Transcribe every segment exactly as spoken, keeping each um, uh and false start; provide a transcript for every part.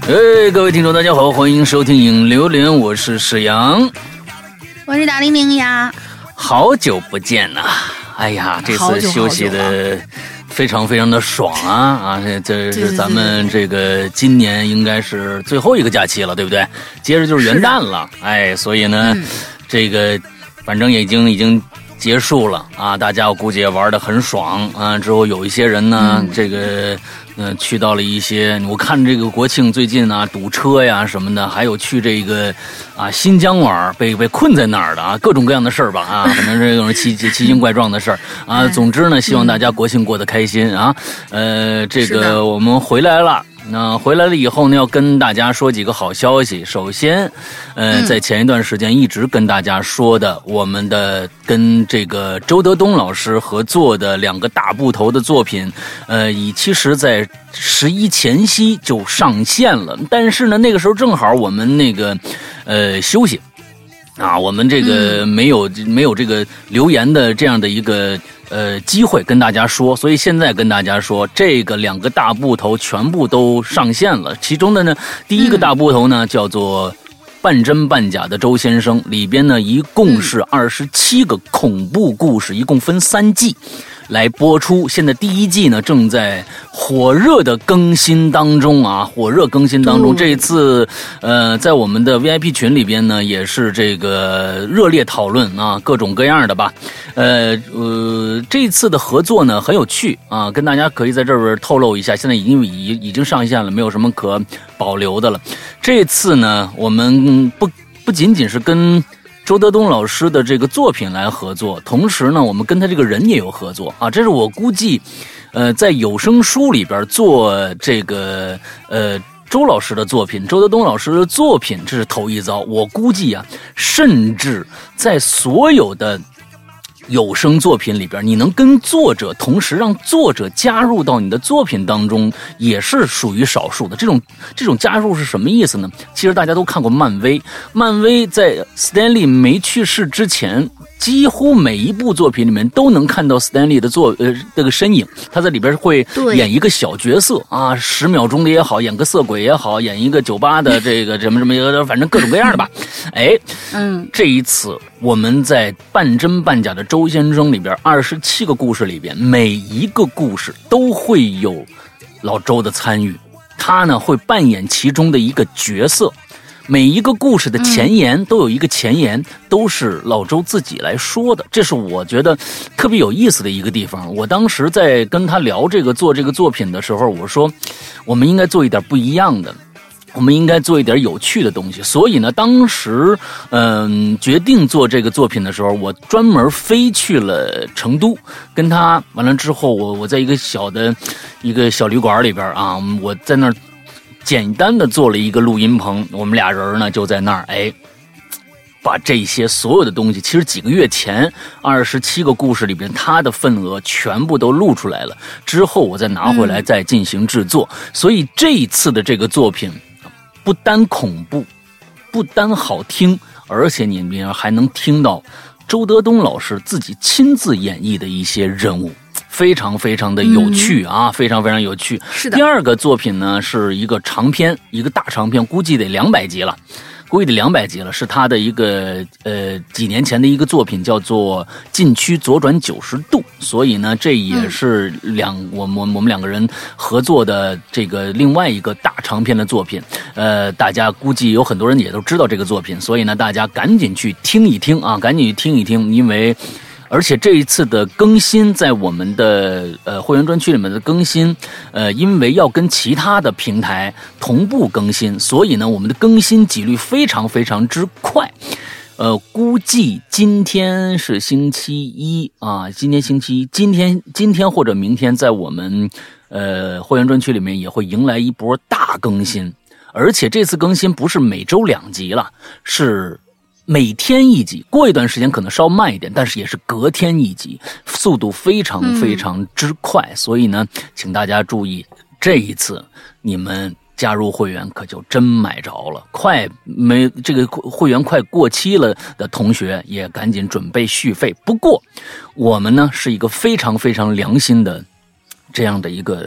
哎，各位听众大家好，欢迎收听影榴莲，我是史阳， 我是大玲玲呀。 好久不见呐！哎呀，这次休息的非常非常的爽啊啊！这这是咱们这个今年应该是最后一个假期了，对不对？接着就是元旦了，哎，所以呢，嗯、这个反正也已经已经结束了啊，大家我估计也玩得很爽啊。之后有一些人呢，嗯、这个。嗯，去到了一些，我看这个国庆最近啊，堵车呀什么的，还有去这个啊新疆玩，被被困在那儿的啊，各种各样的事儿吧啊，可能是各种奇奇奇形怪状的事儿啊。总之呢，希望大家国庆过得开心啊。呃，这个我们回来了。那回来了以后呢，要跟大家说几个好消息。首先，呃，在前一段时间一直跟大家说的，我们的跟这个周德东老师合作的两个大部头的作品，呃，以其实在十一前夕就上线了。但是呢，那个时候正好我们那个呃休息啊，我们这个没有、嗯、没有这个留言的这样的一个。呃，机会跟大家说，所以现在跟大家说，这个两个大部头全部都上线了。其中的呢，第一个大部头呢、嗯、叫做半真半假的周先生，里边呢一共是二十七个恐怖故事，一共分三季来播出。现在第一季呢正在火热的更新当中啊，火热更新当中。这一次呃，在我们的 V I P 群里边呢，也是这个热烈讨论啊，各种各样的吧。呃呃，这次的合作呢很有趣啊，跟大家可以在这儿透露一下，现在已经已已经上线了，没有什么可保留的了。这次呢，我们不不仅仅是跟周德东老师的这个作品来合作，同时呢，我们跟他这个人也有合作啊。这是我估计，呃，在有声书里边做这个呃周老师的作品，周德东老师的作品，这是头一遭。我估计啊，甚至在所有的有声作品里边，你能跟作者同时让作者加入到你的作品当中，也是属于少数的。这种这种加入是什么意思呢？其实大家都看过漫威，漫威在斯坦利没去世之前，几乎每一部作品里面都能看到斯坦利的作呃这个身影，他在里边会演一个小角色啊，十秒钟的也好，演个色鬼也好，演一个酒吧的这个什么什么，反正各种各样的吧。哎，嗯，这一次我们在半真半假的周先生里边，二十七个故事里边，每一个故事都会有老周的参与，他呢会扮演其中的一个角色。每一个故事的前言都有一个前言，都是老周自己来说的，这是我觉得特别有意思的一个地方。我当时在跟他聊这个做这个作品的时候，我说我们应该做一点不一样的，我们应该做一点有趣的东西。所以呢，当时嗯、呃、决定做这个作品的时候，我专门飞去了成都，跟他完了之后，我我在一个小的一个小旅馆里边啊，我在那儿简单的做了一个录音棚，我们俩人呢就在那儿，哎，把这些所有的东西，其实几个月前二十七个故事里边，他的份额全部都录出来了，之后我再拿回来再进行制作。嗯、所以这一次的这个作品，不单恐怖，不单好听，而且你们还能听到周德东老师自己亲自演绎的一些人物。非常非常的有趣啊、嗯、非常非常有趣。 是的。 第二个作品呢是一个长篇，一个大长篇，估计得两百集了，估计得两百集了，是他的一个呃几年前的一个作品，叫做《禁区左转九十度》。所以呢，这也是两、嗯、我们我们两个人合作的这个另外一个大长篇的作品。呃，大家估计有很多人也都知道这个作品，所以呢，大家赶紧去听一听啊，赶紧去听一听，因为。而且这一次的更新，在我们的呃会员专区里面的更新，呃，因为要跟其他的平台同步更新，所以呢，我们的更新纪律非常非常之快。呃，估计今天是星期一啊，今天星期一，今天今天或者明天，在我们呃会员专区里面也会迎来一波大更新，而且这次更新不是每周两集了，是。每天一集，过一段时间可能稍慢一点，但是也是隔天一集，速度非常非常之快、嗯、所以呢请大家注意，这一次你们加入会员可就真买着了，快没这个会员快过期了的同学也赶紧准备续费。不过我们呢是一个非常非常良心的这样的一个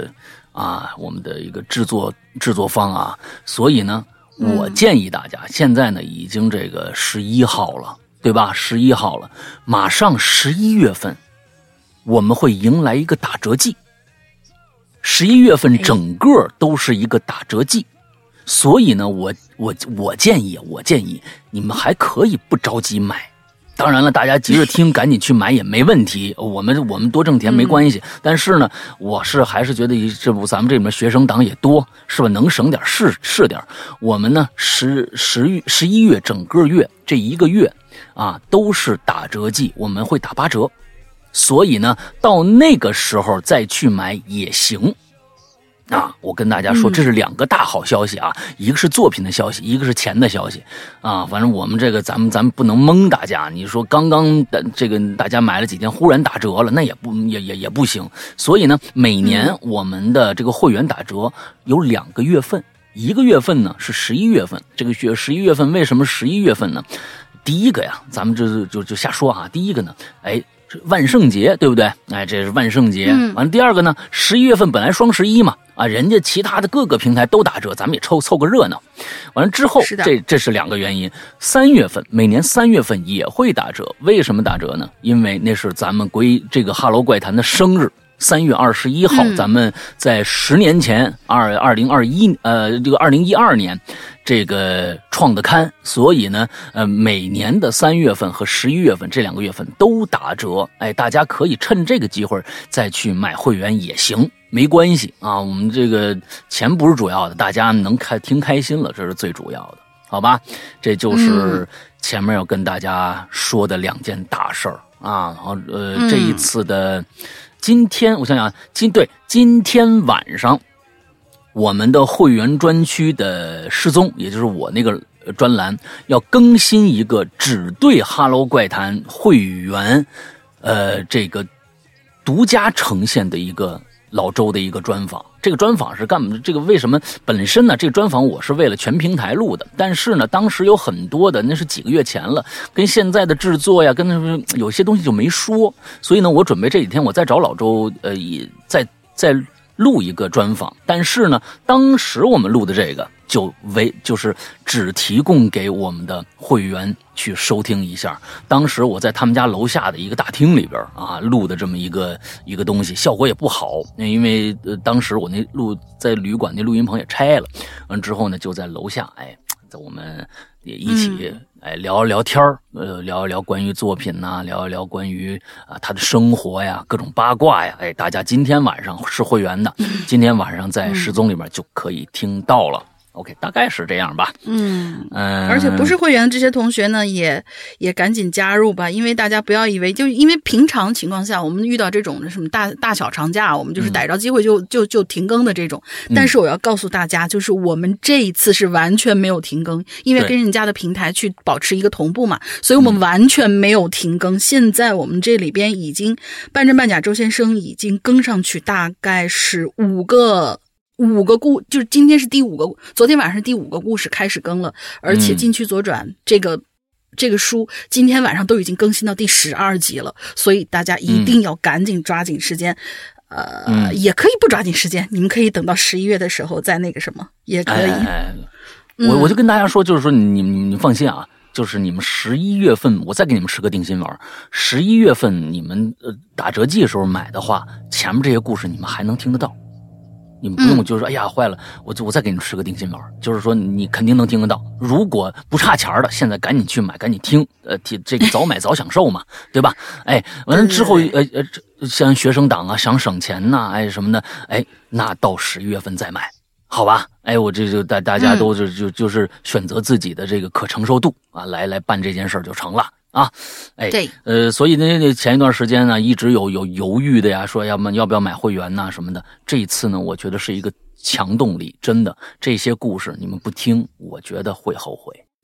啊，我们的一个制作制作方啊，所以呢，我建议大家，现在呢已经这个十一号了，对吧？十一号了，马上十一月份，我们会迎来一个打折季。十一月份整个都是一个打折季，所以呢，我我我建议，我建议你们还可以不着急买。当然了，大家急着听，赶紧去买也没问题。我们我们多挣钱没关系，嗯、但是呢，我是还是觉得这不咱们这里面学生党也多，是吧？能省点是是点。我们呢，十十月十一月整个月这一个月啊，都是打折季，我们会打八折。所以呢，到那个时候再去买也行。啊，我跟大家说，这是两个大好消息啊，嗯、一个是作品的消息，一个是钱的消息啊。反正我们这个，咱们咱们不能蒙大家。你说刚刚的这个大家买了几天，忽然打折了，那也不也也也不行。所以呢，每年我们的这个会员打折有两个月份，一个月份呢是十一月份。这个月十一月份为什么十一月份呢？第一个呀，咱们就就就瞎说啊。第一个呢，哎。万圣节对不对？哎，这是万圣节。完了，第二个呢，十一月份本来双十一嘛，啊，人家其他的各个平台都打折，咱们也凑凑个热闹。完了之后，这这是两个原因。三月份每年三月份也会打折，为什么打折呢？因为那是咱们归这个哈喽怪谈的生日。三月二十一号，嗯、咱们在十年前，二二零二一呃，这个二零一二年，这个创的刊，所以呢，呃，每年的三月份和十一月份这两个月份都打折，哎，大家可以趁这个机会再去买会员也行，没关系啊，我们这个钱不是主要的，大家能开听开心了，这是最主要的，好吧？这就是前面要跟大家说的两件大事儿啊，然后呃，这一次的。今天我想想，今对今天晚上，我们的会员专区的失踪，也就是我那个专栏，要更新一个只对哈喽怪谈会员，呃，这个独家呈现的一个老周的一个专访。这个专访是干嘛？这个为什么本身呢？这个专访我是为了全平台录的，但是呢，当时有很多的，那是几个月前了，跟现在的制作呀，跟有些东西就没说，所以呢，我准备这几天我再找老周，呃，也再再录一个专访。但是呢，当时我们录的这个就为就是只提供给我们的会员去收听一下。当时我在他们家楼下的一个大厅里边啊录的这么一个一个东西，效果也不好，因为呃当时我那录在旅馆那录音棚也拆了，完之后呢就在楼下，哎，在我们也一起、嗯、哎聊聊天呃聊一聊关于作品呐、啊，聊一聊关于啊他的生活呀，各种八卦呀，哎，大家今天晚上是会员的，今天晚上在失踪里面就可以听到了。OK， 大概是这样吧。 嗯嗯，而且不是会员的这些同学呢，也也赶紧加入吧，因为大家不要以为，就因为平常情况下，我们遇到这种什么大大小长假，我们就是逮着机会就、嗯、就就停更的这种。但是我要告诉大家，就是我们这一次是完全没有停更，因为跟人家的平台去保持一个同步嘛，所以我们完全没有停更。嗯、现在我们这里边已经半真半假周先生已经更上去，大概是五个。五个故就是今天是第五个，昨天晚上是第五个故事开始更了，而且禁区左转这个、嗯、这个书今天晚上都已经更新到第十二集了，所以大家一定要赶紧抓紧时间。嗯、呃、嗯，也可以不抓紧时间，你们可以等到十一月的时候再那个什么也可以。哎哎嗯、我我就跟大家说，就是说你你你放心啊，就是你们十一月份我再给你们十个定心丸，十一月份你们呃打折季的时候买的话，前面这些故事你们还能听得到。你们不用就是说、嗯、哎呀坏了，我就我再给你们吃个定心丸，就是说你肯定能听得到。如果不差钱的，现在赶紧去买，赶紧听，呃，这个早买早享受嘛，对吧？哎，完了之后，呃呃，像学生党啊，想省钱呐、啊，哎什么的，哎，那到十一月份再买，好吧？哎，我这就大大家都就就就是选择自己的这个可承受度啊，来来办这件事就成了。啊，哎，对，呃，所以呢，前一段时间呢，一直有有犹豫的呀，说要么要不要买会员呐、啊、什么的。这一次呢，我觉得是一个强动力，真的，这些故事你们不听，我觉得会后悔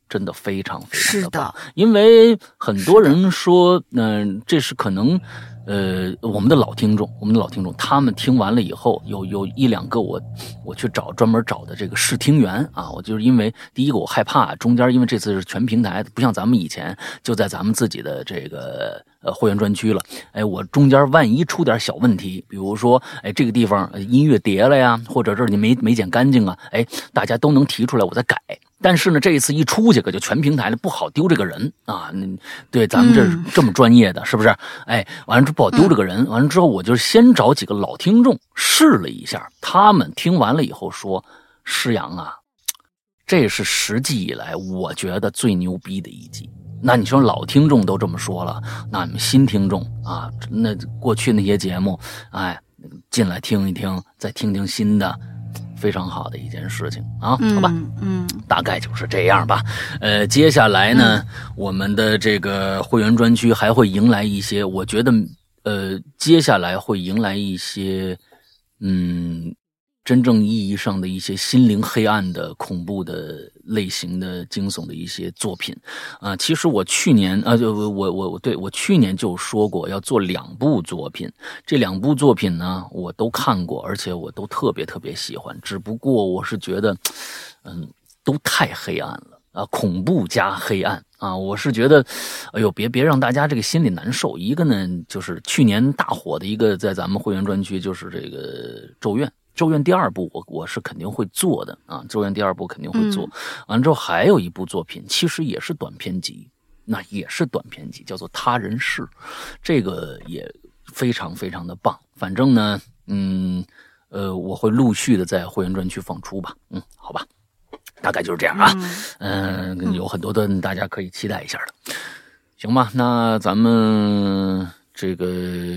真的非常非常的棒。 因为很多人说，嗯、呃，这是可能。呃，我们的老听众，我们的老听众，他们听完了以后，有有一两个我我去找专门找的这个试听员啊，我就是因为第一个我害怕中间，因为这次是全平台，不像咱们以前就在咱们自己的这个呃会员专区了，哎，我中间万一出点小问题，比如说哎这个地方音乐叠了呀，或者这儿你没没剪干净啊，哎，大家都能提出来，我再改。但是呢，这一次一出去可就全平台了，不好丢这个人啊！对，咱们这这么专业的，嗯、是不是？哎，完了之后不好丢这个人。嗯、完了之后，我就先找几个老听众试了一下，他们听完了以后说：“施洋啊，这是实际以来我觉得最牛逼的一集。”那你说老听众都这么说了，那你们新听众啊，那过去那些节目，哎，进来听一听，再听听新的。非常好的一件事情啊，好吧， 嗯，嗯大概就是这样吧。呃，接下来呢，嗯、我们的这个会员专区还会迎来一些，我觉得，呃，接下来会迎来一些，嗯，真正意义上的一些心灵黑暗的、恐怖的类型的惊悚的一些作品啊、呃。其实我去年啊，就我我我对我去年就说过要做两部作品，这两部作品呢我都看过，而且我都特别特别喜欢。只不过我是觉得，嗯，都太黑暗了啊，恐怖加黑暗啊，我是觉得，哎呦，别别让大家这个心里难受。一个呢，就是去年大火的一个，在咱们会员专区就是这个《咒怨》。咒怨第二部我我是肯定会做的啊，咒怨第二部肯定会做。嗯、完之后还有一部作品，其实也是短篇集，那也是短篇集，叫做《他人世》，这个也非常非常的棒。反正呢，嗯，呃，我会陆续的在会员专区放出吧。嗯，好吧，大概就是这样啊。嗯、呃，有很多的大家可以期待一下的，行吧？那咱们这个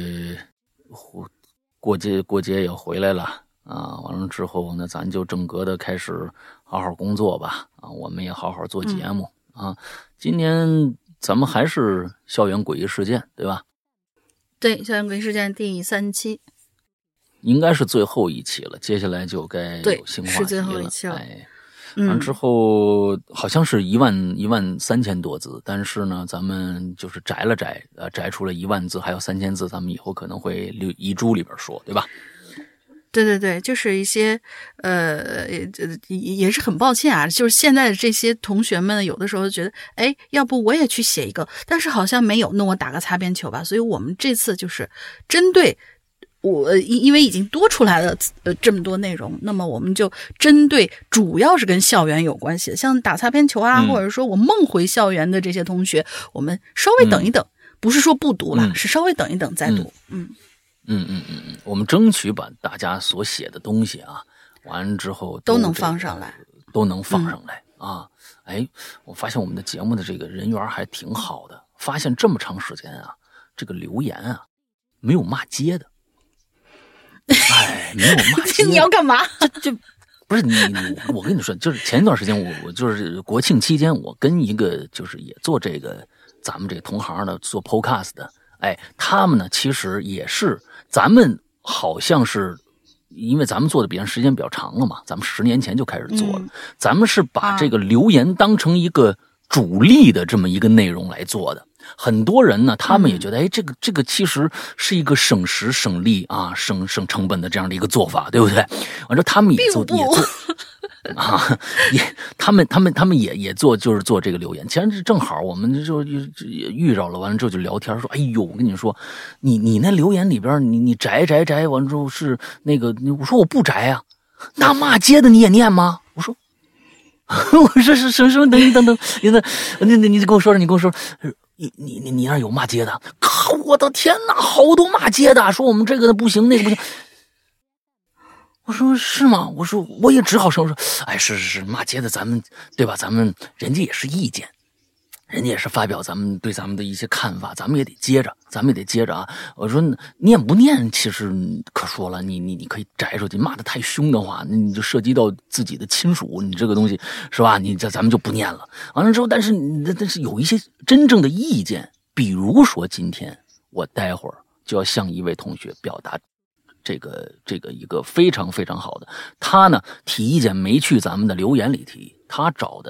过节过节也回来了。啊，完了之后呢，咱就正格的开始好好工作吧。啊，我们也好好做节目、嗯、啊。今年咱们还是校园诡异事件，对吧？ 对，校园诡异事件第三期， 应该是最后一期了。接下来就该有新话题了。 是最后一期了。 哎，完之后、嗯、好像是一万一万三千多字，但是呢，咱们就是摘了摘，呃，摘出了一万字，还有三千字，咱们以后可能会留遗珠里边说，对吧？ 对对对，就是一些呃，也也是很抱歉啊，就是现在的这些同学们有的时候觉得，哎，要不我也去写一个，但是好像没有，那我打个擦边球吧。所以我们这次就是针对我，因因为已经多出来了呃这么多内容，那么我们就针对主要是跟校园有关系的，像打擦边球啊，嗯、或者说我梦回校园的这些同学，我们稍微等一等，嗯、不是说不读了，嗯、是稍微等一等再读，嗯。嗯嗯嗯嗯嗯，我们争取把大家所写的东西啊，完了之后都能放上来， 都能放上来、嗯、啊！哎，我发现我们的节目的这个人缘还挺好的，发现这么长时间啊，这个留言啊，没有骂街的，哎，没有骂街， 你要干嘛？ 这这不是你你，我跟你说，就是前一段时间我我就是国庆期间，我跟一个就是也做这个咱们这个同行的做 podcast 的。哎，他们呢，其实也是咱们好像是，因为咱们做的比人时间比较长了嘛，咱们十年前就开始做了，嗯、咱们是把这个留言当成一个主力的这么一个内容来做的。很多人呢，他们也觉得，嗯、哎，这个这个其实是一个省时省力啊、省省成本的这样的一个做法，对不对？完之后他们也做也做。啊，也他们他们他们也也做就是做这个留言，其实正好我们就也遇着了，完了之后就聊天说，哎呦，我跟你说，你你那留言里边，你你摘摘摘，完了之后是那个，我说我不摘啊，那骂街的你也念吗？我说，我说是什么什么等等等，你那你你你跟我说说，你跟我说，你你你你那有骂街的？靠，我的天哪，好多骂街的，说我们这个不行，那个不行。我说是吗？我说我也只好说说，哎，是是是，骂街的咱们对吧？咱们人家也是意见，人家也是发表咱们对咱们的一些看法，咱们也得接着，咱们也得接着啊。我说念不念，其实可说了，你你你可以摘出去，骂得太凶的话，那你就涉及到自己的亲属，你这个东西是吧？你这咱们就不念了。完了之后，但是但是有一些真正的意见，比如说今天我待会儿就要向一位同学表达。这个这个一个非常非常好的，他呢提意见没去咱们的留言里提，他找的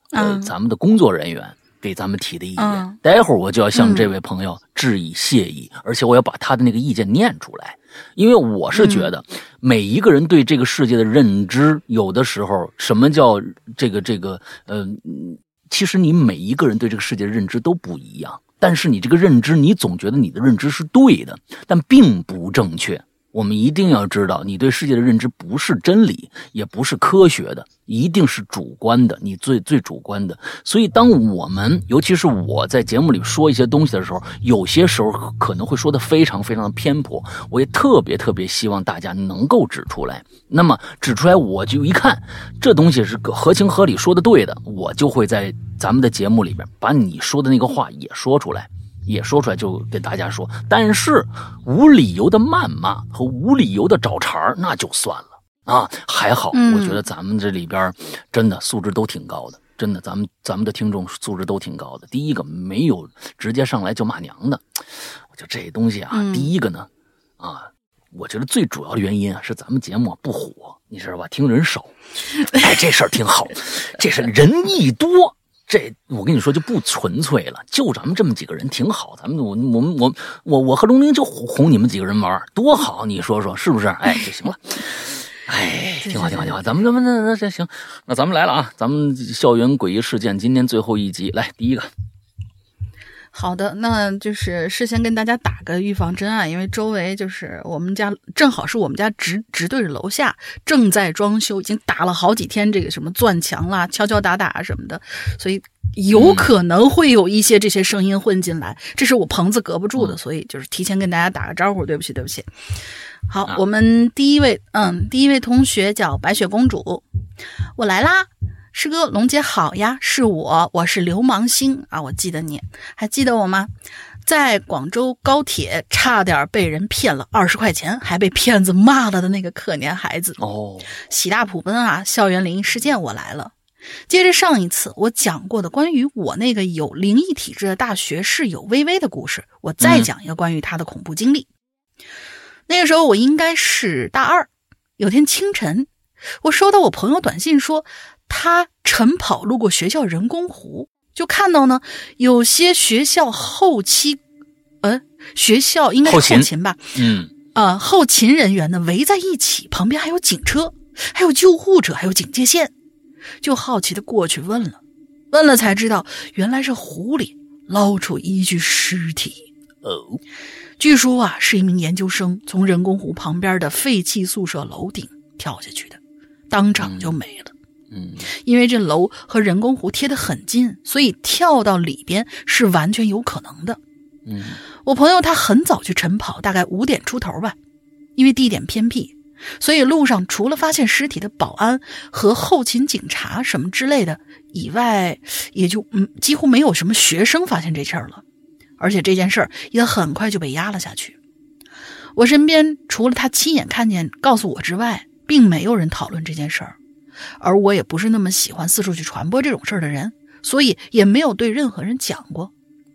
呃、咱们的工作人员给咱们提的意见。嗯、待会儿我就要向这位朋友致以谢意，嗯、而且我要把他的那个意见念出来，因为我是觉得每一个人对这个世界的认知，有的时候什么叫这个这个呃，其实你每一个人对这个世界的认知都不一样，但是你这个认知，你总觉得你的认知是对的，但并不正确。我们一定要知道，你对世界的认知不是真理，也不是科学的，一定是主观的，你最最主观的。所以当我们，尤其是我在节目里说一些东西的时候，有些时候可能会说的非常非常的偏颇，我也特别特别希望大家能够指出来。那么指出来，我就一看这东西是合情合理说的对的，我就会在咱们的节目里边把你说的那个话也说出来。也说出来就跟大家说，但是无理由的谩骂和无理由的找茬那就算了啊。还好，我觉得咱们这里边真的素质都挺高的，真的，咱们咱们的听众素质都挺高的。第一个没有直接上来就骂娘的，我觉得这东西啊，嗯、第一个呢，啊，我觉得最主要的原因啊是咱们节目不火，你知道吧？听人少，哎，这事儿挺好，这是人一多。这我跟你说就不纯粹了，就咱们这么几个人挺好，咱们我我们我我我和龙玲就哄你们几个人玩，多好，你说说是不是？哎，就行了。哎，挺好，挺好，挺好。咱们咱们那那这行，那咱们来了啊！咱们校园诡异事件今天最后一集，来第一个。 好的，那就是事先跟大家打个预防针啊，因为周围就是我们家，正好是我们家直直对着楼下，正在装修，已经打了好几天这个什么钻墙啦、敲敲打打什么的，所以有可能会有一些这些声音混进来，嗯、这是我棚子隔不住的，嗯、所以就是提前跟大家打个招呼，对不起，对不起。好，啊、我们第一位，嗯，第一位同学叫白雪公主，我来啦。师哥，龙姐好呀，是我，我是流氓星啊，我记得你，还记得我吗？在广州高铁差点被人骗了二十块钱，还被骗子骂了的那个可怜孩子哦， 喜大普奔啊！校园灵异事件我来了。接着上一次我讲过的关于我那个有灵异体质的大学室友微微的故事，我再讲一个关于他的恐怖经历。嗯、那个时候我应该是大二，有天清晨，我收到我朋友短信说。他晨跑路过学校人工湖，就看到呢，有些学校后期，呃，学校应该是后勤吧， 嗯， 呃，后勤人员呢围在一起，旁边还有警车，还有救护车，还有警戒线，就好奇的过去问了，问了才知道，原来是湖里捞出一具尸体。 哦， 据说啊，是一名研究生从人工湖旁边的废弃宿舍楼顶跳下去的，当场就没了。 嗯， 因为这楼和人工湖贴得很近，所以跳到里边是完全有可能的。 嗯， 我朋友他很早去晨跑，大概五点出头吧，因为地点偏僻，所以路上除了发现尸体的保安和后勤警察什么之类的以外，也就嗯几乎没有什么学生发现这事儿了。而且这件事儿也很快就被压了下去。我身边除了他亲眼看见告诉我之外，并没有人讨论这件事儿。而我也不是那么喜欢四处去传播这种事儿的人，所以也没有对任何人讲过。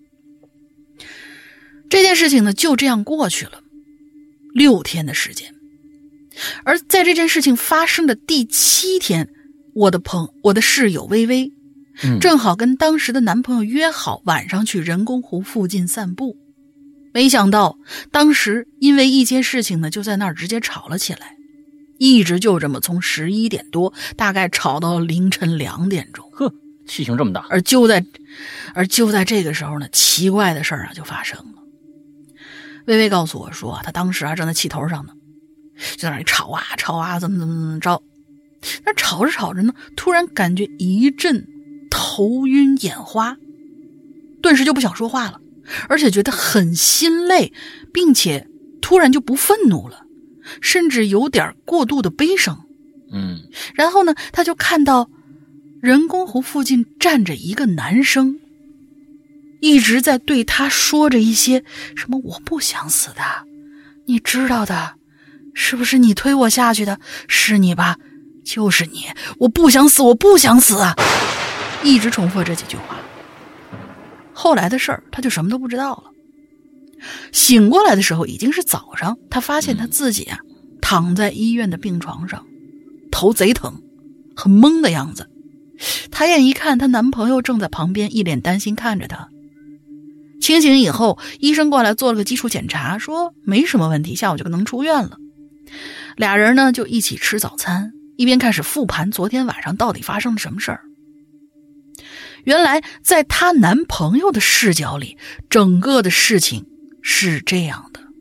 这件事情呢，就这样过去了六天的时间。而在这件事情发生的第七天，我的朋我的室友微微， 嗯、 正好跟当时的男朋友约好晚上去人工湖附近散步。没想到当时因为一些事情呢，就在那儿直接吵了起来。一直就这么从十一点多大概吵到凌晨两点钟， 呵，气性这么大。 而就在，而就在这个时候呢，奇怪的事儿啊就发生了。微微告诉我说，他当时啊正在气头上呢，就在那里吵啊吵啊，怎么怎么怎么着。那吵着吵着呢，突然感觉一阵头晕眼花，顿时就不想说话了，而且觉得很心累，并且突然就不愤怒了。甚至有点过度的悲伤。 嗯， 然后呢，他就看到人工湖附近站着一个男生，一直在对他说着一些什么我不想死的，你知道的，是不是你推我下去的？是你吧？就是你，我不想死，我不想死啊！一直重复这几句话。后来的事儿他就什么都不知道了。醒过来的时候已经是早上，他发现他自己啊躺在医院的病床上，头贼疼，很懵的样子， 抬眼一看，她男朋友正在旁边一脸担心看着她。清醒以后，医生过来做了个基础检查，说没什么问题，下午就能出院了。俩人呢就一起吃早餐，一边开始复盘昨天晚上到底发生了什么事儿。原来在她男朋友的视角里，整个的事情是这样的。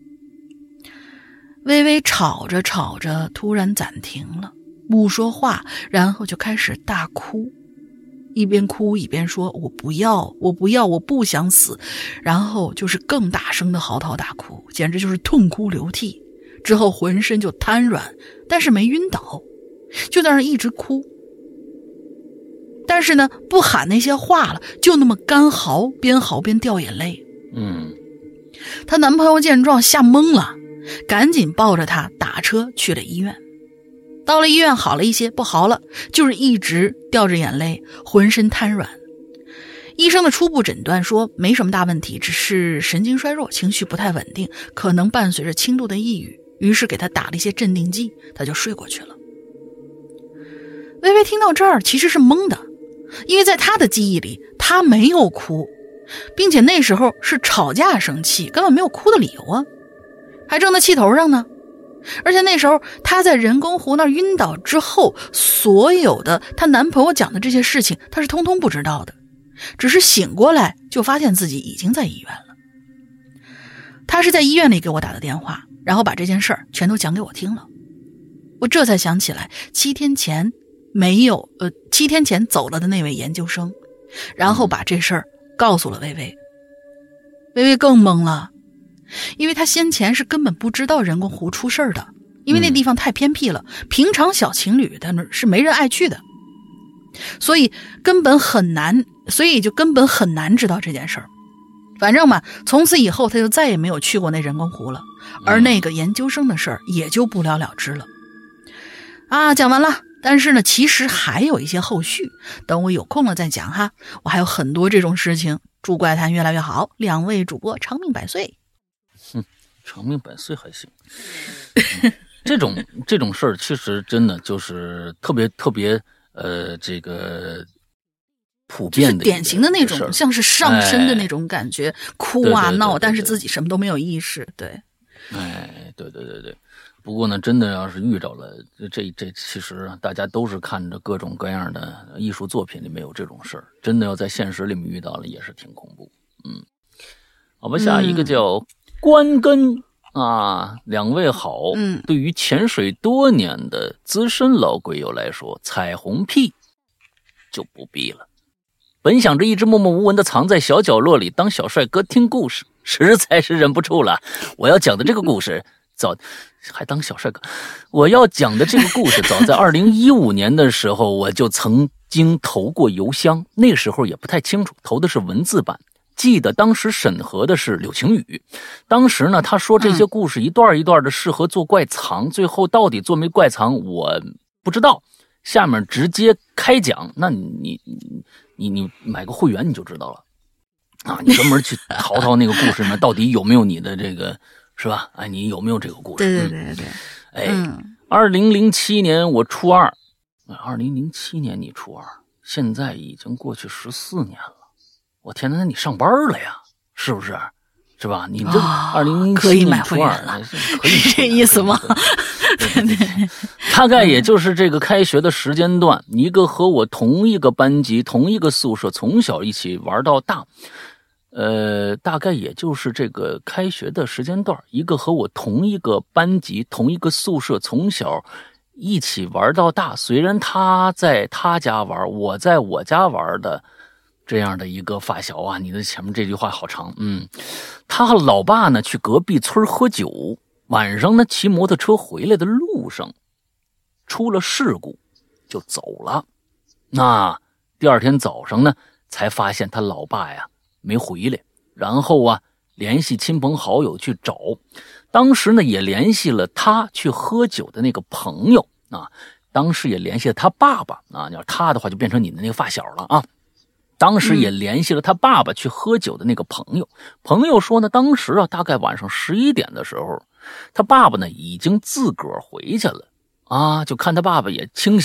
微微吵着吵着突然暂停了，不说话，然后就开始大哭，一边哭一边说我不要我不要我不想死，然后就是更大声的嚎啕大哭，简直就是痛哭流涕。之后浑身就瘫软，但是没晕倒，就在那儿一直哭。但是呢不喊那些话了，就那么干嚎，边嚎边掉眼泪。 嗯， 她男朋友见状吓懵了，赶紧抱着她打车去了医院。到了医院好了一些，不嚎了，就是一直掉着眼泪，浑身瘫软。医生的初步诊断说没什么大问题，只是神经衰弱，情绪不太稳定，可能伴随着轻度的抑郁，于是给她打了一些镇定剂，她就睡过去了。微微听到这儿其实是懵的，因为在她的记忆里她没有哭，并且那时候是吵架生气，根本没有哭的理由啊，还正在气头上呢。而且那时候她在人工湖那儿晕倒之后，所有的她男朋友讲的这些事情她是通通不知道的，只是醒过来就发现自己已经在医院了。她是在医院里给我打的电话，然后把这件事儿全都讲给我听了。我这才想起来七天前没有呃，七天前走了的那位研究生，然后把这事儿告诉了微微。微微更懵了，因为她先前是根本不知道人工湖出事儿的，因为那地方太偏僻了，平常小情侣他们是没人爱去的，所以根本很难，所以就根本很难知道这件事儿。反正嘛，从此以后他就再也没有去过那人工湖了，而那个研究生的事儿也就不了了之了。啊，讲完了。但是呢，其实还有一些后续，等我有空了再讲哈。我还有很多这种事情，祝怪谈越来越好，两位主播长命百岁。 哼，长命百岁还行。嗯、这种这种事儿，其实真的就是特别特别呃，这个普遍的、 就是、典型的那种，像是上身的那种感觉，哎、哭啊闹，但是自己什么都没有意识。对， 哎，对对对对。不过呢，真的要是遇着了，这这其实大家都是看着各种各样的艺术作品里面有这种事儿，真的要在现实里面遇到了也是挺恐怖。嗯，好吧，下一个叫关根、嗯、啊，两位好。嗯，对于潜水多年的资深老鬼友来说，彩虹屁就不必了。本想着一直默默无闻的藏在小角落里当小帅哥听故事，实在是忍不住了。我要讲的这个故事。早还当小帅哥，我要讲的这个故事，早在二零一五年的时候，我就曾经投过邮箱，那个时候也不太清楚，投的是文字版。记得当时审核的是柳晴雨，当时呢，他说这些故事一段一段的适合做怪藏，最后到底做没怪藏我不知道。下面直接开讲，那你你你你买个会员你就知道了啊！你专门去淘淘那个故事里面到底有没有你的这个。是吧？哎，你有没有这个故事？ 对对对对。 嗯、哎，二零零七年我初二，二零零七年你初二，现在已经过去十四年了。我天哪，那你上班了呀？是不是？是吧？你这二零零七年初二， 哦、 可以是这意思吗？ 对对对，大概也就是这个开学的时间段，一个和我同一个班级、同一个宿舍，从小一起玩到大。呃，大概也就是这个开学的时间段，一个和我同一个班级、同一个宿舍，从小一起玩到大。虽然他在他家玩，我在我家玩的这样的一个发小啊。你的前面这句话好长，嗯，他和老爸呢去隔壁村喝酒，晚上呢骑摩托车回来的路上出了事故，就走了。那第二天早上呢，才发现他老爸呀。没回来，然后啊，联系亲朋好友去找，当时呢也联系了他去喝酒的那个朋友啊，当时也联系了他爸爸啊，要他的话就变成你的那个发小了啊。当时也联系了他爸爸去喝酒的那个朋友，嗯、朋友说呢，当时啊大概晚上十一点的时候，他爸爸呢已经自个儿回去了啊，就看他爸爸也清醒，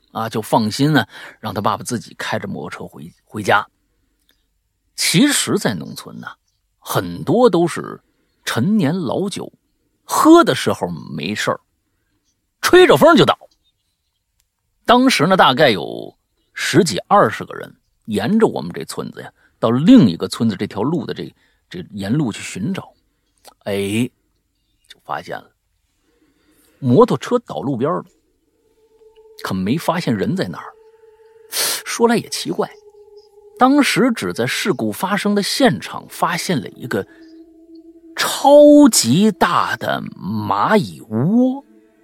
啊，就放心呢，让他爸爸自己开着摩托车回回家。其实，在农村呢，很多都是陈年老酒，喝的时候没事儿，吹着风就倒。当时呢，大概有十几二十个人，沿着我们这村子呀，到另一个村子这条路的这这沿路去寻找，哎，就发现了摩托车倒路边了，可没发现人在哪儿。说来也奇怪，当时只在事故发生的现场发现了一个超级大的蚂蚁窝。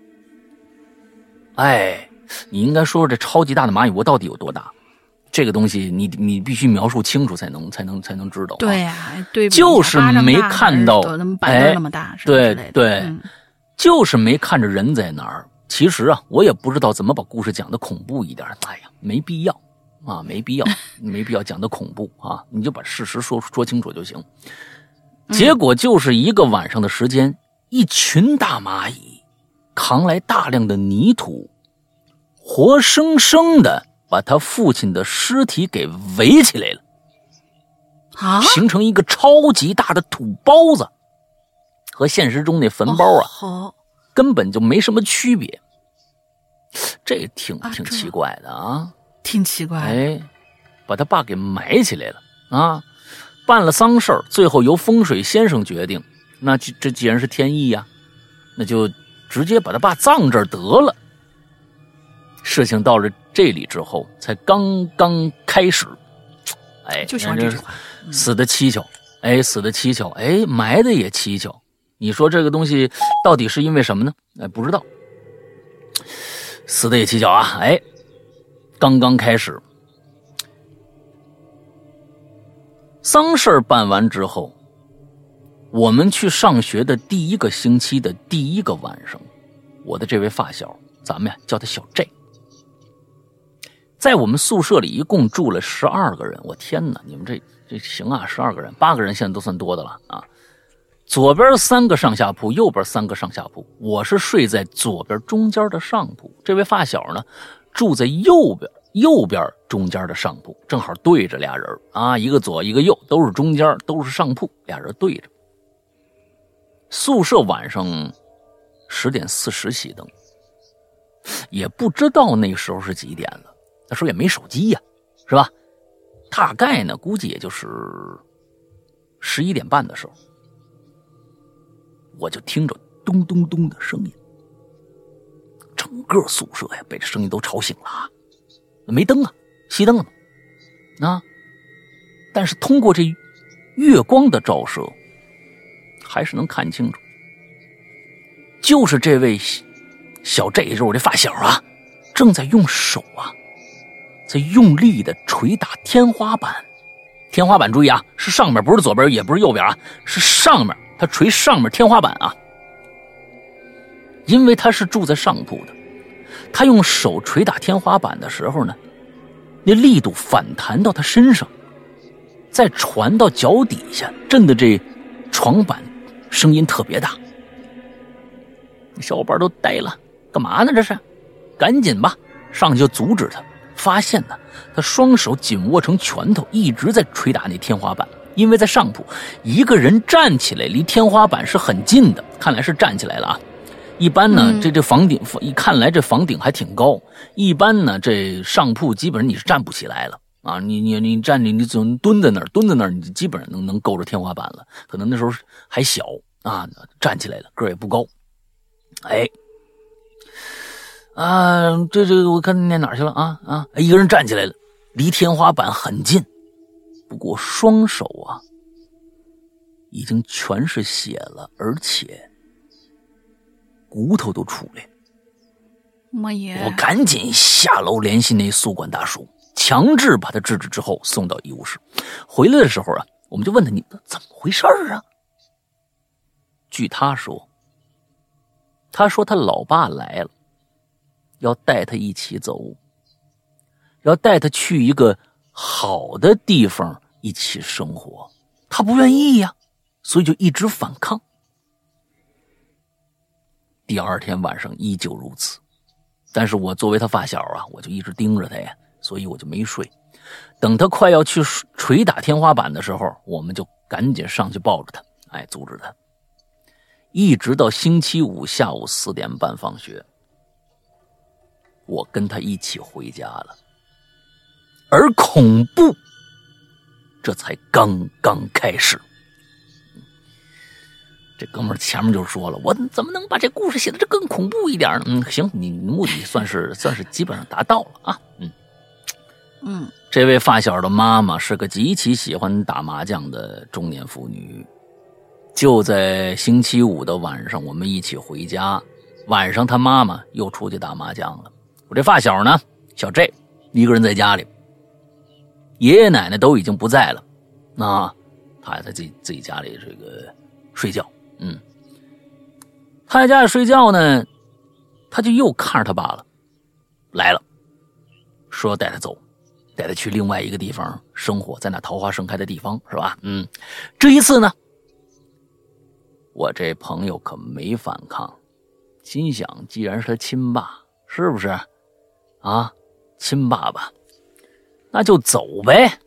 哎，你应该说说这超级大的蚂蚁窝到底有多大？这个东西你你必须描述清楚才能才能才能知道、啊。 对呀、啊，对， 就是没看到， 哎，那么大， 对对、 嗯， 就是没看着人在哪儿。其实啊，我也不知道怎么把故事讲得恐怖一点。哎呀，没必要啊，没必要，没必要讲得恐怖啊，你就把事实说说清楚就行。结果就是一个晚上的时间，嗯、一群大蚂蚁扛来大量的泥土，活生生的把他父亲的尸体给围起来了， 啊， 形成一个超级大的土包子，和现实中那坟包啊， 哦、 根本就没什么区别。这挺啊挺奇怪的啊， 挺奇怪的。 哎，把他爸给埋起来了啊！办了丧事儿，最后由风水先生决定，那这既然是天意呀、啊，那就直接把他爸葬这儿得了。事情到了这里之后，才刚刚开始。哎， 就喜欢这句话， 嗯、死的蹊跷，哎，死的蹊跷，哎，埋的也蹊跷。你说这个东西到底是因为什么呢？哎，不知道。死的也蹊跷啊！哎，刚刚开始。丧事办完之后，我们去上学的第一个星期的第一个晚上，我的这位发小，咱们呀叫他小 J， 在我们宿舍里一共住了十二个人。我天哪，你们这这行啊，十二个人，八个人现在都算多的了啊！左边三个上下铺，右边三个上下铺，我是睡在左边中间的上铺。这位发小呢，住在右边右边中间的上铺，正好对着俩人啊，一个左一个右，都是中间，都是上铺，俩人对着。宿舍晚上十点四十熄灯，也不知道那时候是几点了。那时候也没手机呀、啊，是吧？大概呢，估计也就是十一点半的时候。我就听着咚咚咚的声音，整个宿舍呀被这声音都吵醒了啊！没灯啊，熄灯了嘛啊！但是通过这月光的照射，还是能看清楚，就是这位小 J， 就是我这发小啊，正在用手啊，在用力的捶打天花板。天花板注意啊，是上面，不是左边，也不是右边啊，是上面。他捶上面天花板啊，因为他是住在上铺的，他用手捶打天花板的时候呢，那力度反弹到他身上，再传到脚底下，震的这床板声音特别大。小伙伴都呆了，干嘛呢这是？赶紧吧，上去就阻止他。发现呢，他双手紧握成拳头，一直在捶打那天花板。因为在上铺，一个人站起来离天花板是很近的，看来是站起来了啊。一般呢， 嗯、 这这房顶，一看来这房顶还挺高。一般呢，这上铺基本上你是站不起来了啊，你你你站你你总蹲在那儿，蹲在那儿，你基本上能能够着天花板了。可能那时候还小啊，站起来了，个儿也不高。哎，啊，这这我看念哪儿去了啊啊！一个人站起来了，离天花板很近。不过双手啊已经全是血了，而且骨头都出来了。 妈耶！ 我赶紧下楼联系那宿管大叔，强制把他制止之后送到医务室。回来的时候啊，我们就问他，你怎么回事啊？据他说，他说他老爸来了，要带他一起走，要带他去一个好的地方一起生活，他不愿意呀，所以就一直反抗。第二天晚上依旧如此， 但是我作为他发小啊，我就一直盯着他呀，所以我就没睡。等他快要去捶打天花板的时候，我们就赶紧上去抱着他，哎，阻止他。一直到星期五下午四点半放学，我跟他一起回家了。而恐怖这才刚刚开始。这哥们儿前面就说了，我怎么能把这故事写的这更恐怖一点呢？嗯，行，你目的算是算是基本上达到了啊。嗯嗯， 这位发小的妈妈是个极其喜欢打麻将的中年妇女。就在星期五的晚上，我们一起回家，晚上他妈妈又出去打麻将了。我这发小呢，小 J 一个人在家里，爷爷奶奶都已经不在了，那他也在自己自己家里这个睡觉。嗯，他在家里睡觉呢，他就又看着他爸了，来了，说带他走，带他去另外一个地方生活，在那桃花盛开的地方，是吧？嗯，这一次呢，我这朋友可没反抗，心想既然是他亲爸，是不是啊？亲爸爸，那就走呗。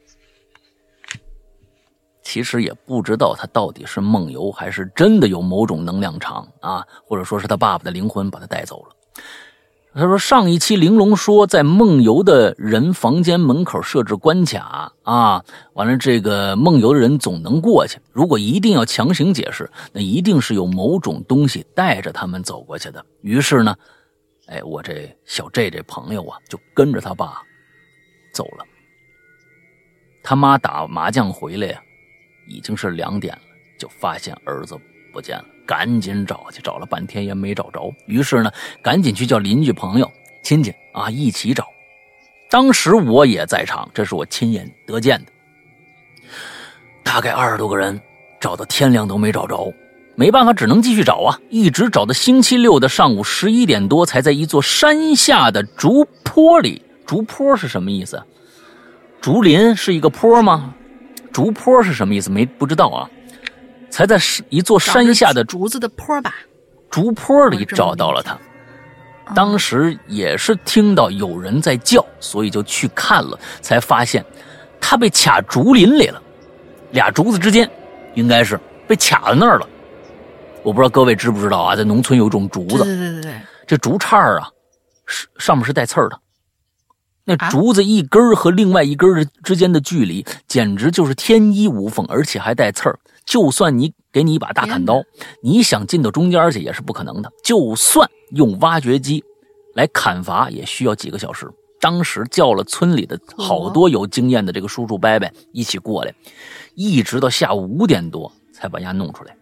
其实也不知道他到底是梦游，还是真的有某种能量场啊，或者说是他爸爸的灵魂把他带走了。他说上一期玲珑说在梦游的人房间门口设置关卡啊，完了这个梦游的人总能过去，如果一定要强行解释，那一定是有某种东西带着他们走过去的。于是呢，哎，我这小 J 这朋友啊就跟着他爸走了。他妈打麻将回来呀，已经是两点了，就发现儿子不见了，赶紧找去，找了半天也没找着。于是呢，赶紧去叫邻居朋友亲戚啊一起找。当时我也在场，这是我亲眼得见的。大概二十多个人找到天亮都没找着，没办法只能继续找啊，一直找到星期六的上午十一点多，才在一座山下的竹坡里。竹坡是什么意思？竹林是一个坡吗？竹坡是什么意思？没不知道啊。才在一座山下的竹子的坡吧， 竹坡里找到了他。当时也是听到有人在叫，所以就去看了，才发现他被卡竹林里了，俩竹子之间应该是被卡在那儿了。我不知道各位知不知道啊，在农村有一种竹子， 对对对对， 这竹叉啊，是上面是带刺儿的。那竹子一根和另外一根之间的距离简直就是天衣无缝，而且还带刺儿。就算你给你一把大砍刀，你想进到中间去也是不可能的。就算用挖掘机来砍伐，也需要几个小时。当时叫了村里的好多有经验的这个叔叔伯伯一起过来，一直到下午五点多才把丫弄出来。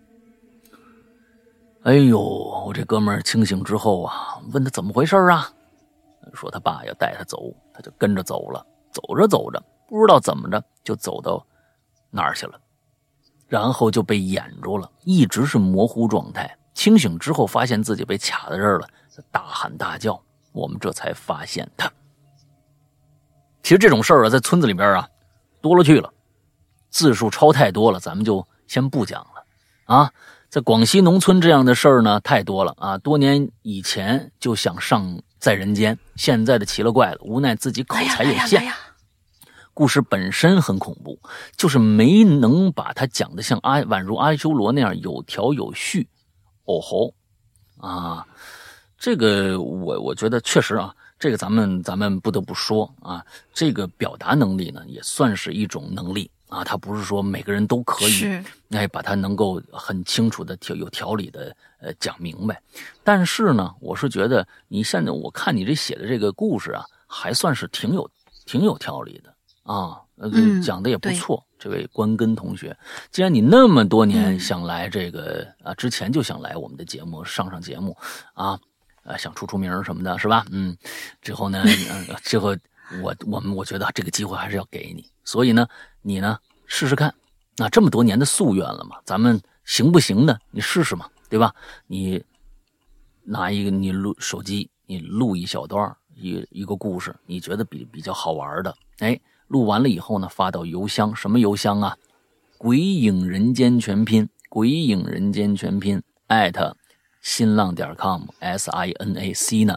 哎呦，我这哥们儿清醒之后啊，问他怎么回事啊？说他爸要带他走，他就跟着走了。走着走着，不知道怎么着就走到那儿去了。然后就被掩住了，一直是模糊状态。清醒之后发现自己被卡在这儿了，大喊大叫，我们这才发现他。其实这种事儿啊，在村子里边啊多了去了，字数超太多了，咱们就先不讲了啊。在广西农村这样的事儿呢太多了啊，多年以前就想上在人间，现在的奇了怪了，无奈自己口才有限。故事本身很恐怖，就是没能把它讲得像阿宛如阿修罗那样有条有序。哦吼啊，这个我我觉得确实啊，这个咱们咱们不得不说啊，这个表达能力呢也算是一种能力啊，它不是说每个人都可以哎把它能够很清楚的有条理的呃讲明白。但是呢，我是觉得你现在我看你这写的这个故事啊，还算是挺有挺有条理的。啊，呃，讲的也不错。嗯、这位关根同学，既然你那么多年想来这个、嗯、啊，之前就想来我们的节目上上节目啊，呃，想出出名什么的，是吧？嗯，之后呢，呃、之后我我们我觉得这个机会还是要给你，所以呢，你呢试试看，那、啊、这么多年的夙愿了嘛，咱们行不行呢？你试试嘛，对吧？你拿一个你录手机，你录一小段一一个故事，你觉得比比较好玩的，哎。录完了以后呢，发到邮箱，什么邮箱啊？鬼影人间全拼，鬼影人间全拼艾特新浪点 com s i n a c 呢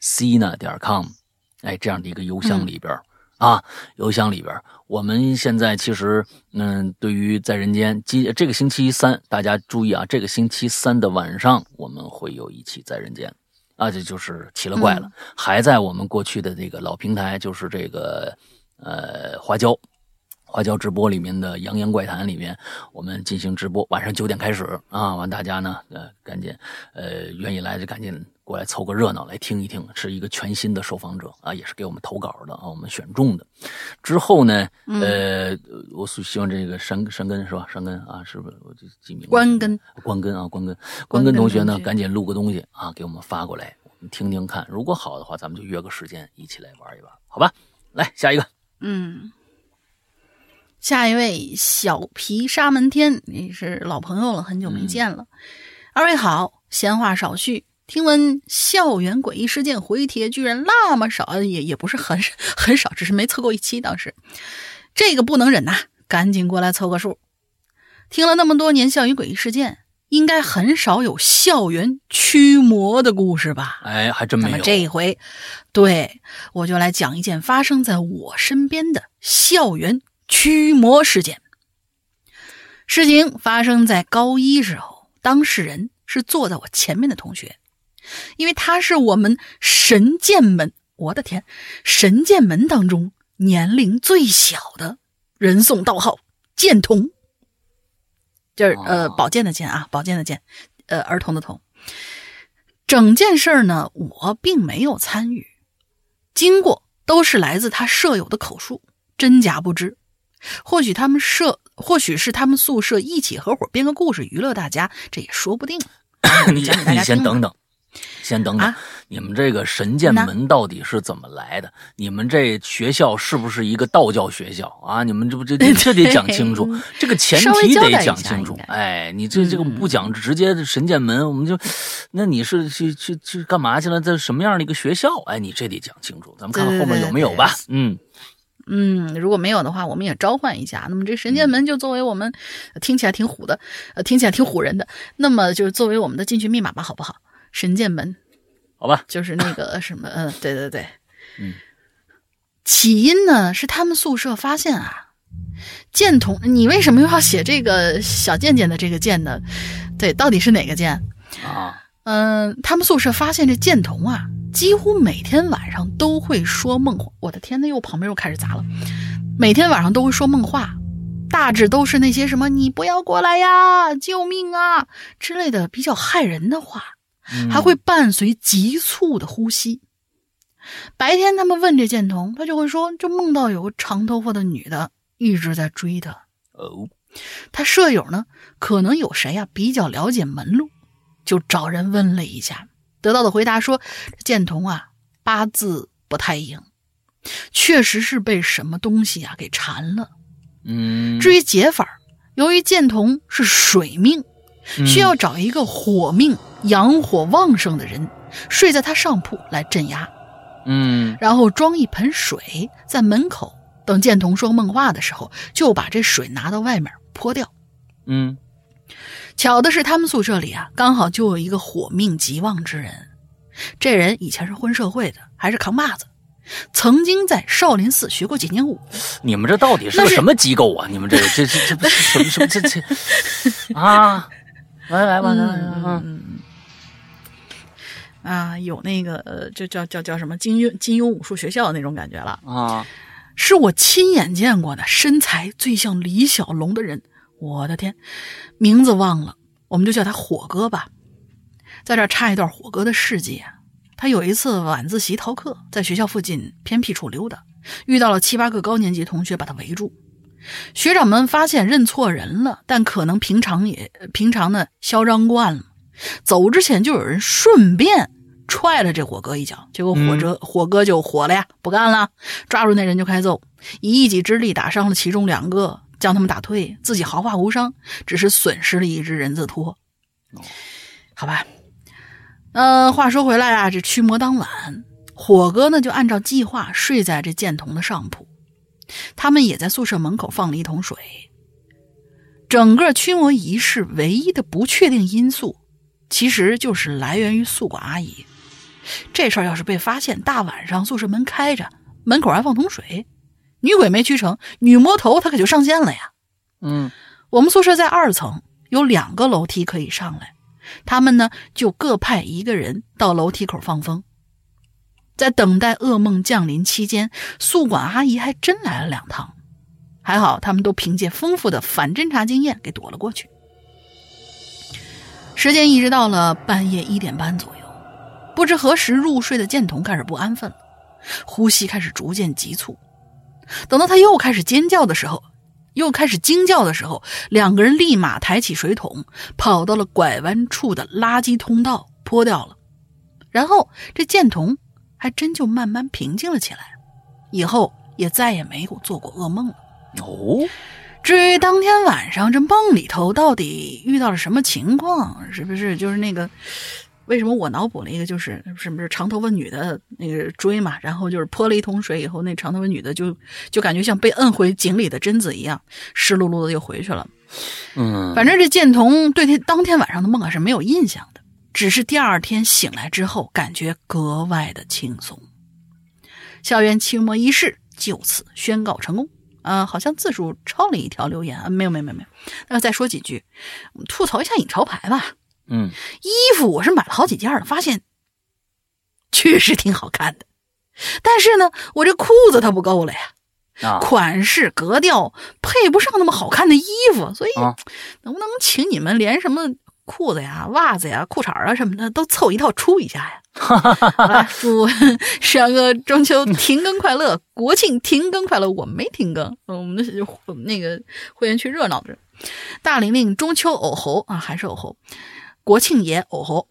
sina 点 com， 哎，这样的一个邮箱里边、嗯、啊，邮箱里边，我们现在其实嗯，对于在人间，这个星期三大家注意啊，这个星期三的晚上我们会有一期在人间。啊，这就是奇了怪了、嗯，还在我们过去的这个老平台，就是这个呃花椒花椒直播里面的扬言怪谈里面，我们进行直播，晚上九点开始啊，完大家呢呃赶紧呃愿意来就赶紧过来凑个热闹来听一听，是一个全新的受访者啊，也是给我们投稿的啊，我们选中的。之后呢，呃，嗯、我希望这个山山根是吧？山根啊，是不是？我就记名。 关根， 关根啊，关根，关根同学呢，赶紧录个东西啊，给我们发过来，我们听听看。如果好的话，咱们就约个时间一起来玩一玩，好吧？来下一个， 嗯。下一位小皮沙门天，你是老朋友了，很久没见了。嗯、二位好，闲话少叙，听闻校园诡异事件回帖居然那么少，也也不是很很少，只是没凑够一期。当时这个不能忍呐、啊，赶紧过来凑个数。听了那么多年校园诡异事件，应该很少有校园驱魔的故事吧？ 哎，还真没有。 那么这一回，对我就来讲一件发生在我身边的校园驱魔事件。事情发生在高一时候，当事人是坐在我前面的同学，因为他是我们神剑门，我的天，神剑门当中年龄最小的，人送道号剑童，就是呃宝剑的剑啊，宝剑的剑，呃儿童的童。整件事呢，我并没有参与，经过都是来自他舍友的口述，真假不知。或许他们社，或许是他们宿舍一起合伙编个故事娱乐大家，这也说不定。 你你先等等，先等等、啊，你们这个神剑门到底是怎么来的？你们这学校是不是一个道教学校啊？你们这不这这得讲清楚，这个前提得讲清楚。哎，你这这个不讲直接神剑门，我们就，那你是去去去干嘛去了？这什么样的一个学校？哎，你这得讲清楚。咱们看看后面有没有吧。对对对对嗯。 嗯，如果没有的话，我们也召唤一下。那么这神剑门就作为我们、呃、听起来挺唬的，呃，听起来挺唬人的。那么就是作为我们的进去密码吧，好不好？神剑门， 好吧， 就是那个什么，嗯、呃，对对对， 嗯。 起因呢是他们宿舍发现啊，剑童，你为什么又要写这个小剑剑的这个剑呢？对，到底是哪个剑啊？ 嗯、呃，他们宿舍发现这剑童啊。几乎每天晚上都会说梦话，我的天呐，又旁边又开始砸了。每天晚上都会说梦话，大致都是那些什么你不要过来呀，救命啊之类的比较骇人的话，还会伴随急促的呼吸。白天他们问这剑童，他就会说就梦到有个长头发的女的一直在追他。 哦， 他舍友呢，可能有谁啊比较了解门路，就找人问了一下，得到的回答说剑童啊八字不太硬，确实是被什么东西啊给缠了。 嗯， 至于解法，由于剑童是水命，需要找一个火命阳火旺盛的人睡在他上铺来镇压。 嗯， 然后装一盆水在门口，等剑童说梦话的时候就把这水拿到外面泼掉。 嗯， 巧的是他们宿舍里啊刚好就有一个火命极旺之人，这人以前是混社会的，还是扛把子，曾经在少林寺学过几年武。 你们这到底是个什么机构啊？你们这这这这不是什么什么这这啊？来来吧，来来嗯啊，有那个呃，就叫叫叫什么金庸金庸武术学校那种感觉了啊， 是我亲眼见过的，身材最像李小龙的人。我的天，名字忘了，我们就叫他火哥吧。在这儿插一段火哥的事迹啊，他有一次晚自习逃课，在学校附近偏僻处溜达，遇到了七八个高年级同学把他围住。学长们发现认错人了，但可能平常也平常呢嚣张惯了，走之前就有人顺便踹了这火哥一脚，结果火哥、嗯、火哥就火了呀，不干了，抓住那人就开揍，以一己之力打伤了其中两个，将他们打退，自己毫发无伤，只是损失了一只人字拖。好吧，呃，话说回来啊，这驱魔当晚，火哥呢就按照计划睡在这剑童的上铺，他们也在宿舍门口放了一桶水。整个驱魔仪式唯一的不确定因素，其实就是来源于宿管阿姨。 这事儿要是被发现，大晚上宿舍门开着，门口还放桶水，女鬼没驱成，女魔头她可就上线了呀。 嗯， 我们宿舍在二层，有两个楼梯可以上来，他们呢就各派一个人到楼梯口放风。在等待噩梦降临期间，宿管阿姨还真来了两趟，还好他们都凭借丰富的反侦查经验给躲了过去。时间一直到了半夜一点半左右，不知何时入睡的建童开始不安分了，呼吸开始逐渐急促。等到他又开始尖叫的时候，又开始惊叫的时候，两个人立马抬起水桶，跑到了拐弯处的垃圾通道泼掉了。然后这建童还真就慢慢平静了起来，以后也再也没有做过噩梦了。 哦， 至于当天晚上这梦里头到底遇到了什么情况，是不是就是那个为什么我脑补了一个就是是不是长头发女的那个追嘛，然后就是泼了一桶水以后，那长头发女的就就感觉像被摁回井里的贞子一样，湿漉漉的又回去了。 嗯， 反正这建童对他当天晚上的梦啊是没有印象的，只是第二天醒来之后感觉格外的轻松。校园期末仪式就此宣告成功。呃，好像字数超了一条留言啊，没有没有没有没有。那再说几句，我们吐槽一下影潮牌吧。 嗯， 衣服我是买了好几件了，发现确实挺好看的，但是呢，我这裤子它不够了呀。 啊， 款式格调配不上那么好看的衣服，所以、 啊、 能不能请你们连什么裤子呀、袜子呀、裤衩啊什么的都凑一套出一下呀？好吧，祝山哥中秋停更快乐，国庆停更快乐。我们没停更，我们的那个会员区热闹着。大玲玲中秋偶猴啊，还是偶猴，国庆也偶猴。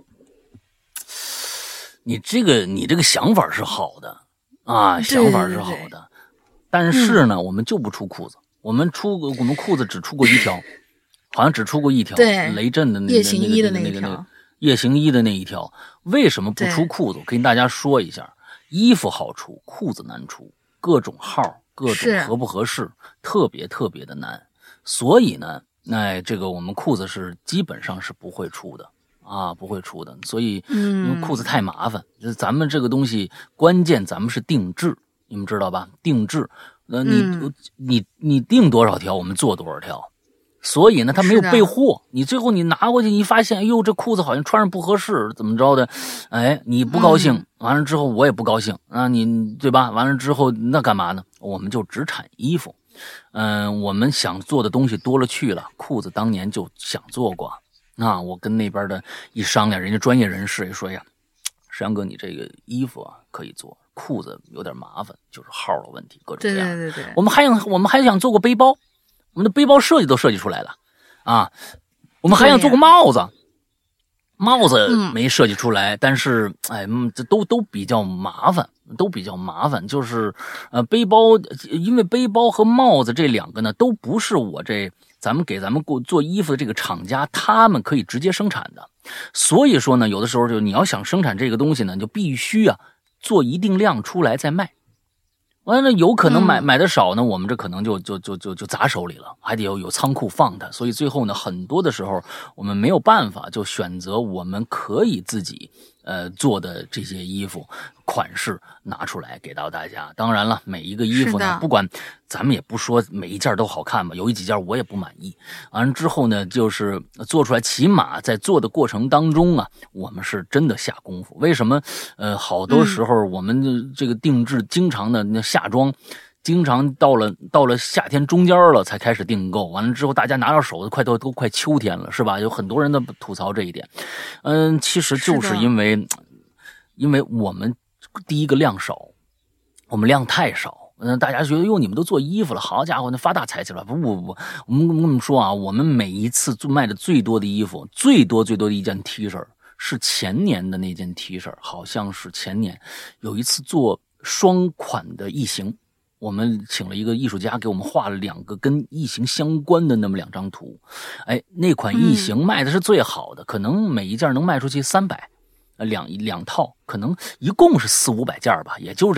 你这个你这个想法是好的啊，想法是好的， 对对对， 但是呢、嗯，我们就不出裤子，我们出我们裤子只出过一条，好像只出过一条， 对， 雷震的那夜行衣的那一条。 个那个夜行衣的那一条，为什么不出裤子？我跟大家说一下，衣服好出，裤子难出，各种号，各种合不合适，特别特别的难。所以呢，那这个我们裤子是基本上是不会出的啊，不会出的。所以，因为裤子太麻烦，嗯、咱们这个东西关键咱们是定制，你们知道吧？定制，呃，你、嗯、你你定多少条，我们做多少条。所以呢，他没有备货，你最后你拿过去，你发现，哎呦，这裤子好像穿上不合适，怎么着的？哎，你不高兴，完了之后我也不高兴啊，你对吧？完了之后那干嘛呢？我们就只产衣服，嗯、呃，我们想做的东西多了去了。裤子当年就想做过，啊，我跟那边的一商量，人家专业人士也说呀，山哥，你这个衣服啊可以做，裤子有点麻烦，就是号的问题，各种各样。 对对对对， 我们还想，我们还想做过背包。我们的背包设计都设计出来了，啊，我们还想做个帽子，帽子没设计出来，嗯、但是哎，这都都比较麻烦，都比较麻烦。就是呃，背包，因为背包和帽子这两个呢，都不是我这咱们给咱们做衣服的这个厂家，他们可以直接生产的。所以说呢，有的时候就你要想生产这个东西呢，就必须啊做一定量出来再卖。完了，有可能买、嗯、买的少呢，我们这可能就就就就就砸手里了，还得有有仓库放它，所以最后呢，很多的时候我们没有办法，就选择我们可以自己呃做的这些衣服款式拿出来给到大家。当然了，每一个衣服呢，不管咱们也不说每一件都好看吧，有几件我也不满意。完了之后呢，就是做出来，起码在做的过程当中啊，我们是真的下功夫。为什么？呃，好多时候我们这个定制经常的那夏装。经常到了到了夏天中间了才开始订购，完了之后大家拿到手的快都都快秋天了，是吧？有很多人都吐槽这一点。嗯，其实就是因为因为我们第一个量少，我们量太少。嗯，大家觉得哟，你们都做衣服了，好家伙，那发大财去了。不不不，我们跟你们说啊，我们每一次做卖的最多的衣服，最多最多的一件 T 恤是前年的那件 T 恤，好像是前年有一次做双款的异形。我们请了一个艺术家给我们画了两个跟异形相关的那么两张图，哎，那款异形卖的是最好的，嗯、可能每一件能卖出去三百，呃，两两套，可能一共是四五百件吧，也就是这个量。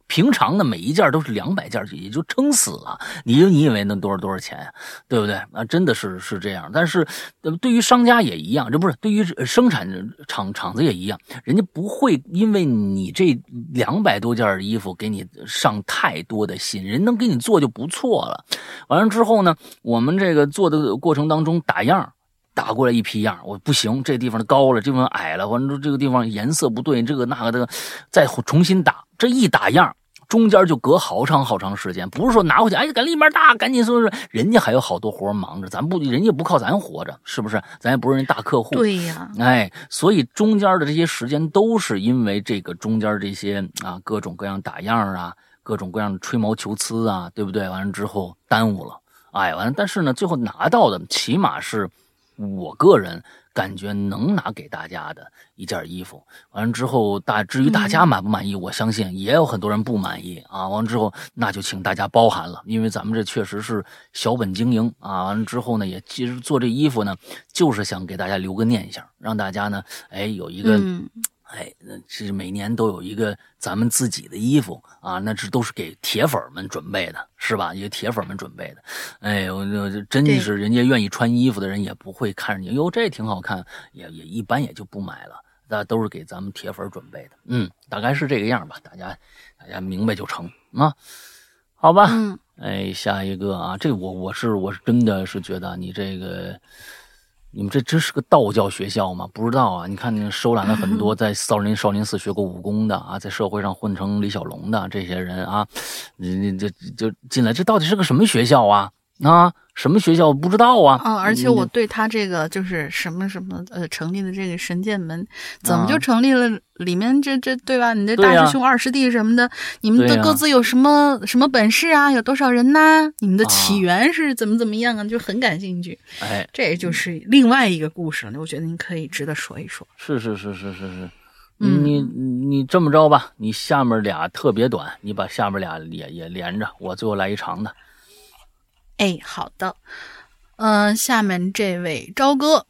平常的每一件都是两百件，也就撑死了。你你以为那多少多少钱呀、啊？对不对？啊，真的是是这样。但是对于商家也一样，这不是对于生产厂厂子也一样，人家不会因为你这两百多件衣服给你上太多的心，人能给你做就不错了。完了之后呢，我们这个做的过程当中打样。打过来一批样，我不行，这地方高了，这地方矮了，完了这个地方颜色不对，这个那个的，再重新打。这一打样，中间就隔好长好长时间，不是说拿回去，哎，赶立马打，赶紧说是，人家还有好多活忙着，咱不，人家不靠咱活着，是不是？咱也不是人大客户， 对呀， 哎，所以中间的这些时间都是因为这个中间这些啊各种各样打样啊，各种各样的吹毛求疵啊，对不对？完了之后耽误了，哎，完了，但是呢，最后拿到的起码是。我个人感觉能拿给大家的一件衣服，完了之后大至于大家满不满意、嗯、我相信也有很多人不满意啊。完了之后那就请大家包涵了，因为咱们这确实是小本经营啊。完了之后呢，也其实做这衣服呢，就是想给大家留个念想，让大家呢，哎，有一个。嗯哎，那是每年都有一个咱们自己的衣服啊，那是都是给铁粉们准备的，是吧？一个铁粉们准备的。哎，我就真是人家愿意穿衣服的人也不会看着你，哟，这挺好看，也也一般也就不买了。那都是给咱们铁粉准备的，嗯，大概是这个样吧，大家大家明白就成啊，好吧？ 嗯， 哎，下一个啊，这我我是我是真的是觉得你这个。你们这真是个道教学校吗？不知道啊！你看，你收揽了很多在少林少林寺学过武功的啊，在社会上混成李小龙的这些人啊，你你这就进来，这到底是个什么学校啊？啊，什么学校不知道啊？ 嗯，而且我对他这个就是什么什么呃成立的这个神剑门，怎么就成立了？里面这这对吧？你的大师兄、二师弟什么的，你们的各自有什么、啊、什么本事啊？有多少人呐？你们的起源是怎么怎么样啊？就很感兴趣。 哎， 这就是另外一个故事了。我觉得您可以值得说一说。 是是是是是是，嗯、你你这么着吧，你下面俩特别短，你把下面俩也也连着，我最后来一长的。 哎，好的，嗯、呃，下面这位朝哥，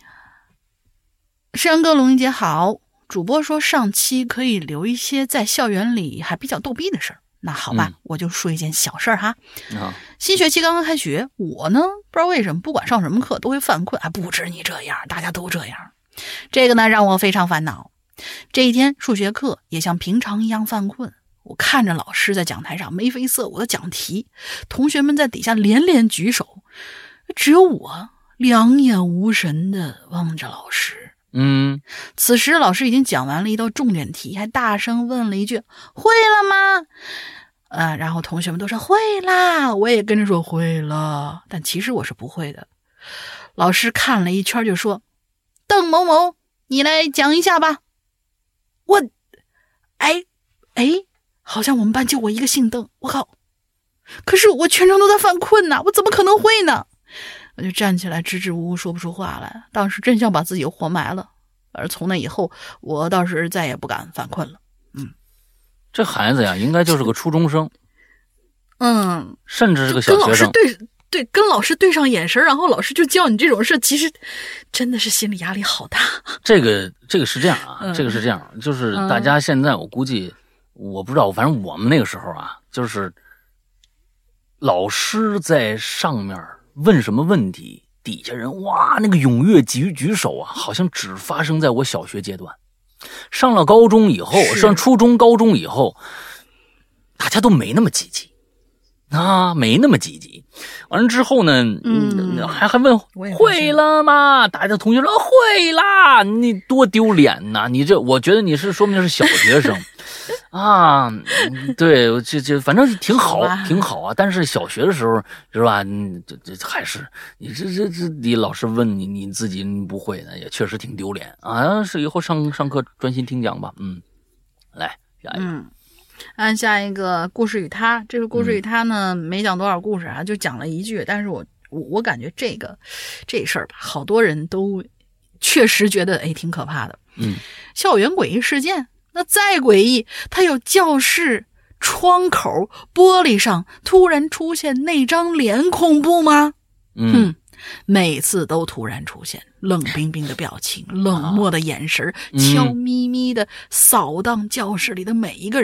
山哥龙一姐好。主播说上期可以留一些在校园里还比较逗逼的事儿，那好吧、嗯，我就说一件小事儿哈。 啊， 新学期刚刚开学，我呢不知道为什么，不管上什么课都会犯困，还不止你这样，大家都这样。这个呢让我非常烦恼。这一天数学课也像平常一样犯困，我看着老师在讲台上眉飞色舞的讲题，同学们在底下连连举手，只有我两眼无神的望着老师。 嗯， 此时老师已经讲完了一道重点题，还大声问了一句会了吗？呃，然后同学们都说会啦，我也跟着说会了，但其实我是不会的。老师看了一圈就说，邓某某你来讲一下吧。我哎哎好像我们班就我一个姓邓，我靠，可是我全程都在犯困呐，我怎么可能会呢？我就站起来支支吾吾说不出话来，当时真想把自己活埋了。而从那以后我倒是再也不敢犯困了。嗯， 这孩子呀应该就是个初中生， 嗯， 甚至是个小学生。 对对，跟老师对上眼神，然后老师就教你这种事，其实真的是心理压力好大。 这个这个是这样啊、嗯、这个是这样，就是大家现在我估计、嗯、我不知道，反正我们那个时候啊，就是老师在上面问什么问题，底下人哇那个踊跃举举手啊，好像只发生在我小学阶段。上了高中以后，上初中高中以后，大家都没那么积极啊，没那么积极。完了之后呢，嗯，还还问会了吗？大家同学说会啦，你多丢脸呐！你这，我觉得你是说明是小学生啊。对，这这反正挺好，好挺好啊。但是小学的时候是吧？嗯，这这还是你这这这，你老师问你，你自己不会的，也确实挺丢脸啊。是以后上上课专心听讲吧。嗯，来下一个。 嗯按下一个故事与他，这个故事与他呢、嗯、没讲多少故事啊，就讲了一句，但是我我我感觉这个这事儿吧，好多人都确实觉得哎挺可怕的。 嗯， 校园诡异事件，那再诡异，它有教室窗口玻璃上突然出现那张脸恐怖吗？ 嗯， 每次都突然出现冷冰冰的表情，冷漠的眼神，悄咪咪的扫荡教室里的每一个人。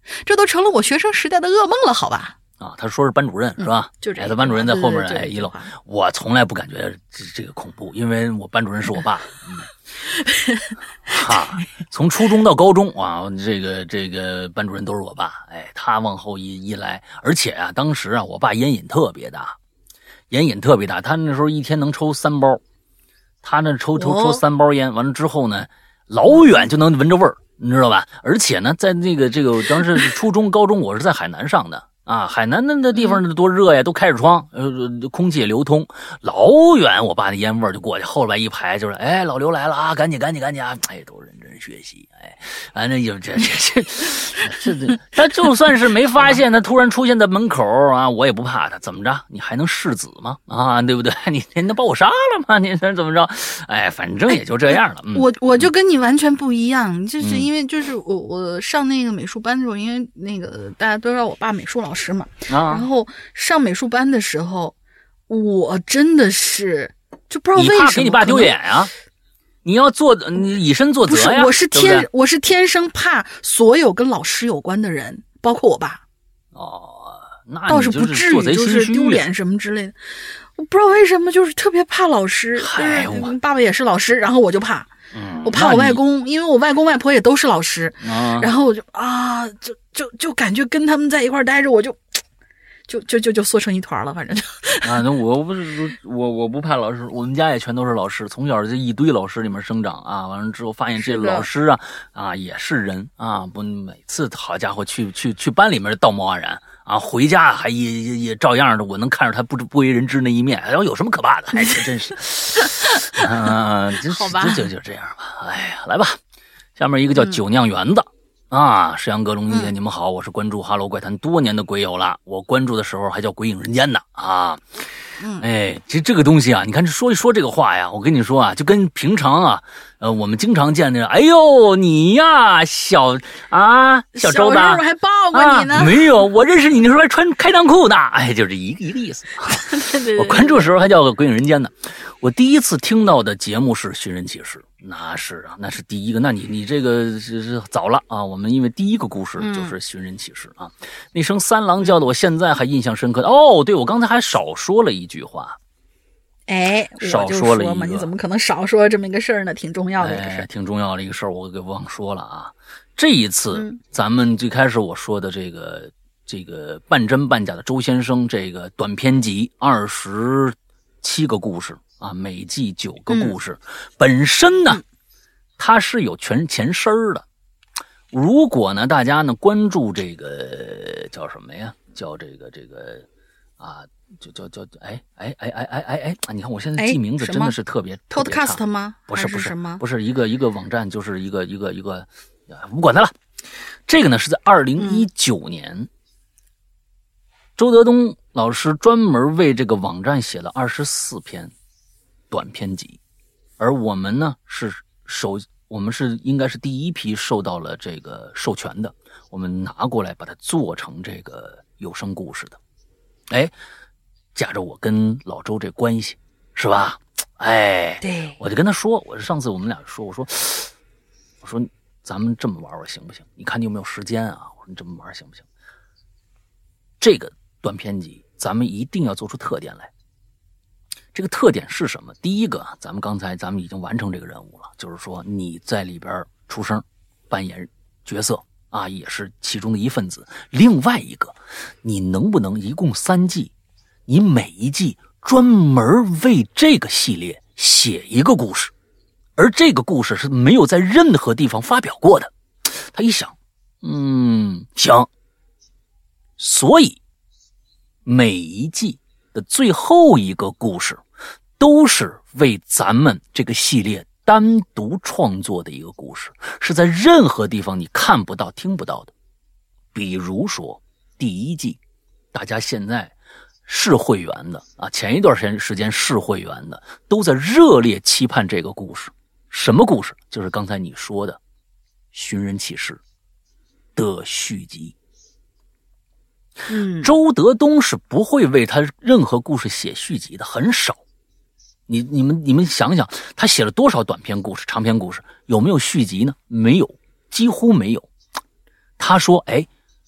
这都成了我学生时代的噩梦了，好吧？ 啊，他说是班主任、嗯、是吧？ 就这， 哎，他班主任在后面， 对对对哎，一楼，我从来不感觉这这个恐怖，因为我班主任是我爸。嗯哈，从初中到高中啊，这个这个班主任都是我爸。哎，他往后一一来，而且啊，当时啊，我爸烟瘾特别大，烟瘾特别大，他那时候一天能抽三包，他那抽抽抽三包烟，完了之后呢，老远就能闻着味儿，你知道吧？而且呢，在那个这个当时初中、高中，我是在海南上的。啊，海南那那地方多热呀，都开着窗，呃，空气也流通。老远我爸那烟味就过去，后边一排就是，哎，老刘来了啊，赶紧赶紧赶紧啊！哎，都认真学习，哎，反正就这这这这，他就算是没发现，他突然出现在门口啊，我也不怕他，怎么着？你还能弑子吗？啊，对不对？你你能把我杀了吗？你怎么着？哎，反正也就这样了。嗯、 我我就跟你完全不一样，就是因为就是我我上那个美术班的时候，因为那个大家都知道我爸美术老师。嘛，然后上美术班的时候，我真的是就不知道为什么， 你怕给你爸丢脸啊？你要做，你以身作则呀。 不是，我是天， 对对我是天生怕所有跟老师有关的人，包括我爸。 哦，那倒是不至于，就是丢脸什么之类的。我不知道为什么，就是特别怕老师。就是爸爸也是老师，然后我就怕。 嗯、 我怕我外公，因为我外公外婆也都是老师， 啊、 然后我就啊，就就就感觉跟他们在一块待着，我就就就就就缩成一团了，反正就啊，那我不是我我不怕老师，我们家也全都是老师，从小这一堆老师里面生长啊，完了之后发现这老师啊啊也是人啊，不每次好家伙去去去班里面道貌岸然。啊，回家还也也也照样的，我能看着他不不为人知那一面，然后有什么可怕的？哎，这真是，啊，这这就就这样吧。哎呀，来吧，下面一个叫酒酿圆子、嗯、啊，石阳哥、龙一姐，你们好，我是关注哈喽怪谈多年的鬼友了，我关注的时候还叫鬼影人间呢啊。 嗯， 哎，其实这个东西啊，你看说一说这个话呀，我跟你说啊，就跟平常啊，呃，我们经常见的，哎呦，你呀，小啊，小周的， 小时候还抱过你呢、 啊，没有，我认识你那时候还穿开裆裤呢，哎，就这一个一个意思。 对对对， 我关注的时候还叫个鬼影人间呢。我第一次听到的节目是《寻人启事》，那是啊，那是第一个。那你你这个是是早了啊，我们因为第一个故事就是《寻人启事》啊，嗯、那声三郎叫的我现在还印象深刻。哦，对，我刚才还少说了一句话。 哎， 少说了一个嘛，你怎么可能少说这么一个事儿呢？挺重要的一个事儿、 哎，挺重要的一个事儿，我给忘说了啊。这一次、嗯、咱们最开始我说的这个这个半真半假的周先生这个短篇集二十七个故事啊，每季九个故事，嗯、本身呢、嗯、它是有全前身的。如果呢大家呢关注这个叫什么呀？叫这个这个啊。就叫叫哎哎哎哎哎哎哎！你看我现在记名字真的是特别特别差。 Podcast 吗？ 不是不是什么？ 不是一个一个网站，就是一个一个一个，不管它了。这个呢是在二零一九年、嗯，周德东老师专门为这个网站写了二十四篇短篇集，而我们呢是首，我们是应该是第一批受到了这个授权的，我们拿过来把它做成这个有声故事的。哎。夹着我跟老周这关系，是吧？哎， 对， 我就跟他说，我上次我们俩说，我说，我说咱们这么玩玩行不行？你看你有没有时间啊？我说你这么玩行不行？这个短篇集咱们一定要做出特点来。这个特点是什么？第一个，咱们刚才咱们已经完成这个任务了，就是说你在里边出声扮演角色啊，也是其中的一份子。另外一个，你能不能一共三季？你每一季专门为这个系列写一个故事，而这个故事是没有在任何地方发表过的。他一想，嗯，行，所以每一季的最后一个故事都是为咱们这个系列单独创作的一个故事，是在任何地方你看不到听不到的。比如说第一季大家现在是会员的啊，前一段时间时间是会员的，都在热烈期盼这个故事。什么故事？就是刚才你说的《寻人启事》的续集。 嗯， 周德东是不会为他任何故事写续集的，很少。你你们你们想想，他写了多少短篇故事、长篇故事，有没有续集呢？没有，几乎没有。他说：“哎，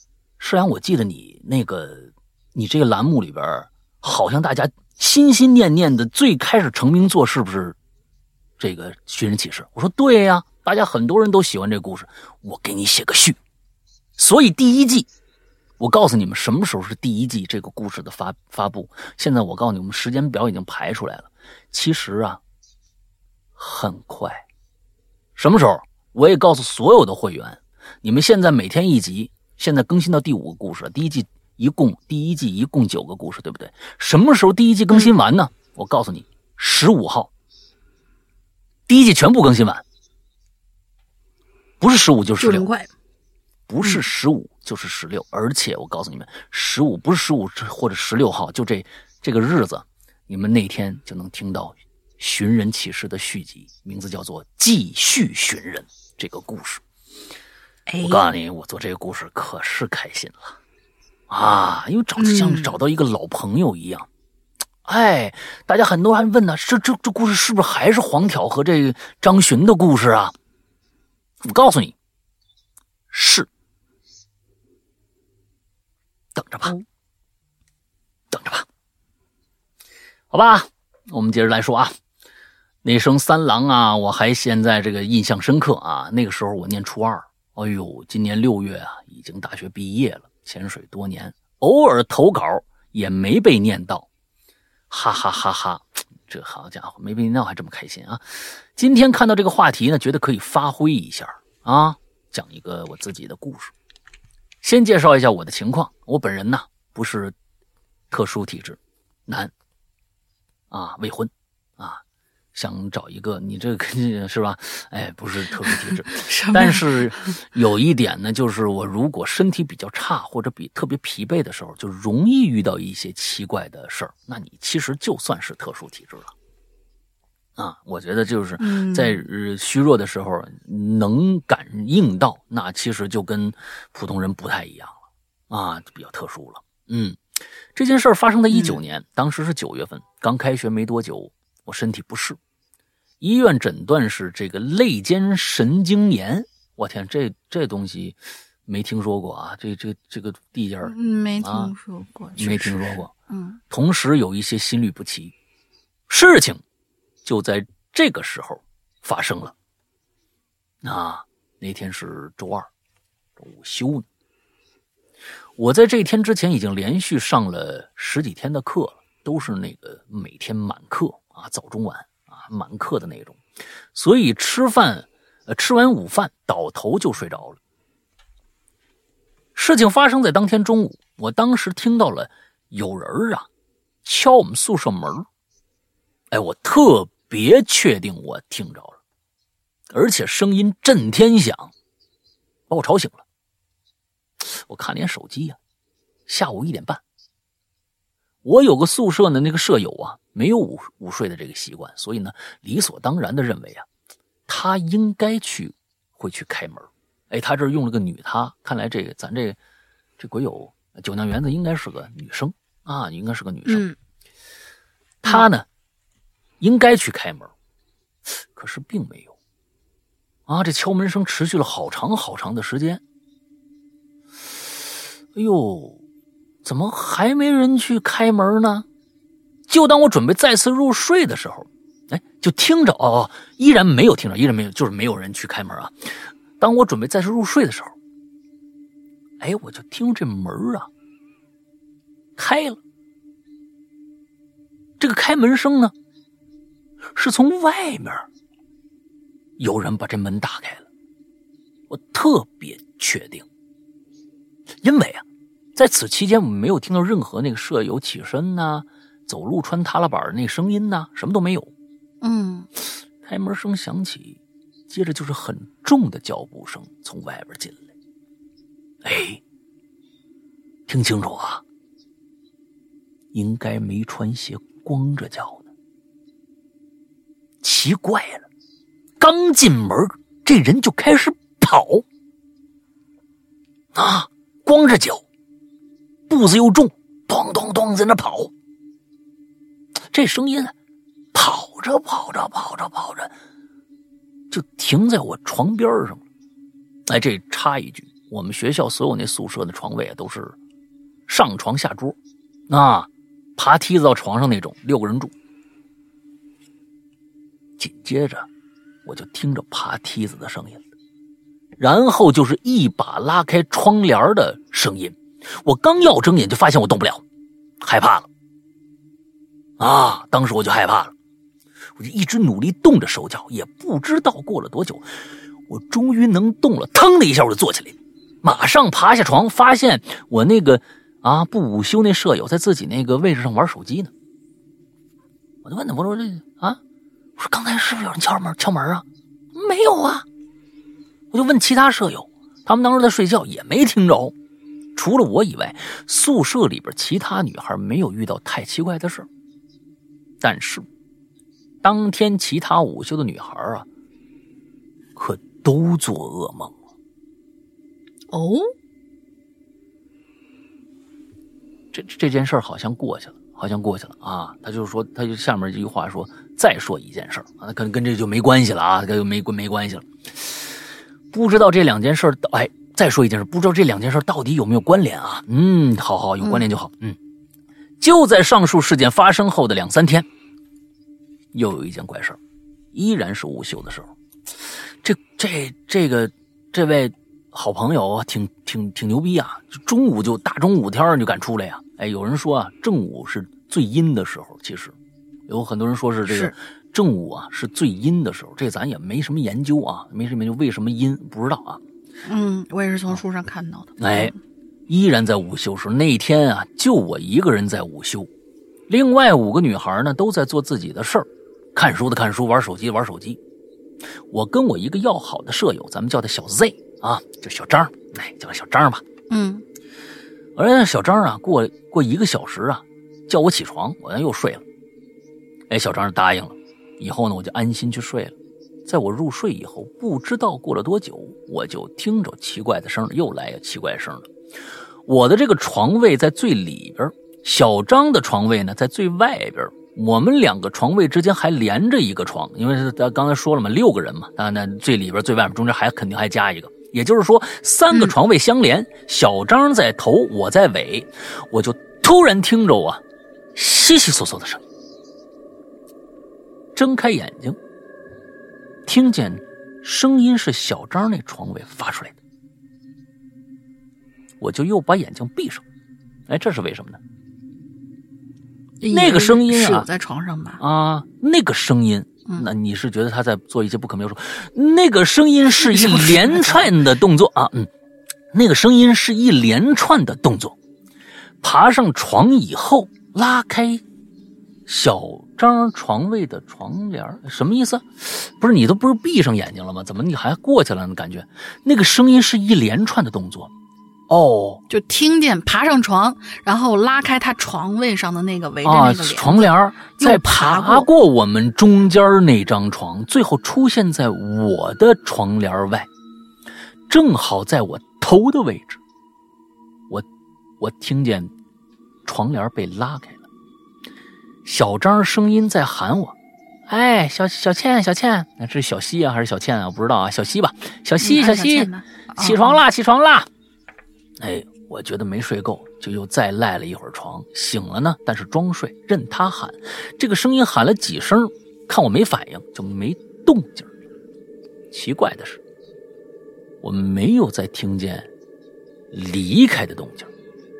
世阳，我记得你那个你这个栏目里边，好像大家心心念念的最开始成名作是不是这个寻人启事？我说对呀，大家很多人都喜欢这个故事，我给你写个序。所以第一季，我告诉你们什么时候是第一季这个故事的发发布。现在我告诉你们，时间表已经排出来了。其实啊，很快。什么时候？我也告诉所有的会员，你们现在每天一集，现在更新到第五个故事了。第一季一共第一季一共九个故事，对不对？什么时候第一季更新完呢？我告诉你，十五号，第一季全部更新完，不是十五就是十六，不是十五就是十六，而且我告诉你们，十五不是十五或者十六号，就这这个日子，你们那天就能听到寻人启事的续集，名字叫做《继续寻人》这个故事。我告诉你，我做这个故事可是开心了啊，因为找像找到一个老朋友一样。嗯、哎，大家很多人问呢，这这这故事是不是还是黄挑和这个张巡的故事啊？我告诉你，是。等着吧，等着吧，好吧，我们接着来说啊。那声三郎啊，我还现在这个印象深刻啊。那个时候我念初二，哎呦，今年六月啊，已经大学毕业了，潜水多年，偶尔投稿也没被念到，哈哈哈哈！这好家伙，没被念到还这么开心啊！今天看到这个话题呢，觉得可以发挥一下啊，讲一个我自己的故事。先介绍一下我的情况，我本人呢不是特殊体质，男，啊，未婚，啊。想找一个你这个是吧？哎，不是特殊体质，但是有一点呢，就是我如果身体比较差或者比特别疲惫的时候，就容易遇到一些奇怪的事儿。那你其实就算是特殊体质了啊！我觉得就是在虚弱的时候能感应到，那其实就跟普通人不太一样了啊，比较特殊了。嗯，这件事儿发生在一九年，当时是九月份，刚开学没多久，我身体不适。医院诊断是这个肋间神经炎，我天，这这东西没听说过啊！这这这个地界儿没听说过， 啊、没听说过。 嗯， 同时有一些心律不齐，事情就在这个时候发生了。啊，那天是周二，午休呢。我在这天之前已经连续上了十几天的课了，都是那个每天满课啊，早中晚。满课的那种，所以吃饭，呃，吃完午饭倒头就睡着了。事情发生在当天中午，我当时听到了有人啊敲我们宿舍门，哎，我特别确定我听着了，而且声音震天响，把我吵醒了。我看了眼手机啊，下午一点半。我有个宿舍的那个舍友啊，没有午午睡的这个习惯，所以呢，理所当然的认为啊，他应该去会去开门。哎，他这用了个女他，看来这个咱这这鬼友酒酿园子应该是个女生啊，应该是个女生。 嗯、 他呢，应该去开门，可是并没有。啊，这敲门声持续了好长好长的时间。哎呦！怎么还没人去开门呢？就当我准备再次入睡的时候，哎，就听着哦，依然没有听着，依然没有，就是没有人去开门啊。当我准备再次入睡的时候，哎，我就听这门啊开了。这个开门声呢，是从外面有人把这门打开了。我特别确定，因为啊。在此期间，我们没有听到任何那个舍友起身呐、啊、走路穿踏拉板那声音呐、啊，什么都没有。 嗯， 开门声响起，接着就是很重的脚步声从外边进来。哎，听清楚啊，应该没穿鞋，光着脚呢。奇怪了，刚进门，这人就开始跑啊，光着脚。步子又重，咚咚咚在那跑。这声音跑着跑着跑着跑着，就停在我床边上了。哎，这插一句， 我们学校所有那宿舍的床位啊，都是上床下桌，啊，爬梯子到床上那种，六个人住。紧接着，我就听着爬梯子的声音，然后就是一把拉开窗帘的声音。我刚要睁眼，就发现我动不了，害怕了。啊，当时我就害怕了，我就一直努力动着手脚，也不知道过了多久，我终于能动了。腾的一下，我就坐起来，马上爬下床，发现我那个啊不午休那舍友在自己那个位置上玩手机呢。我就问他，我说这啊，我说刚才是不是有人敲门敲门啊？没有啊。我就问其他舍友，他们当时在睡觉，也没听着。除了我以外，宿舍里边其他女孩没有遇到太奇怪的事。但是当天其他午休的女孩啊，可都做噩梦了。 哦， 这这件事好像过去了，好像过去了啊。他就说，他就下面这句话说，再说一件事啊，跟跟这就没关系了啊，跟没没关系了。不知道这两件事，哎，再说一件事，不知道这两件事到底有没有关联啊？嗯，好好，有关联就好。嗯，就在上述事件发生后的两三天，又有一件怪事，依然是午休的时候。这这这个这位好朋友挺挺挺牛逼啊！中午就大中午天就敢出来呀、啊！哎，有人说啊，正午是最阴的时候，其实有很多人说是这个正午啊是最阴的时候，这咱也没什么研究啊，没什么研究为什么阴不知道啊。 嗯，我也是从书上看到的。 哎，依然在午休时，那天啊，就我一个人在午休，另外五个女孩呢都在做自己的事儿，看书的看书，玩手机玩手机。我跟我一个要好的舍友，咱们叫他小 Z 啊，就小张，哎，叫他小张吧。 嗯， 而小张啊，过过一个小时啊，叫我起床，我又睡了。哎，小张答应了，以后呢，我就安心去睡了。在我入睡以后，不知道过了多久，我就听着奇怪的声了，又来奇怪的声了。我的这个床位在最里边，小张的床位呢在最外边。我们两个床位之间还连着一个床，因为他刚才说了嘛，六个人嘛，那那最里边最外面中间还肯定还加一个，也就是说三个床位相连，嗯、小张在头，我在尾，我就突然听着啊悉悉嗦嗦的声音，睁开眼睛，听见声音是小张那床位发出来的，我就又把眼睛闭上。哎，这是为什么呢？那个声音啊， 在床上吧？ 啊，那个声音，嗯、那你是觉得他在做一些不可描述？那个声音是一连串的动作啊，嗯，那个声音是一连串的动作。爬上床以后，拉开小张床位的床帘，什么意思？不是你都不是闭上眼睛了吗？怎么你还过去了呢？感觉那个声音是一连串的动作。哦， 就听见爬上床，然后拉开他床位上的那个围着那个、 啊、床帘，再爬过我们中间那张床，最后出现在我的床帘外，正好在我头的位置。我我听见床帘被拉开了，小张声音在喊我：“哎，小小倩，小倩，那是小西啊还是小倩啊？我不知道啊，小西吧，小西，小西，起床啦，起床啦！”哎，我觉得没睡够，就又再赖了一会儿床。醒了呢，但是装睡，任他喊。这个声音喊了几声，看我没反应，就没动静。奇怪的是，我没有再听见离开的动静。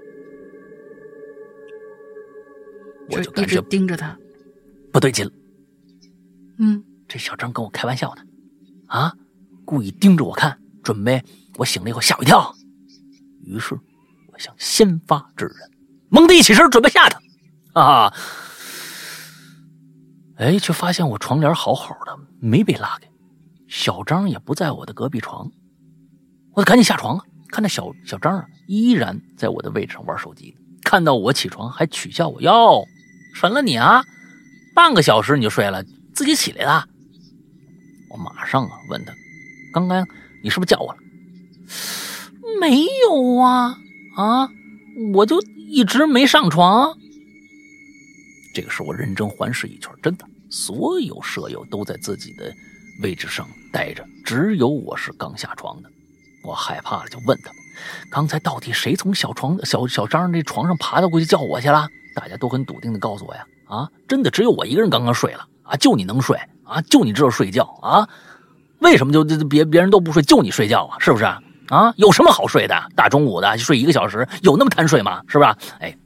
我就感觉一直盯着他， 不对劲了。 嗯， 这小张跟我开玩笑呢，啊，故意盯着我看，准备我醒了以后吓我一跳。于是我想先发制人，猛地一起身准备吓他啊！哎，却发现我床帘好好的没被拉开，小张也不在我的隔壁床，我得赶紧下床啊！看到小小张啊依然在我的位置上玩手机，看到我起床还取笑我：“哟，神了你啊！半个小时你就睡了，自己起来了。”我马上啊问他：“刚刚你是不是叫我了？”没有啊啊！我就一直没上床。这个时候我认真环视一圈，真的，所有舍友都在自己的位置上待着，只有我是刚下床的。 我害怕了，就问他们，刚才到底谁从小床小小张那床上爬到过去叫我去了？大家都很笃定的告诉我呀，啊，真的只有我一个人刚刚睡了啊，就你能睡啊，就你知道睡觉啊，为什么就别别人都不睡，就你睡觉啊？是不是啊？啊，有什么好睡的？大中午的睡一个小时，有那么贪睡吗？是吧？哎，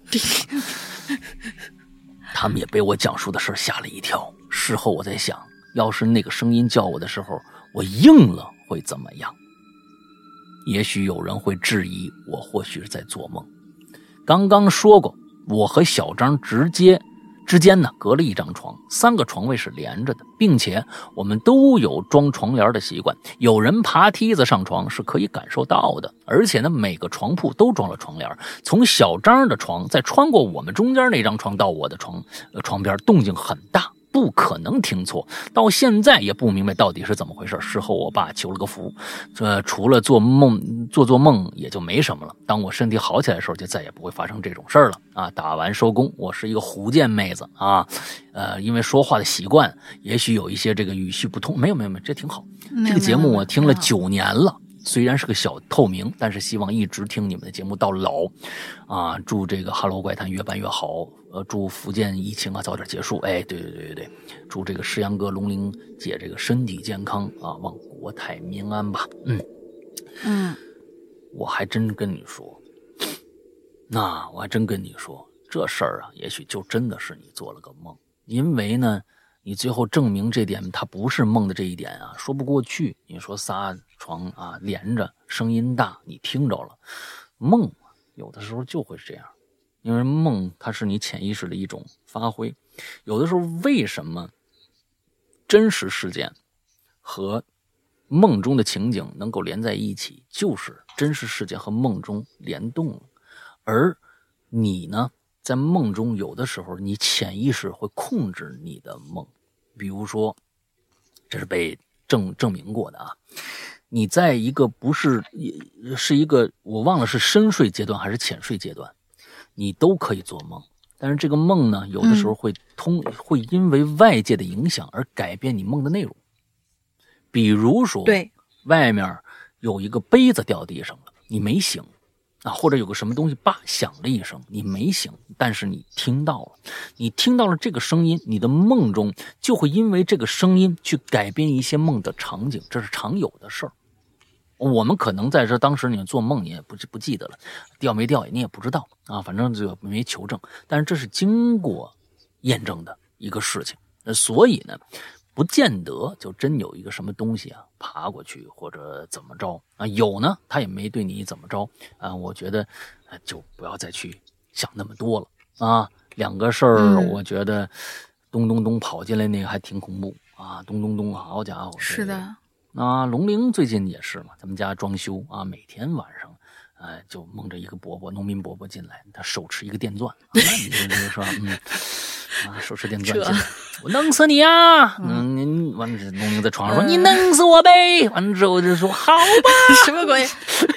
他们也被我讲述的事吓了一跳。事后我在想，要是那个声音叫我的时候，我应了会怎么样？也许有人会质疑我或许是在做梦。刚刚说过，我和小张直接之间呢隔了一张床，三个床位是连着的，并且我们都有装床帘的习惯，有人爬梯子上床是可以感受到的。而且呢，每个床铺都装了床帘，从小张的床再穿过我们中间那张床到我的床、呃、床边，动静很大，不可能听错。到现在也不明白到底是怎么回事。事后我爸求了个符，这除了做梦做做梦也就没什么了。当我身体好起来的时候，就再也不会发生这种事儿了啊！打完收工，我是一个福建妹子啊，呃，因为说话的习惯，也许有一些这个语序不通，没有没有没有，这挺好。这个节目我听了九年了。虽然是个小透明，但是希望一直听你们的节目到老，啊！祝这个《哈喽怪谈》越办越好，呃，祝福建疫情啊早点结束。哎，对对对对对，祝这个石阳哥、龙玲姐这个身体健康啊，望国泰民安吧。嗯嗯， 我还真跟你说，那我还真跟你说，这事儿啊，也许就真的是你做了个梦，因为呢。你最后证明这点它不是梦的这一点啊，说不过去。你说仨床啊连着，声音大，你听着了。梦有的时候就会是这样，因为梦它是你潜意识的一种发挥。有的时候为什么真实事件和梦中的情景能够连在一起，就是真实事件和梦中联动了。而你呢？在梦中，有的时候你潜意识会控制你的梦，比如说，这是被证证明过的啊。你在一个不是是一个我忘了是深睡阶段还是浅睡阶段，你都可以做梦。但是这个梦呢，有的时候会通、嗯、会因为外界的影响而改变你梦的内容。比如说， 对， 外面有一个杯子掉地上了，你没醒。啊，或者有个什么东西叭响了一声，你没醒，但是你听到了，你听到了这个声音，你的梦中就会因为这个声音去改变一些梦的场景，这是常有的事儿。我们可能在这当时你做梦你也不不记得了，掉没掉你也不知道啊，反正就没求证，但是这是经过验证的一个事情。所以呢，不见得就真有一个什么东西啊爬过去或者怎么着啊，有呢他也没对你怎么着啊，我觉得就不要再去想那么多了啊。两个事儿， 嗯、 我觉得咚咚咚跑进来那个还挺恐怖啊，咚咚咚，好家伙！ 是的。 啊，龙玲最近也是嘛，咱们家装修啊，每天晚上，呃，就蒙着一个伯伯，农民伯伯进来，他手持一个电钻，啊、你就是说，嗯，啊，手持电钻进来，我弄死你啊！嗯，您完了，龙玲在床上说：“嗯、你弄死我呗！”完了之后就说：“好吧。” 什么鬼？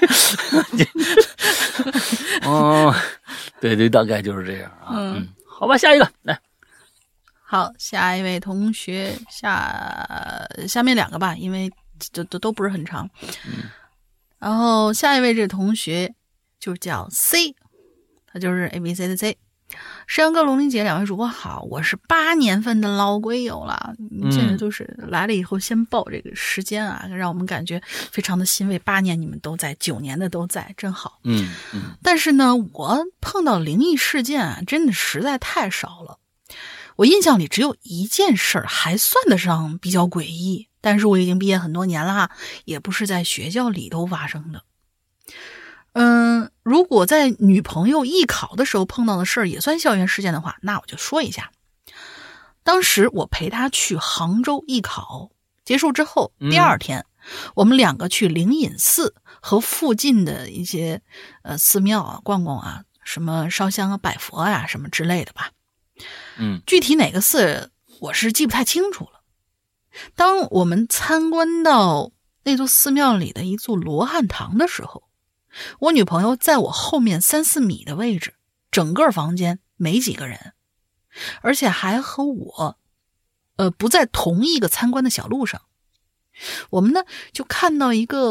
哦，对对，大概就是这样啊。嗯，嗯好吧，下一个来。 好，下一位同学，下下面两个吧，因为都都都不是很长。 嗯， 然后下一位这同学就叫 C， 他就是 A B C 的 C。石阳哥、龙玲姐两位主播好，我是八年份的老龟友了，现在都是来了以后先报这个时间啊，让我们感觉非常的欣慰。八年你们都在，九年的都在，真好。 嗯嗯。 但是呢，我碰到灵异事件啊，真的实在太少了。我印象里只有一件事儿还算得上比较诡异，但是我已经毕业很多年了，也不是在学校里头发生的。嗯，如果在女朋友艺考的时候碰到的事儿也算校园事件的话，那我就说一下。当时我陪她去杭州艺考，结束之后，第二天、嗯、我们两个去灵隐寺和附近的一些呃寺庙啊逛逛啊，什么烧香啊、拜佛啊什么之类的吧。 嗯， 具体哪个寺我是记不太清楚了。当我们参观到那座寺庙里的一座罗汉堂的时候，我女朋友在我后面三四米的位置，整个房间没几个人，而且还和我呃不在同一个参观的小路上。我们呢就看到一个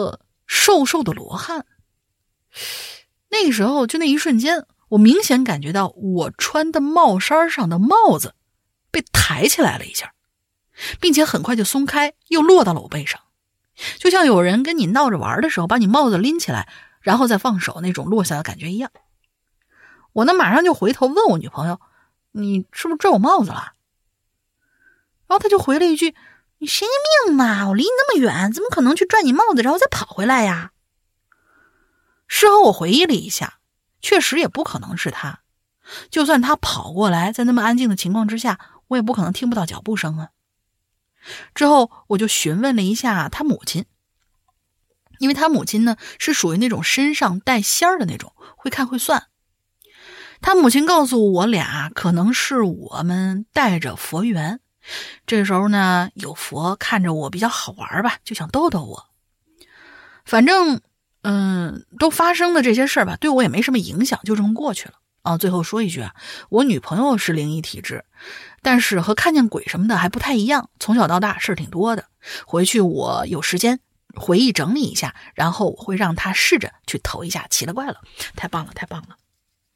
瘦瘦的罗汉。那个时候就那一瞬间，我明显感觉到我穿的帽衫上的帽子被抬起来了一下，并且很快就松开，又落到了我背上，就像有人跟你闹着玩的时候把你帽子拎起来然后再放手那种落下的感觉一样。我呢马上就回头问我女朋友，你是不是拽我帽子了？然后她就回了一句，你神经病嘛，我离你那么远，怎么可能去拽你帽子然后再跑回来呀？事后我回忆了一下，确实也不可能是她，就算她跑过来，在那么安静的情况之下，我也不可能听不到脚步声啊。之后我就询问了一下她母亲，因为她母亲呢是属于那种身上带仙儿的那种，会看会算。她母亲告诉我俩，可能是我们带着佛缘，这时候呢有佛看着我比较好玩吧，就想逗逗我。反正嗯，都发生的这些事儿吧，对我也没什么影响，就这么过去了啊。最后说一句啊，我女朋友是灵异体质，但是和看见鬼什么的还不太一样，从小到大事儿挺多的。回去我有时间回忆整理一下，然后我会让她试着去投一下奇了怪了。太棒了，太棒了。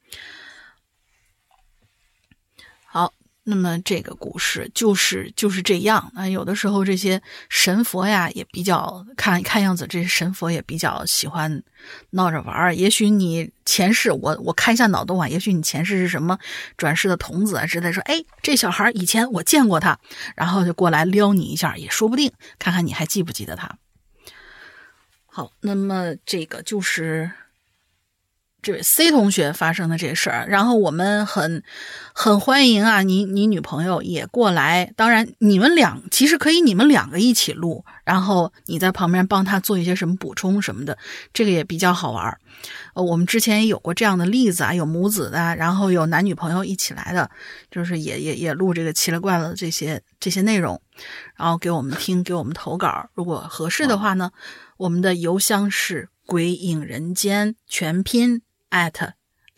好，那么这个故事就是就是这样啊。有的时候这些神佛呀也比较看看样子，这些神佛也比较喜欢闹着玩。也许你前世，我我开一下脑洞啊，也许你前世是什么转世的童子啊之类，说哎这小孩以前我见过他，然后就过来撩你一下也说不定，看看你还记不记得他。好，那么这个就是这位 C 同学发生的这事儿，然后我们很很欢迎啊，你你女朋友也过来，当然你们两其实可以你们两个一起录，然后你在旁边帮她做一些什么补充什么的，这个也比较好玩。呃，我们之前也有过这样的例子啊，有母子的，然后有男女朋友一起来的，就是也也也录这个奇了怪了这些这些内容，然后给我们听，给我们投稿。如果合适的话呢，我们的邮箱是鬼影人间全拼 at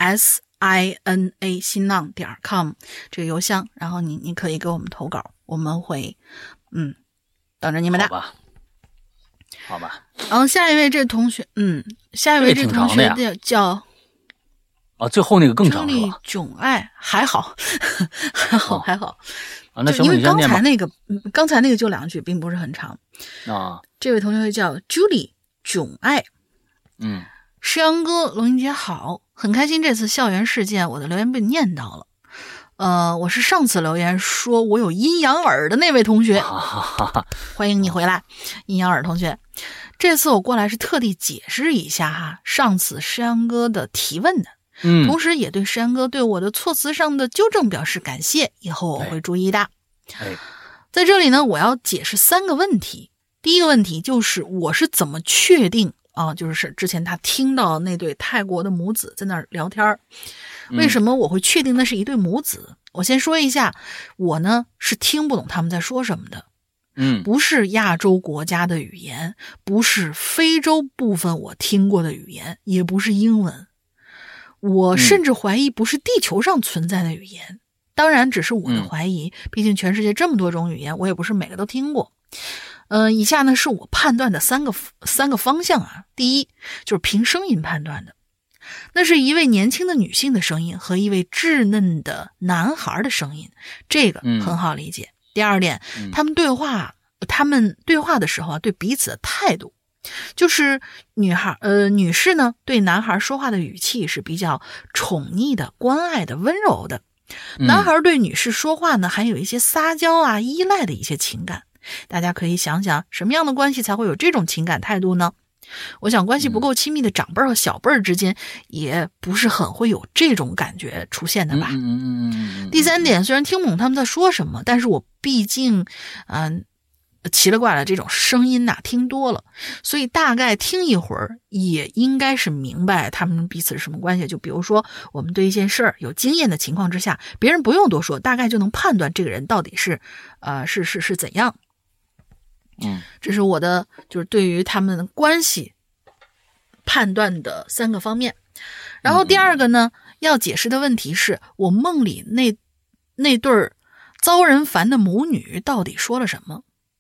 s i n a 新浪点 com 这个邮箱，然后你你可以给我们投稿，我们会嗯等着你们的。 好吧，好吧。 然后下一位这同学，嗯，下一位这同学叫叫啊，最后那个更长是吧？ 囧爱还好，还好、哦、还好啊。那行， 因为刚才那个刚才那个就两句，并不是很长啊。 这位同学叫 Julie 囧爱， 嗯。 诗阳哥，龙英姐好，很开心这次校园事件我的留言被念到了。呃，我是上次留言说我有阴阳耳的那位同学，欢迎你回来，阴阳耳同学。这次我过来是特地解释一下哈，上次诗阳哥的提问的， 嗯， 同时也对诗阳哥对我的措辞上的纠正表示感谢，以后我会注意的。 哎， 在这里呢，我要解释三个问题。第一个问题就是我是怎么确定啊，就是之前他听到那对泰国的母子在那儿聊天，为什么我会确定那是一对母子？嗯、我先说一下，我呢是听不懂他们在说什么的， 嗯， 不是亚洲国家的语言，不是非洲部分我听过的语言，也不是英文，我甚至怀疑不是地球上存在的语言。嗯、当然，只是我的怀疑，嗯、毕竟全世界这么多种语言，我也不是每个都听过。呃，以下呢是我判断的三个三个方向啊。第一，就是凭声音判断的，那是一位年轻的女性的声音和一位稚嫩的男孩的声音，这个很好理解。嗯、第二点，嗯、他们对话，他们对话的时候啊，对彼此的态度，就是女孩呃女士呢对男孩说话的语气是比较宠溺的、关爱的、温柔的，男孩对女士说话呢还有一些撒娇啊、依赖的一些情感。大家可以想想，什么样的关系才会有这种情感态度呢？我想关系不够亲密的长辈和小辈儿之间，也不是很会有这种感觉出现的吧。 嗯嗯嗯嗯。 第三点，虽然听不懂他们在说什么，但是我毕竟，嗯、呃，奇了怪了这种声音呐、啊，听多了，所以大概听一会儿，也应该是明白他们彼此是什么关系。就比如说，我们对一件事儿有经验的情况之下，别人不用多说，大概就能判断这个人到底是，呃，是是是怎样。 嗯， 这是我的就是对于他们关系判断的三个方面。然后第二个呢，要解释的问题是我梦里那那对遭人烦的母女到底说了什么。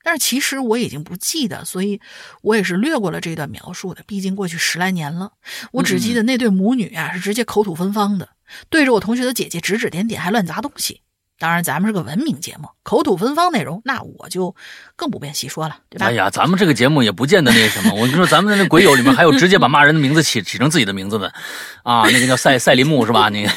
但是其实我已经不记得，所以我也是略过了这段描述的，毕竟过去十来年了。我只记得那对母女啊是直接口吐芬芳的，对着我同学的姐姐指指点点，还乱砸东西。当然咱们是个文明节目，口吐芬芳内容那我就更不便细说了，对吧？ 哎呀，咱们这个节目也不见得那什么，我跟你说，咱们的那鬼友里面还有直接把骂人的名字起起成自己的名字的啊，那个叫赛赛林木是吧？那个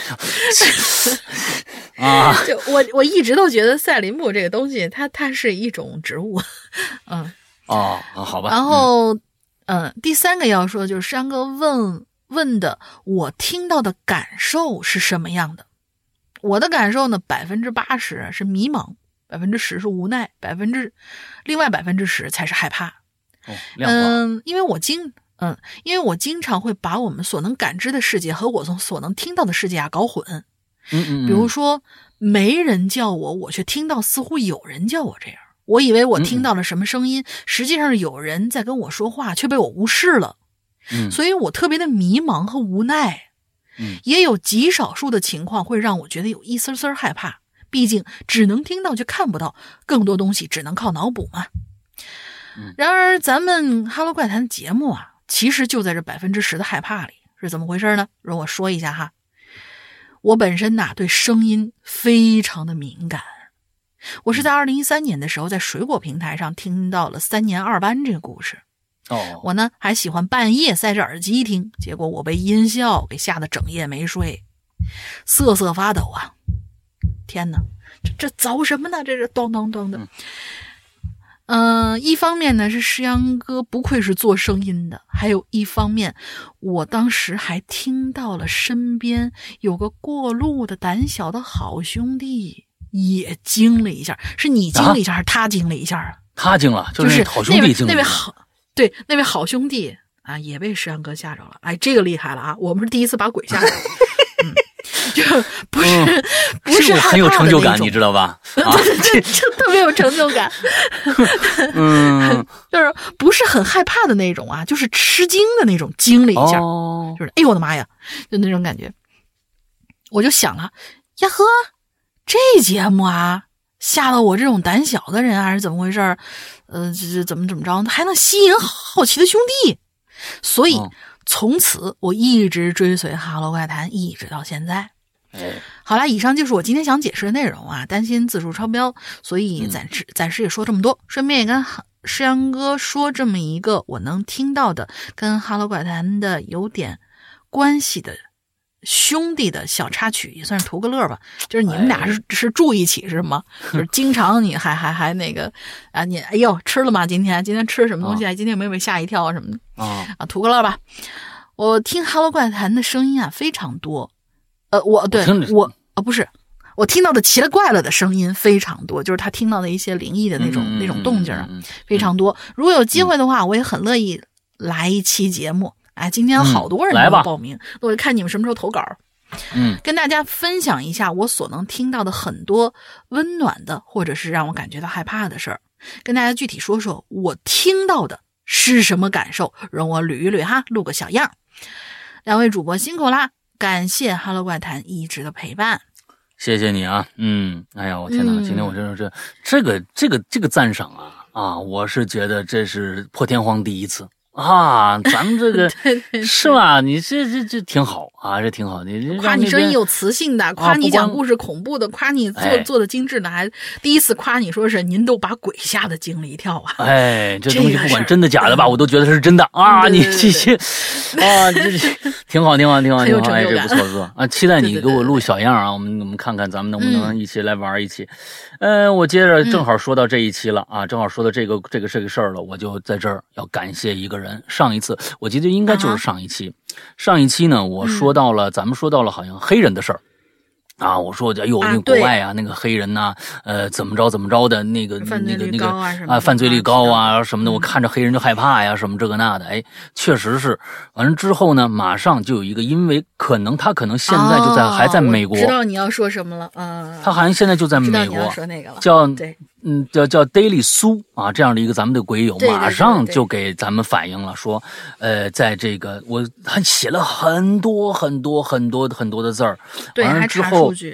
啊， 就我我一直都觉得赛林木这个东西，它它是一种植物，嗯， 哦，好吧。 然后，嗯、呃，第三个要说就是山哥问问的，我听到的感受是什么样的？我的感受呢，百分之八十是迷茫，百分之十是无奈，百分之另外百分之十才是害怕。 哦， 嗯，因为我经嗯，因为我经常会把我们所能感知的世界和我从所能听到的世界啊搞混。 嗯嗯， 比如说没人叫我，我却听到似乎有人叫我这样。我以为我听到了什么声音，嗯、实际上是有人在跟我说话，却被我无视了。 嗯， 所以我特别的迷茫和无奈。 嗯， 也有极少数的情况会让我觉得有一丝丝害怕，毕竟只能听到却看不到，更多东西只能靠脑补嘛。 嗯、 然而咱们哈喽怪谈节目啊，其实就在这百分之十的害怕里，是怎么回事呢？容我说一下哈。我本身呐对声音非常的敏感，我是在二零一三年的时候在水果平台上听到了三年二班这个故事。 哦， 我呢还喜欢半夜塞着耳机听，结果我被音效给吓得整夜没睡，瑟瑟发抖啊！天哪，这这凿什么呢？这是咚咚咚的。嗯、呃，一方面呢是诗阳哥不愧是做声音的，还有一方面，我当时还听到了身边有个过路的胆小的好兄弟也惊了一下，是你惊了一下、啊、还是他惊了一下啊？ 他惊了， 就是好兄弟惊了。 那位好。对，那位好兄弟啊，也被石阳哥吓着了。哎，这个厉害了啊！我们是第一次把鬼吓着，嗯，就不是、嗯、不是我很有成就感，你知道吧？啊， 这这特别有成就感。 嗯， 就是不是很害怕的那种啊，就是吃惊的那种，惊了一下， 哦、 就是哎呦我的妈呀，就那种感觉。我就想了，呀呵，这节目啊。吓到我这种胆小的人还是怎么回事？呃，这这怎么怎么着，还能吸引好奇的兄弟？所以、哦、从此我一直追随哈喽怪谈，一直到现在。 哎， 好啦，以上就是我今天想解释的内容啊，担心字数超标，所以暂时、嗯、暂时也说这么多，顺便也跟诗阳哥说这么一个我能听到的跟哈喽怪谈的有点关系的。兄弟的小插曲也算是图个乐吧，就是你们俩是、哎、是住一起是吗？就是经常你还还还那个啊，你哎呦吃了吗？今天今天吃什么东西啊？今天有没有被吓一跳什么的啊？ 啊，图个乐吧。我听哈喽怪谈的声音啊非常多，呃，我对我啊、哦、不是，我听到的奇了怪了的声音非常多，就是他听到的一些灵异的那种、 嗯、 那种动静啊、 嗯、 非常多。如果有机会的话，我也很乐意来一期节目。哎，今天好多人都要报名， 嗯、 我就看你们什么时候投稿。 嗯， 跟大家分享一下我所能听到的很多温暖的，或者是让我感觉到害怕的事儿。跟大家具体说说我听到的是什么感受，容我捋一捋哈，录个小样。两位主播辛苦啦，感谢哈喽怪谈一直的陪伴。 谢谢你啊，嗯，哎呀，我天哪，嗯、今天我真是这这个这个这个赞赏啊啊，我是觉得这是破天荒第一次。啊，咱们这个对对对是吧？你这这这挺好啊，这挺好。你夸你声音有磁性的，夸你讲故事恐怖的， 啊、 夸你做、哎、做的精致的，还第一次夸你说是您都把鬼吓得惊了一跳啊！ 哎，这东西不管真的假的吧，这个、我都觉得是真的啊！ 对对对你这些啊，这挺好，挺好，挺好，挺好，哎，这不错不错啊！期待你给我录小样啊，对对对对我们我们看看咱们能不能一起来玩一起。嗯、呃，我接着正好说到这一期了啊，正好说到这个这个这个事儿了，我就在这儿要感谢一个人。上一次我记得应该就是上一期，啊、上一期呢，我说到了，嗯、咱们说到了好像黑人的事儿。啊，我说哎呦，那个国外啊，那个黑人呐、啊，呃，怎么着怎么着的，那个那个那个啊，犯罪率高啊什么的，我看着黑人就害怕呀，什么这个那的，哎，确实是。完了之后呢，马上就有一个，因为可能他可能现在就在、哦、还在美国， 知道你要说什么了啊？ 他好像现在就在美国， 知道你要说那个了， 叫对。 嗯，叫叫 Daily 苏啊，这样的一个咱们的鬼友， 对对对对马上就给咱们反映了，说，呃，在这个我还写了很多很多很多很多的字儿， 对， 完了之后，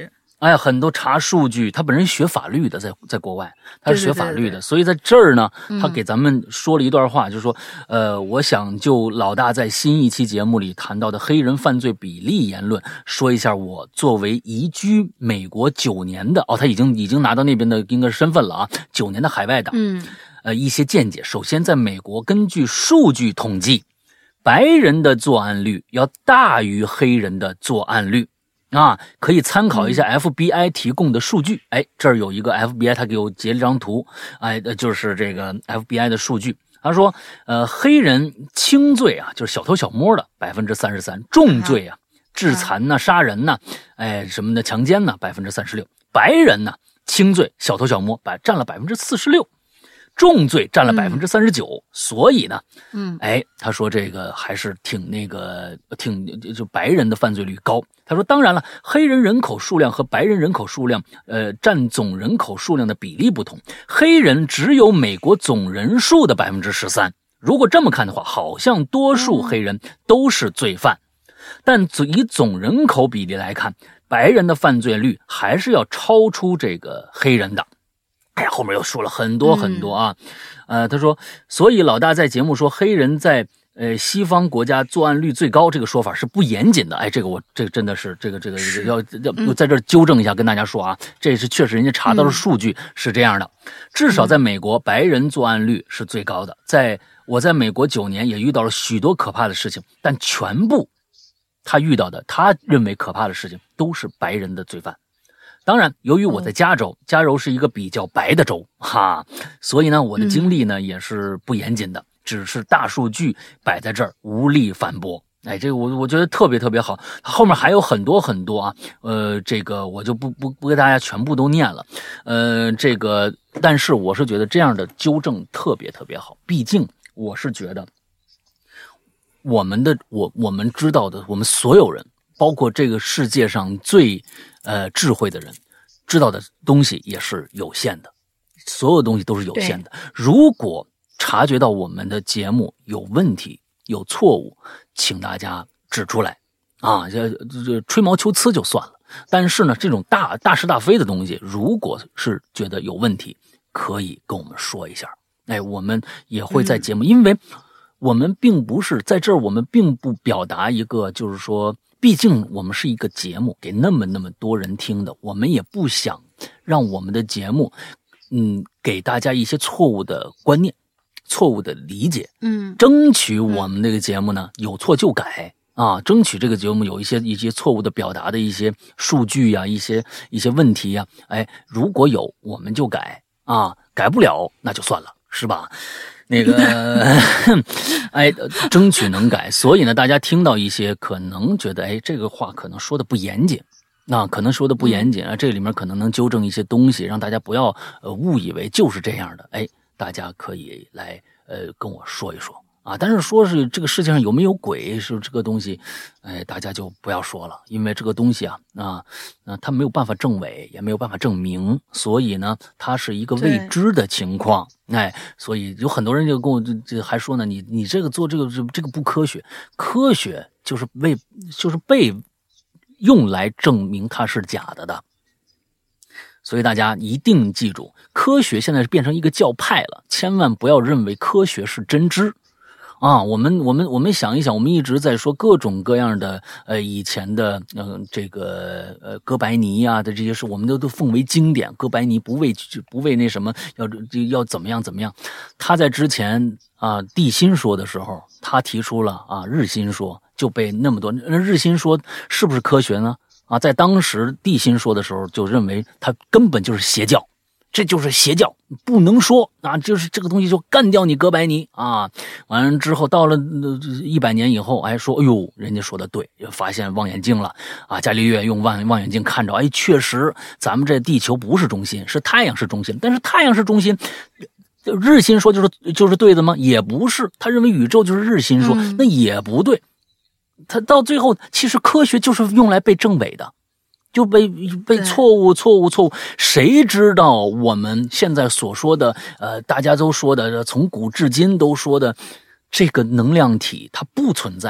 哎呀，很多查数据，他本人学法律的，在在国外，他是学法律的， 对对对对， 所以在这儿呢， 嗯， 他给咱们说了一段话，就是说，呃，我想就老大在新一期节目里谈到的黑人犯罪比例言论，说一下我作为移居美国九年的，哦，他已经已经拿到那边的应该是身份了啊，九年的海外党， 嗯， 呃，一些见解。首先，在美国，根据数据统计，白人的作案率要大于黑人的作案率。啊，可以参考一下 F B I 提供的数据。哎，这儿有一个 F B I， 他给我截了张图，哎，就是这个 F B I 的数据。他说，呃，黑人轻罪啊，就是小偷小摸的百分之三十三，重罪啊，致残呐、杀人呐，哎，什么的强奸呐，百分之三十六。白人呢，轻罪小偷小摸，百占了百分之四十六。重罪占了百分之三十九，所以呢， 嗯， 哎，他说这个还是挺那个，挺就白人的犯罪率高。他说，当然了，黑人人口数量和白人人口数量，呃，占总人口数量的比例不同。黑人只有美国总人数的百分之十三。如果这么看的话，好像多数黑人都是罪犯，但以总人口比例来看，白人的犯罪率还是要超出这个黑人的。哎呀，后面又说了很多很多啊，嗯、呃，他说，所以老大在节目说黑人在呃西方国家作案率最高，这个说法是不严谨的。哎，这个我这个真的是这个这个要要在这儿纠正一下，跟大家说啊，这是确实人家查到的数据是这样的，至少在美国白人作案率是最高的。在我在美国九年也遇到了许多可怕的事情，但全部他遇到的他认为可怕的事情都是白人的罪犯。当然，由于我在加州，加州是一个比较白的州，哈，所以呢，我的经历呢也是不严谨的，只是大数据摆在这儿，无力反驳。哎，这个我我觉得特别特别好，后面还有很多很多啊，呃，这个我就不不不给大家全部都念了，呃，这个，但是我是觉得这样的纠正特别特别好，毕竟我是觉得我们的我我们知道的，我们所有人，包括这个世界上最呃智慧的人，知道的东西也是有限的，所有东西都是有限的。如果察觉到我们的节目有问题、有错误，请大家指出来啊，这这吹毛求疵就算了。但是呢，这种大大是大非的东西，如果是觉得有问题，可以跟我们说一下。哎，我们也会在节目，嗯、因为我们并不是在这儿，我们并不表达一个，就是说。毕竟我们是一个节目，给那么那么多人听的，我们也不想让我们的节目，嗯，给大家一些错误的观念、错误的理解， 嗯， 争取我们这个节目呢有错就改啊，争取这个节目有一些一些错误的表达的一些数据呀、啊，一些一些问题呀、啊，哎，如果有我们就改啊，改不了那就算了，是吧？那个，哎，争取能改。所以呢，大家听到一些可能觉得，哎，这个话可能说的不严谨，那可能说的不严谨啊，这里面可能能纠正一些东西，让大家不要呃误以为就是这样的。哎，大家可以来呃跟我说一说啊。但是说是这个世界上有没有鬼，是这个东西，哎，大家就不要说了，因为这个东西啊啊啊，它没有办法证伪，也没有办法证明，所以呢，它是一个未知的情况。哎，所以有很多人就跟我这这还说呢，你你这个做这个这个不科学，科学就是为就是被用来证明它是假的的。所以大家一定记住，科学现在是变成一个教派了，千万不要认为科学是真知。啊，我们我们我们想一想，我们一直在说各种各样的呃以前的嗯、呃、这个呃哥白尼啊的这些事，我们都都奉为经典。哥白尼不为不为那什么要要怎么样怎么样，他在之前啊地心说的时候，他提出了啊日心说，就被那么多日心说是不是科学呢？啊，在当时地心说的时候，就认为他根本就是邪教。这就是邪教，不能说啊！就是这个东西就干掉你哥白尼啊！完了之后，到了一百年以后，哎，说哎呦，人家说的对，发现望远镜了啊！伽利略用望望远镜看着，哎，确实咱们这地球不是中心，是太阳是中心。但是太阳是中心，日心说就是就是对的吗？也不是，他认为宇宙就是日心说，嗯、那也不对。他到最后，其实科学就是用来被证伪的。就被被错误错误错误，谁知道我们现在所说的呃，大家都说的从古至今都说的这个能量体它不存在呢？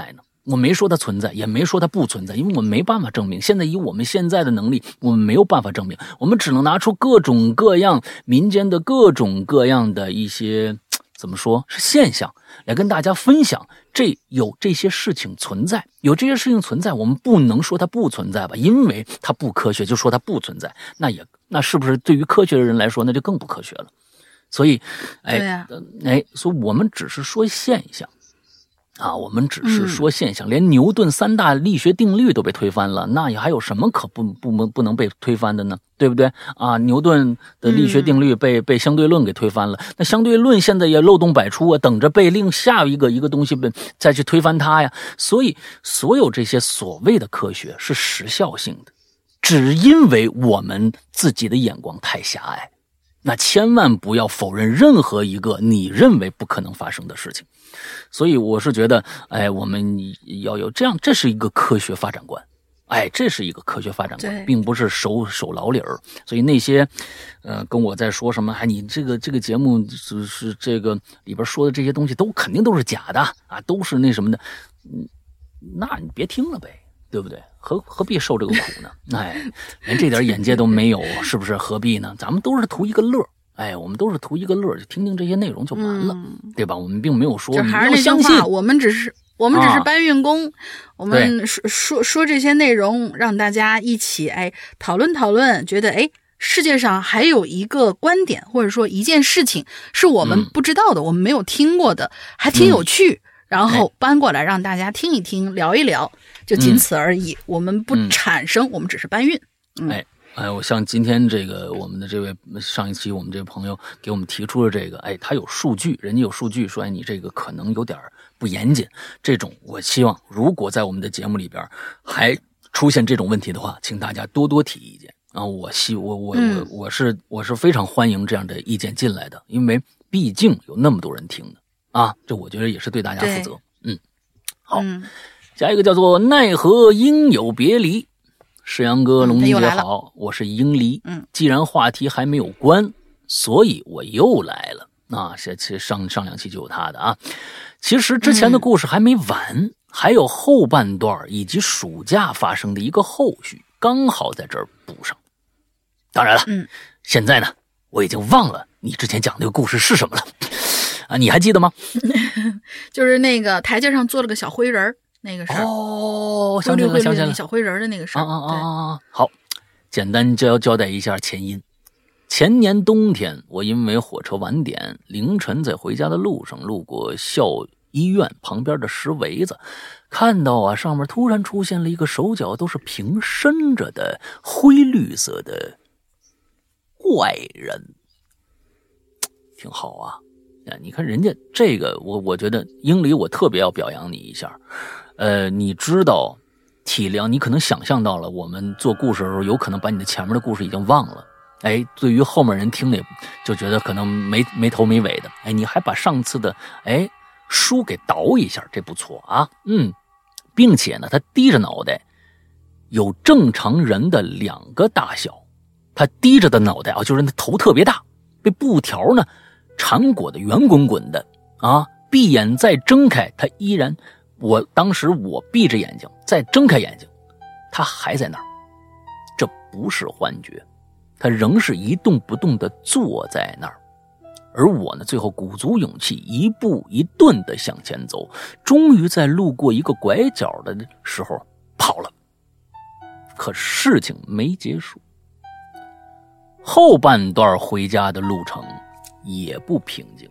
我没说它存在，也没说它不存在，因为我们没办法证明。现在以我们现在的能力，我们没有办法证明，我们只能拿出各种各样民间的各种各样的一些怎么说是现象来跟大家分享。这有这些事情存在，有这些事情存在，我们不能说它不存在吧？因为它不科学，就说它不存在，那也那是不是对于科学的人来说，那就更不科学了？所以，哎， 啊、 哎，所以我们只是说现象。啊，我们只是说现象，嗯、连牛顿三大力学定律都被推翻了，那也还有什么可不不不不能被推翻的呢？对不对？啊，牛顿的力学定律被、嗯、被相对论给推翻了，那相对论现在也漏洞百出啊，等着被另下一个一个东西被再去推翻它呀。所以，所有这些所谓的科学是时效性的，只因为我们自己的眼光太狭隘。那千万不要否认任何一个你认为不可能发生的事情。所以我是觉得，哎，我们要有这样，这是一个科学发展观，哎，这是一个科学发展观，并不是守守老理儿。所以那些，呃，跟我在说什么，哎，你这个这个节目是是这个里边说的这些东西都肯定都是假的啊，都是那什么的，嗯，那你别听了呗，对不对？何何必受这个苦呢？哎，连这点眼界都没有，是不是？何必呢？咱们都是图一个乐。哎，我们都是图一个乐，就听听这些内容就完了，嗯、对吧？我们并没有说， 就还是那句话，我们只是我们只是搬运工，啊、我们说说说这些内容，让大家一起哎讨论讨论，觉得哎世界上还有一个观点或者说一件事情是我们不知道的，嗯、我们没有听过的，还挺有趣，嗯、然后搬过来让大家听一听，聊一聊，就仅此而已。嗯、我们不产生，嗯、我们只是搬运。嗯、 哎。哎，我像今天这个我们的这位上一期我们这位朋友给我们提出了这个，哎，他有数据，人家有数据说，哎，你这个可能有点不严谨。这种我希望，如果在我们的节目里边还出现这种问题的话，请大家多多提意见啊！我希我我我我是我是非常欢迎这样的意见进来的，因为毕竟有那么多人听的啊，这我觉得也是对大家负责。嗯，好，嗯、下一个叫做奈何应有别离。世阳哥，龙金姐好，我是英离。嗯，既然话题还没有关，所以我又来了。啊，其实上上两期就有他的啊。其实之前的故事还没完，嗯、还有后半段以及暑假发生的一个后续，刚好在这儿补上。当然了，嗯，现在呢，我已经忘了你之前讲那个故事是什么了啊？你还记得吗？ 就是那个台阶上坐了个小灰人。那个事儿哦，想起来了，想起来了， 小灰人的那个事儿啊啊啊啊！好，简单交交代一下前因。前年冬天，我因为火车晚点，凌晨在回家的路上，路过校医院旁边的石围子，看到啊，上面突然出现了一个手脚都是平伸着的灰绿色的怪人，挺好啊。你看人家这个，我我觉得英里我特别要表扬你一下。呃，你知道体谅，你可能想象到了，我们做故事的时候，有可能把你的前面的故事已经忘了。哎，对于后面人听的，就觉得可能没没头没尾的。哎，你还把上次的哎书给倒一下，这不错啊。嗯，并且呢，他低着脑袋，有正常人的两个大小。他低着的脑袋啊，就是那头特别大，被布条呢缠裹的圆滚滚的啊。闭眼再睁开，他依然。我当时我闭着眼睛，再睁开眼睛，他还在那儿，这不是幻觉，他仍是一动不动地坐在那儿。而我呢，最后鼓足勇气，一步一顿地向前走，终于在路过一个拐角的时候跑了。可事情没结束，后半段回家的路程也不平静。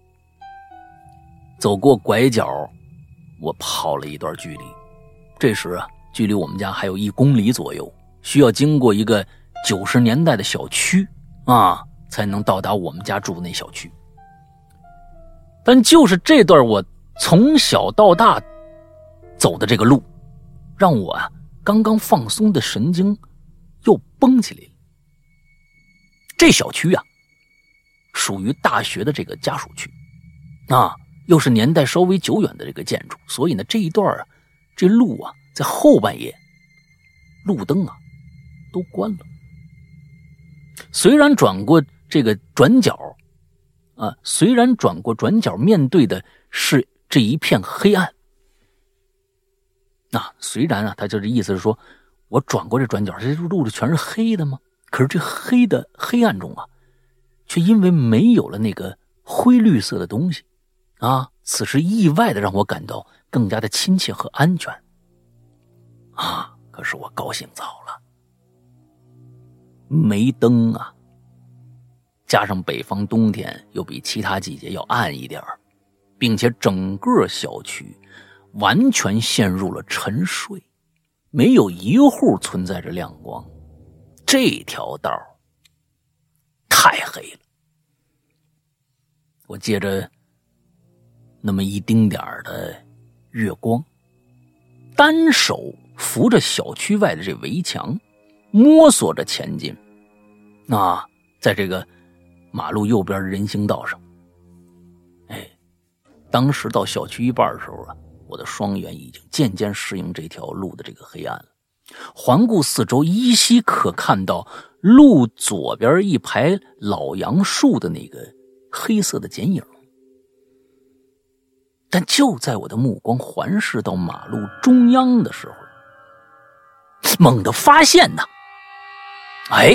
走过拐角，我跑了一段距离，这时啊，距离我们家还有一公里左右，需要经过一个九十年代的小区啊，才能到达我们家住的那小区。但就是这段我从小到大走的这个路，让我啊刚刚放松的神经又绷起来了。这小区啊，属于大学的这个家属区啊。又是年代稍微久远的这个建筑，所以呢，这一段啊，这路啊，在后半夜，路灯啊都关了。虽然转过这个转角，啊，虽然转过转角，面对的是这一片黑暗， 啊，虽然啊，他就这意思是说，我转过这转角，这路的全是黑的吗？可是这黑的黑暗中啊，却因为没有了那个灰绿色的东西啊，此时意外的让我感到更加的亲切和安全啊。可是我高兴早了，没灯啊，加上北方冬天又比其他季节要暗一点，并且整个小区完全陷入了沉睡，没有一户存在着亮光，这条道太黑了。我借着那么一丁点儿的月光，单手扶着小区外的这围墙，摸索着前进。啊，在这个马路右边人行道上，哎，当时到小区一半的时候啊，我的双眼已经渐渐适应这条路的这个黑暗了。环顾四周，依稀可看到路左边一排老杨树的那个黑色的剪影。但就在我的目光环视到马路中央的时候，猛地发现呢，哎，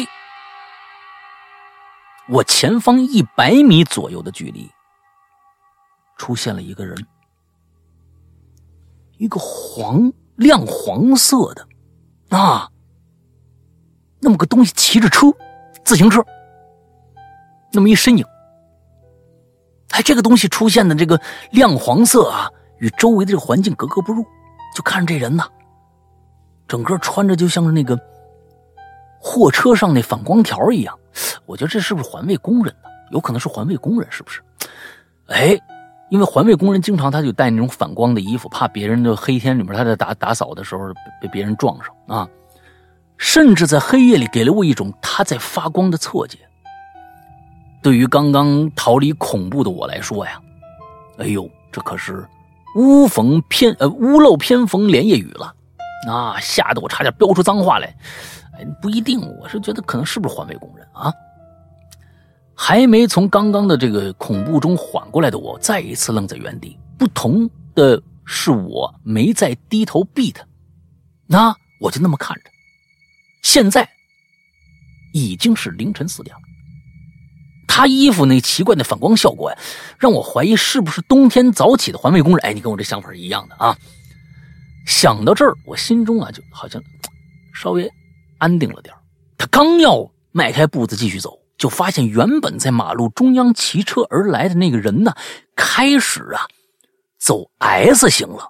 我前方一百米左右的距离出现了一个人，一个黄亮黄色的啊，那么个东西骑着车，自行车，那么一身影。哎，这个东西出现的这个亮黄色啊，与周围的这个环境格格不入。就看着这人呐，整个穿着就像是那个货车上那反光条一样。我觉得这是不是环卫工人呢？有可能是环卫工人，是不是？哎，因为环卫工人经常他就带那种反光的衣服，怕别人的黑天里面他在打打扫的时候被别人撞上啊。甚至在黑夜里给了我一种他在发光的错觉。对于刚刚逃离恐怖的我来说呀，哎呦，这可是屋逢偏呃屋漏偏逢连夜雨了啊，吓得我差点飙出脏话来。哎，不一定，我是觉得可能是不是环卫工人啊？还没从刚刚的这个恐怖中缓过来的我，再一次愣在原地。不同的是，我没再低头避他，那我就那么看着。现在已经是凌晨四点了。他衣服那奇怪的反光效果呀，让我怀疑是不是冬天早起的环卫工人。哎，你跟我这想法是一样的啊。想到这儿，我心中啊就好像稍微安定了点。他刚要迈开步子继续走，就发现原本在马路中央骑车而来的那个人呢，开始啊走 S 型了。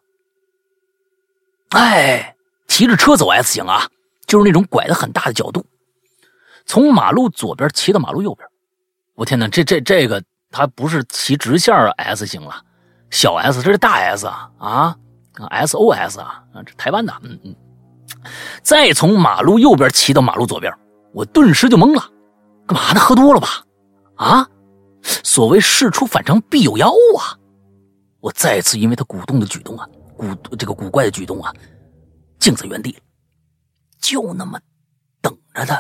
哎，骑着车走 S 型啊，就是那种拐的很大的角度，从马路左边骑到马路右边。我天哪，这这这个他不是骑直线 S 型了，小 S， 这是大 S 啊啊 S O S 啊，这台湾的，嗯嗯。再从马路右边骑到马路左边，我顿时就懵了，干嘛呢？喝多了吧？啊？所谓事出反常必有妖啊！我再次因为他鼓动的举动啊，古这个古怪的举动啊，静在原地，就那么等着他，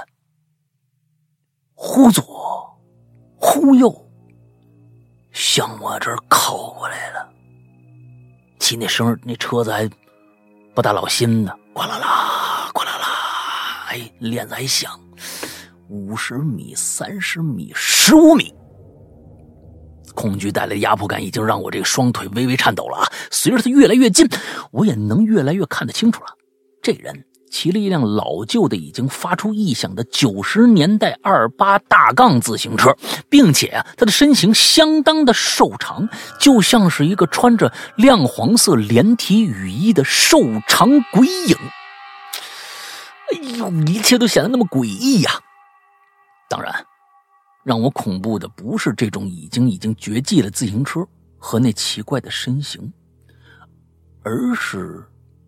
忽左忽右向我这儿靠过来了。骑那声那车子还不大老新呢，哗啦啦哗啦啦，哎，链子还响。五十米、三十米、十五米，恐惧带来的压迫感已经让我这个双腿微微颤抖了啊！随着它越来越近，我也能越来越看得清楚了。这人骑了一辆老旧的、已经发出异响的九十年代二八大杠自行车，并且啊，他的身形相当的瘦长，就像是一个穿着亮黄色连体雨衣的瘦长鬼影。哎呦，一切都显得那么诡异呀！当然，让我恐怖的不是这种已经已经绝迹的自行车和那奇怪的身形，而是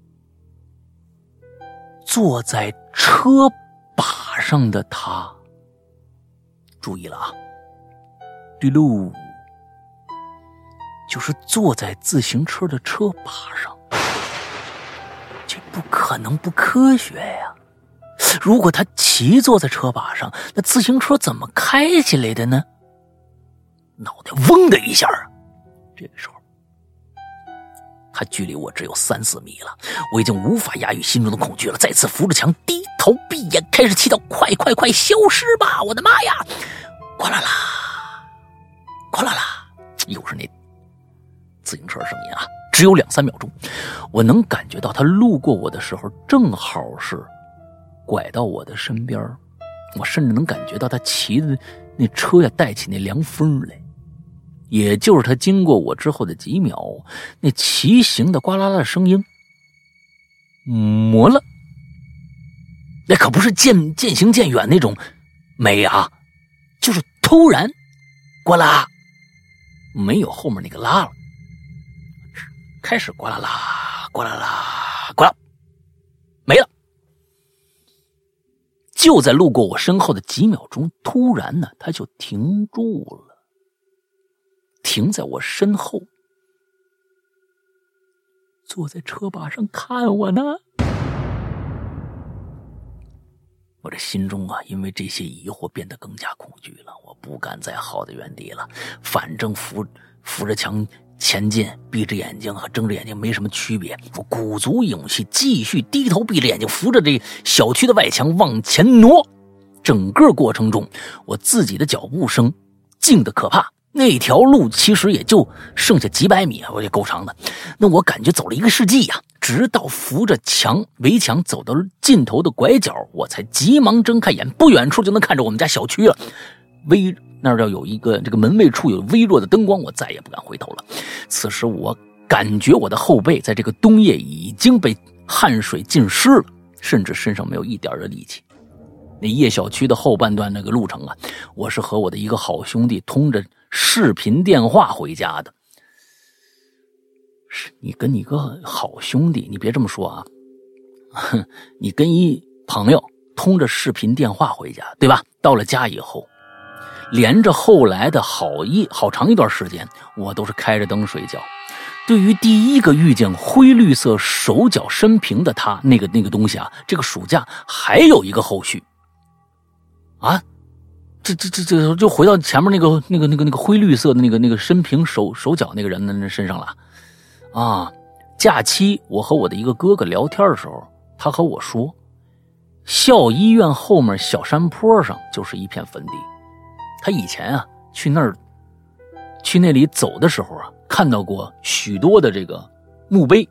坐在车把上的他。注意了啊，对喽，就是坐在自行车的车把上，这不可能不科学呀！如果他骑坐在车把上，那自行车怎么开起来的呢？脑袋嗡的一下，这个时候他距离我只有三四米了，我已经无法压抑心中的恐惧了，再次扶着墙低头闭眼，开始祈祷，快快快消失吧！我的妈呀！哗啦啦，哗啦啦，又是那自行车声音啊！只有两三秒钟，我能感觉到他路过我的时候，正好是拐到我的身边，我甚至能感觉到他骑的那车呀带起那凉风来。也就是他经过我之后的几秒，那骑行的呱啦啦的声音没了。那可不是渐渐行渐远那种没啊，就是突然呱啦，没有后面那个啦了，开始呱啦啦呱啦啦呱啦，没了。就在路过我身后的几秒钟，突然呢他就停住了，停在我身后，坐在车把上看我呢。我这心中啊，因为这些疑惑变得更加恐惧了，我不敢再耗在原地了，反正扶扶着墙前进，闭着眼睛和睁着眼睛没什么区别。我鼓足勇气，继续低头闭着眼睛，扶着这小区的外墙往前挪。整个过程中，我自己的脚步声静得可怕。那条路其实也就剩下几百米，我也够长的。那我感觉走了一个世纪呀、啊，直到扶着墙围墙走到尽头的拐角，我才急忙睁开眼，不远处就能看着我们家小区了。微那儿要有一个这个门卫处有微弱的灯光，我再也不敢回头了。此时我感觉我的后背在这个冬夜已经被汗水浸湿了，甚至身上没有一点的力气。那叶小区的后半段那个路程啊，我是和我的一个好兄弟通着视频电话回家的。是你跟你个好兄弟，你别这么说啊，你跟一朋友通着视频电话回家，对吧？到了家以后，连着后来的好一好长一段时间，我都是开着灯睡觉。对于第一个遇见灰绿色手脚生平的他，那个那个东西啊，这个暑假还有一个后续。啊，这这这这就回到前面那个那个那个那个灰绿色的那个那个生平手手脚那个人的身上了。啊，假期我和我的一个哥哥聊天的时候，他和我说，校医院后面小山坡上就是一片坟地。他以前啊去那儿去那里走的时候啊，看到过许多的这个墓碑。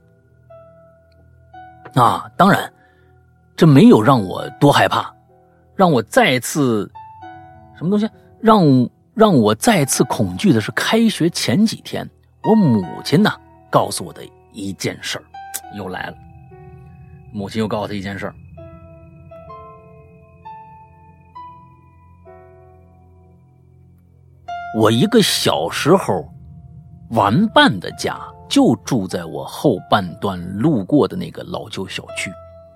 啊，当然这没有让我多害怕。让我再次什么东西让让我再次恐惧的是，开学前几天我母亲呢告诉我的一件事儿，又来了。母亲又告诉他一件事儿，我一个小时候玩伴的家就住在我后半段路过的那个老旧小区。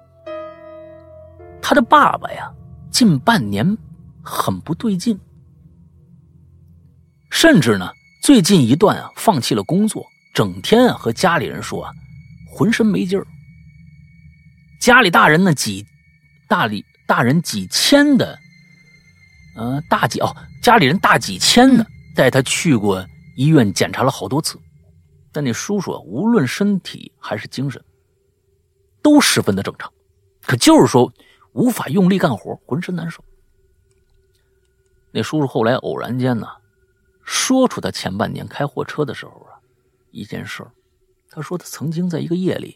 他的爸爸呀近半年很不对劲，甚至呢最近一段啊放弃了工作，整天啊和家里人说啊浑身没劲儿。家里大人呢几大里大人几千的呃大几哦家里人大几千的带他去过医院检查了好多次，但那叔叔啊无论身体还是精神都十分的正常，可就是说无法用力干活，浑身难受。那叔叔后来偶然间呢，说出他前半年开货车的时候啊，一件事。他说他曾经在一个夜里，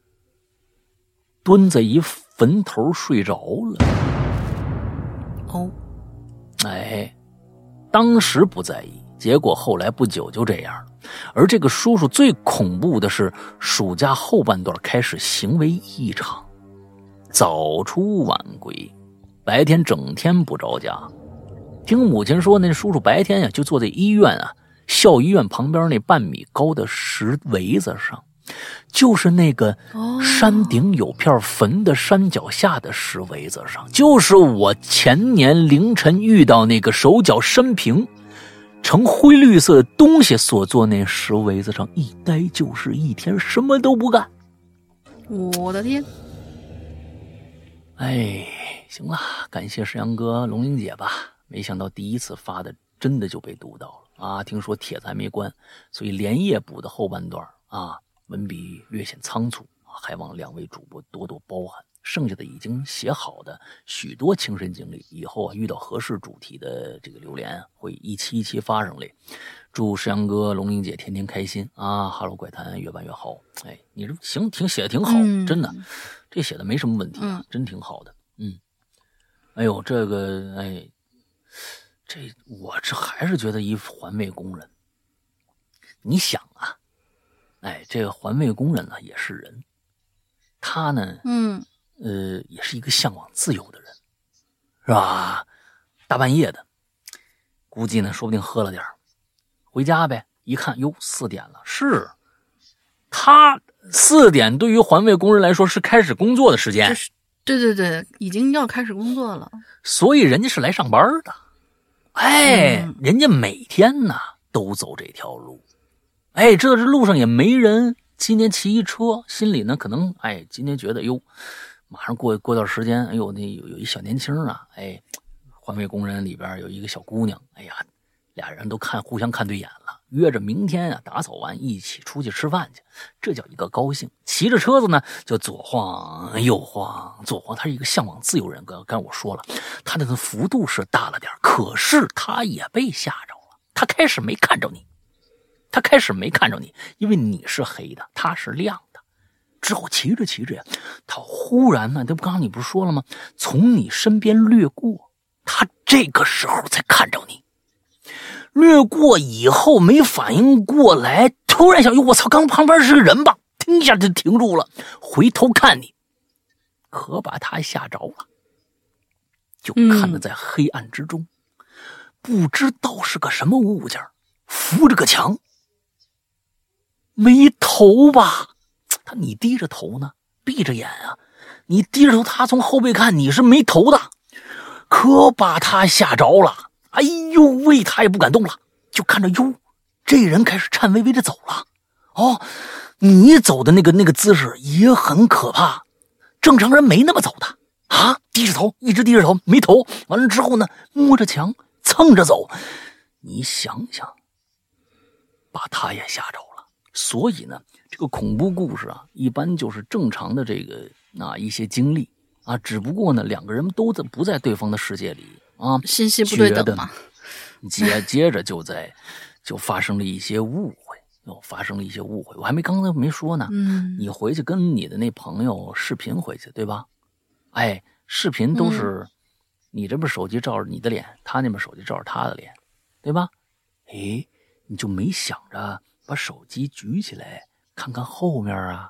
蹲在一坟头睡着了。 哦， 哎，当时不在意，结果后来不久就这样了。而这个叔叔最恐怖的是，暑假后半段开始行为异常。早出晚归，白天整天不着家。听母亲说，那叔叔白天呀就坐在医院啊校医院旁边那半米高的石围子上，就是那个山顶有片坟的山脚下的石围子上，就是我前年凌晨遇到那个手脚生平呈灰绿色的东西所做那石围子上一待就是一天，什么都不干。 我的天！ 哎，行了，感谢石阳哥、龙玲姐吧。没想到第一次发的真的就被读到了啊！听说帖子还没关，所以连夜补的后半段啊， 文笔略显仓促，还望两位主播多多包涵。剩下的已经写好的许多亲身经历，以后啊遇到合适主题的这个留言会一期一期发上来。祝石阳哥、龙玲姐天天开心啊！哈喽怪谈越办越好。哎，你这行挺写的挺好， 嗯、 真的，这写的没什么问题啊， 嗯、 真挺好的。嗯，哎呦，这个哎，这我这还是觉得一环卫工人，你想啊，哎，这个环卫工人呢也是人，他呢， 嗯。 呃，也是一个向往自由的人，是吧？大半夜的，估计呢，说不定喝了点回家呗。一看，哟，四点了。是，他四点对于环卫工人来说是开始工作的时间。 对对对，已经要开始工作了。 所以人家是来上班的。哎， 嗯、 人家每天呢都走这条路。哎，这这路上也没人。今天骑一车，心里呢可能哎，今天觉得哟。马上过过段时间，哎呦，那有有一小年轻啊，哎，环卫工人里边有一个小姑娘，哎呀，俩人都看互相看对眼了，约着明天啊打扫完一起出去吃饭去，这叫一个高兴。骑着车子呢，就左晃右晃，左晃。他是一个向往自由人，刚刚我说了，他的幅度是大了点，可是他也被吓着了。他开始没看着你，他开始没看着你，因为你是黑的，他是亮的。之后骑着骑着呀，他忽然呢，这不刚刚你不是说了吗？从你身边掠过，他这个时候才看着你。掠过以后没反应过来，突然想，哟，我操，刚旁边是个人吧？停一下就停住了，回头看你，可把他吓着了。就看着在黑暗之中，嗯、不知道是个什么物件，扶着个墙，没头吧？他你低着头呢，闭着眼啊，你低着头，他从后背看你是没头的，可把他吓着了。哎呦喂，他也不敢动了，就看着哟，这人开始颤巍巍的走了。哦，你走的那个那个姿势也很可怕，正常人没那么走的啊，低着头，一直低着头，没头。完了之后呢，摸着墙蹭着走，你想想，把他也吓着了。所以呢，这个恐怖故事啊，一般就是正常的这个啊一些经历啊，只不过呢，两个人都在不在对方的世界里啊， 信息不对等嘛。 接接着就在就发生了一些误会，又发生了一些误会。我还没刚才没说呢， 嗯， 你回去跟你的那朋友视频回去，对吧？哎，视频都是、嗯、你这边手机照着你的脸，他那边手机照着他的脸，对吧？哎，你就没想着把手机举起来看看后面啊？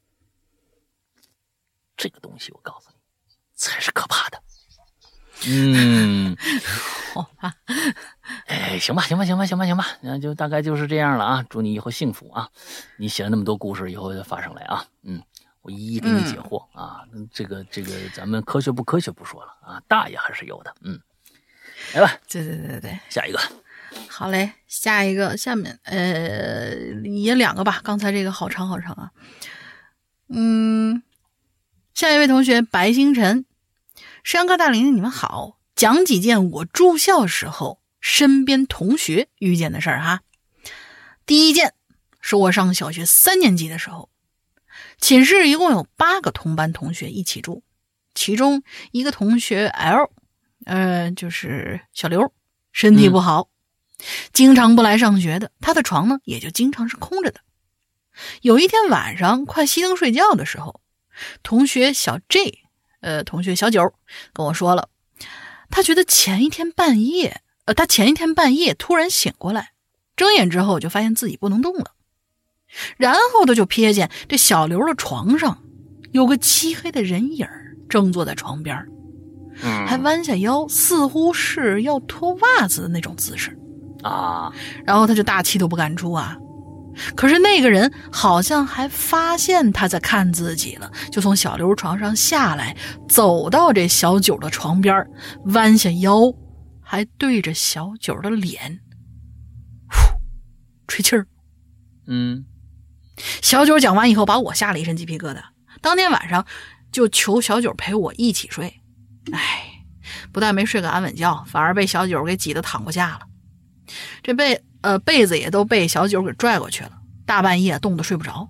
这个东西我告诉你，才是可怕的。嗯， 好吧， 哎，行吧，行吧，行吧，行吧，行吧，那就大概就是这样了啊！祝你以后幸福啊！你写了那么多故事，以后再发上来啊！嗯，我一一给你解惑、嗯、啊！这个这个，咱们科学不科学不说了啊，大爷还是有的。嗯，来吧， 对对对对， 下一个。 好嘞，下一个，下面呃也两个吧，刚才这个好长好长啊。嗯，下一位同学白星辰，石阳哥大林，你们好，讲几件我住校时候身边同学遇见的事儿哈。第一件是我上小学三年级的时候，寝室一共有八个同班同学一起住，其中一个同学 L， 呃，就是小刘，身体不好。嗯，经常不来上学的，他的床呢也就经常是空着的。有一天晚上快熄灯睡觉的时候，同学小 J 呃，同学小九跟我说了，他觉得前一天半夜呃，他前一天半夜突然醒过来，睁眼之后就发现自己不能动了，然后他就瞥见这小刘的床上有个漆黑的人影正坐在床边，还弯下腰，似乎是要脱袜子的那种姿势啊， 然后他就大气都不敢出啊。可是那个人好像还发现他在看自己了，就从小刘床上下来，走到这小九的床边，弯下腰，还对着小九的脸呼吹气儿。 嗯， 小九讲完以后把我吓了一身鸡皮疙瘩，当天晚上就求小九陪我一起睡。哎，不但没睡个安稳觉，反而被小九给挤得躺不下了。这被呃被子也都被小九给拽过去了，大半夜冻得睡不着。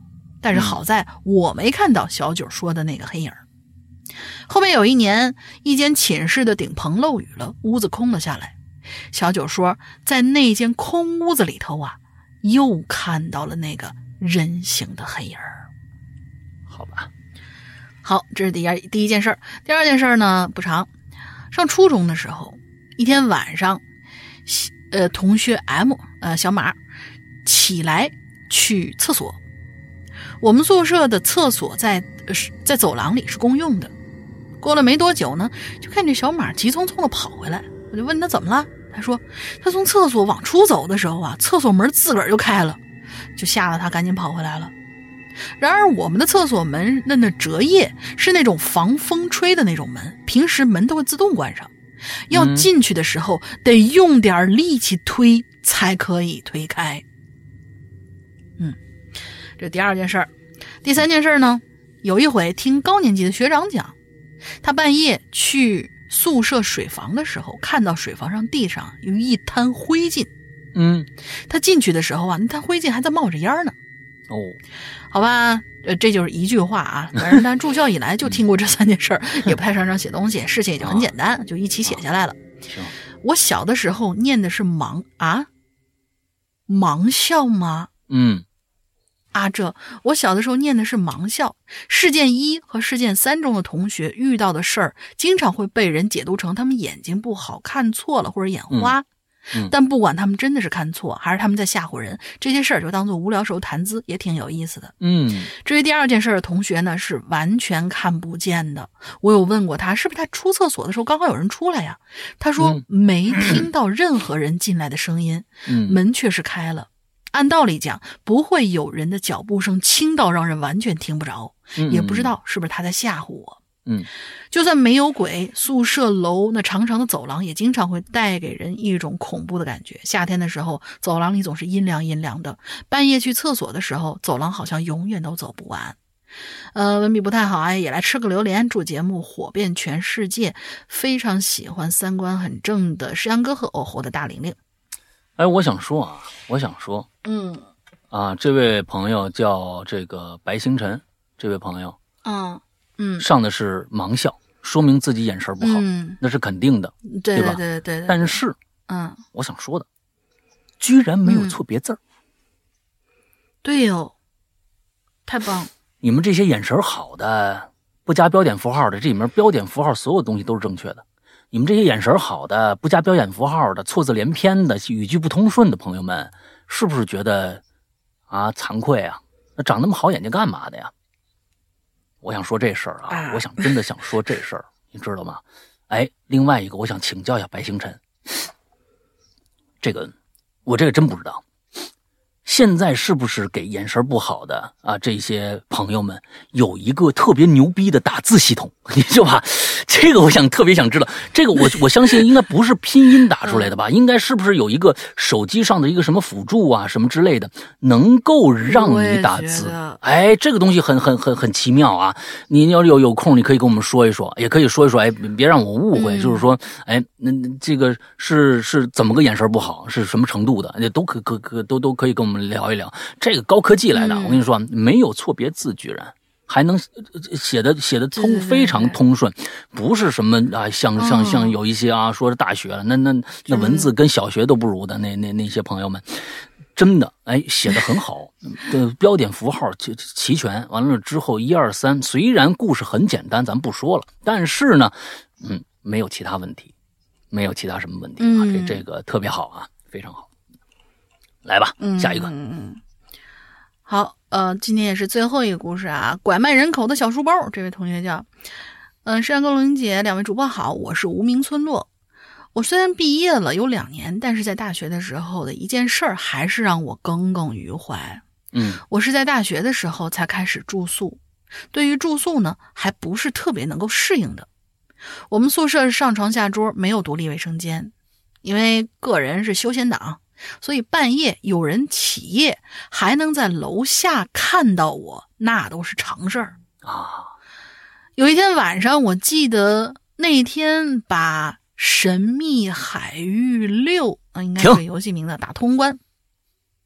但是好在我没看到小九说的那个黑影。后面有一年，一间寝室的顶棚漏雨了，屋子空了下来。小九说，在那间空屋子里头啊，又看到了那个人形的黑影。 好吧， 好，这是第一第一件事。第二件事呢不长，上初中的时候，一天晚上，呃，同学 M 呃小马起来去厕所。我们宿舍的厕所在在走廊里是公用的。过了没多久呢，就看见小马急匆匆的跑回来，我就问他怎么了，他说他从厕所往出走的时候啊，厕所门自个儿就开了，就吓得他赶紧跑回来了。然而我们的厕所门那那折页是那种防风吹的那种门，平时门都会自动关上，要进去的时候得用点力气推才可以推开。嗯，这第二件事儿。第三件事呢，有一回听高年级的学长讲，他半夜去宿舍水房的时候，看到水房上地上有一滩灰烬。 嗯， 他进去的时候啊，那滩灰烬还在冒着烟呢。 哦， 好吧，呃，这就是一句话啊。反正他住校以来就听过这三件事儿，也不太擅长写东西，事情也就很简单，啊、就一起写下来了。 行， 我小的时候念的是盲啊，盲校吗？ 嗯。 啊，这我小的时候念的是盲校。事件一和事件三中的同学遇到的事儿，经常会被人解读成他们眼睛不好，看错了或者眼花。 嗯嗯、 但不管他们真的是看错，还是他们在吓唬人，这些事儿就当做无聊时候谈资，也挺有意思的。 嗯， 至于第二件事的同学呢，是完全看不见的。我有问过他，是不是他出厕所的时候刚好有人出来呀？他说、嗯、没听到任何人进来的声音， 嗯、 门却是开了。按道理讲，不会有人的脚步声轻到让人完全听不着， 嗯、 也不知道是不是他在吓唬我。 嗯， 就算没有鬼，宿舍楼那长长的走廊也经常会带给人一种恐怖的感觉。夏天的时候，走廊里总是阴凉阴凉的，半夜去厕所的时候，走廊好像永远都走不完。呃，文笔不太好啊，也来吃个榴莲，祝节目火遍全世界。非常喜欢三观很正的石阳哥和偶猴的大玲玲。 哎，我想说啊，我想说， 嗯， 啊，这位朋友叫这个白星辰，这位朋友， 嗯嗯， 上的是盲校，说明自己眼神不好， 嗯， 那是肯定的， 对吧？ 对对 对, 对。 但是， 嗯， 我想说的，居然没有错别字儿、嗯， 对哟，太棒！ 你们这些眼神好的，不加标点符号的，这里面标点符号所有东西都是正确的。你们这些眼神好的，不加标点符号的，错字连篇的，语句不通顺的朋友们，是不是觉得啊惭愧啊？那长那么好眼睛干嘛的呀？我想说这事儿啊，啊我想真的想说这事儿，你知道吗？哎，另外一个，我想请教一下白星辰，这个我这个真不知道。现在是不是给眼神不好的啊这些朋友们有一个特别牛逼的打字系统？你知道吧？这个我想特别想知道。这个我我相信应该不是拼音打出来的吧？应该是不是有一个手机上的一个什么辅助啊什么之类的，能够让你打字？哎，这个东西很很很很奇妙啊！你要有有空，你可以跟我们说一说，也可以说一说。哎，别让我误会，嗯、就是说，哎，那这个是是怎么个眼神不好？是什么程度的？都可可可都都可以跟我们聊一聊。这个高科技来的， 嗯、 我跟你说，没有错别字，居然还能写的写的通，非常通顺，不是什么啊，像像像有一些啊，说是大学了，那那那文字跟小学都不如的那那那些朋友们。真的，哎，写得很好，的标点符号齐齐全。完了之后，一二三，虽然故事很简单，咱不说了，但是呢，嗯，没有其他问题，没有其他什么问题啊。 嗯、 这这个特别好啊，非常好。来吧，下一个。 嗯嗯。好，呃，今天也是最后一个故事啊，拐卖人口的小书包。这位同学叫，嗯、呃，山高龙姐，两位主播好，我是无名村落。我虽然毕业了有两年，但是在大学的时候的一件事儿还是让我耿耿于怀。 嗯， 我是在大学的时候才开始住宿，对于住宿呢，还不是特别能够适应的。我们宿舍上床下桌，没有独立卫生间，因为个人是休闲党，所以半夜有人起夜，还能在楼下看到我，那都是常事儿啊。 有一天晚上，我记得那天把神秘海域六啊，应该是个游戏名字，打通关。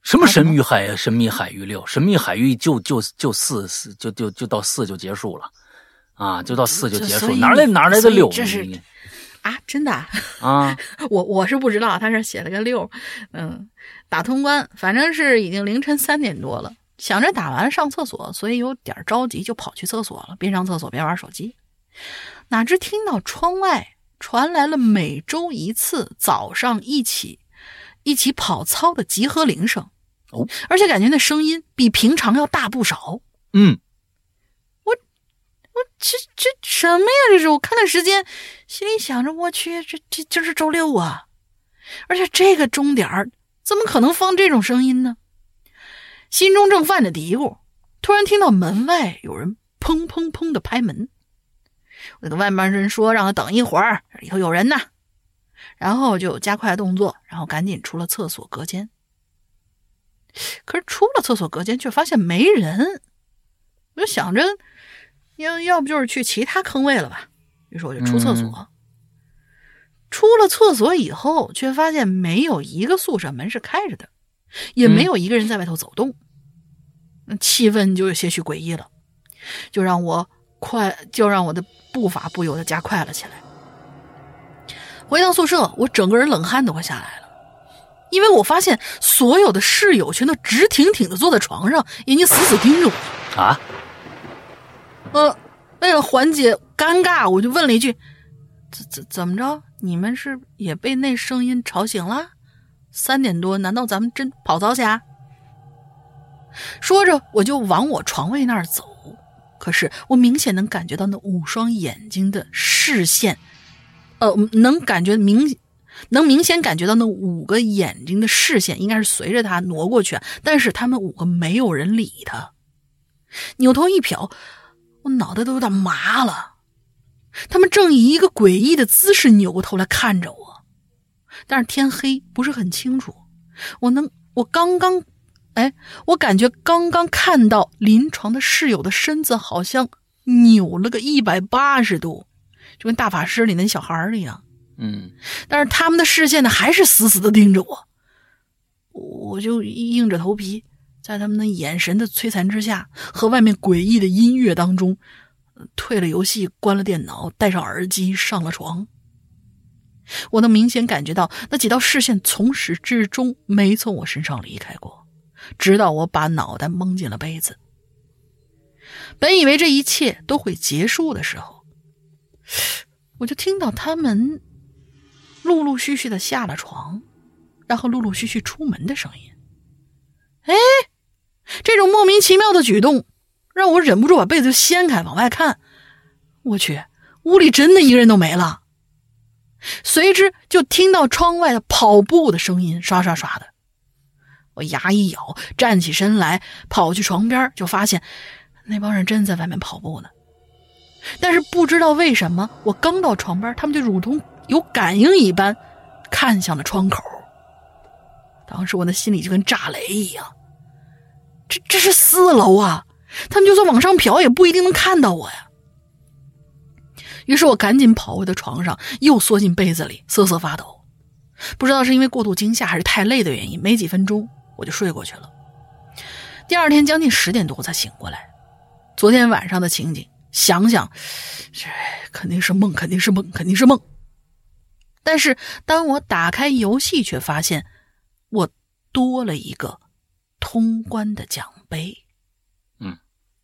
什么神秘海神秘海域六？神秘海域就就就四四就就就到四就结束了啊，就到四就结束，哪来哪来的六？ 这是啊，真的啊？ 啊我我是不知道，他这写了个六，嗯，打通关，反正是已经凌晨三点多了，想着打完上厕所，所以有点着急，就跑去厕所了，边上厕所边玩手机。哪知听到窗外传来了每周一次早上一起一起跑操的集合铃声， 哦， 而且感觉那声音比平常要大不少。 嗯， 我我这这什么呀？这是我看看时间，心里想着我去，这这这是周六啊，而且这个钟点怎么可能放这种声音呢？心中正犯着嘀咕，突然听到门外有人砰砰砰的拍门。我跟外面人说让他等一会儿，里头有人呢。然后就加快动作，然后赶紧出了厕所隔间。可是出了厕所隔间却发现没人，我就想着要要不就是去其他坑位了吧，于是我就出厕所、嗯、出了厕所以后却发现没有一个宿舍门是开着的，也没有一个人在外头走动、嗯、气氛就有些许诡异了，就让我快就让我的步伐不由得加快了起来。回到宿舍，我整个人冷汗都快下来了，因为我发现所有的室友全都直挺挺的坐在床上，眼睛死死盯着我。 啊？ 呃，为了缓解尴尬，我就问了一句：“怎怎怎么着？你们是也被那声音吵醒了？三点多，难道咱们真跑操去啊？”说着，我就往我床位那儿走。可是我明显能感觉到那五双眼睛的视线。呃，能感觉明，能明显感觉到那五个眼睛的视线应该是随着他挪过去，但是他们五个没有人理他。扭头一瞟，我脑袋都有点麻了。他们正以一个诡异的姿势扭过头来看着我，但是天黑不是很清楚。我能，我刚刚，哎，我感觉刚刚看到临床的室友的身子好像扭了个一百八十度。就跟大法师里那小孩一样， 嗯， 但是他们的视线呢还是死死的盯着我，我就硬着头皮，在他们的眼神的摧残之下，和外面诡异的音乐当中，退了游戏，关了电脑，戴上耳机，上了床。我能明显感觉到那几道视线从始至终没从我身上离开过，直到我把脑袋蒙进了被子。本以为这一切都会结束的时候，我就听到他们陆陆续续的下了床，然后陆陆续续出门的声音。哎，这种莫名其妙的举动让我忍不住把被子就掀开往外看。我去，屋里真的一个人都没了。随之就听到窗外的跑步的声音，刷刷刷的。我牙一咬，站起身来跑去床边，就发现那帮人真在外面跑步呢。但是不知道为什么，我刚到床边，他们就如同有感应一般看向了窗口。当时我的心里就跟炸雷一样，这这是四楼啊，他们就算往上瞟也不一定能看到我呀。于是我赶紧跑回到床上，又缩进被子里瑟瑟发抖。不知道是因为过度惊吓还是太累的原因，没几分钟我就睡过去了。第二天将近十点多我才醒过来，昨天晚上的情景想想，这肯定是梦，肯定是梦，肯定是梦。但是当我打开游戏，却发现我多了一个通关的奖杯。 嗯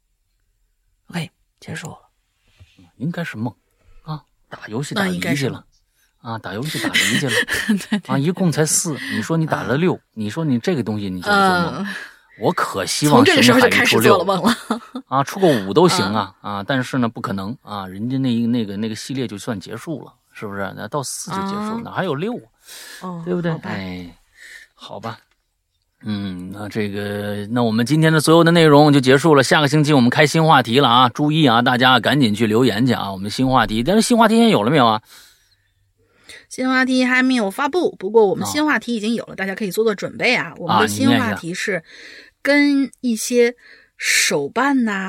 ，OK， 结束了。 应该是梦啊，打游戏打离去了啊，打游戏打离去了对对对啊，一共才四，你说你打了六、啊，你说你这个东西你叫做梦？呃我可希望从这个时候就开始做了梦了啊，出个五都行啊啊！但是呢，不可能啊，人家那那个那个系列就算结束了，是不是？那到四就结束，啊、哪还有六？ 哦， 对不对？哎，好吧，嗯，那这个，那我们今天的所有的内容就结束了。下个星期我们开新话题了啊！注意啊，大家赶紧去留言去啊！我们新话题，但是新话题现在有了没有啊？ 新话题还没有发布，不过我们新话题已经有了，哦、大家可以做做准备啊。我们的新话题是跟一些手办呐、啊，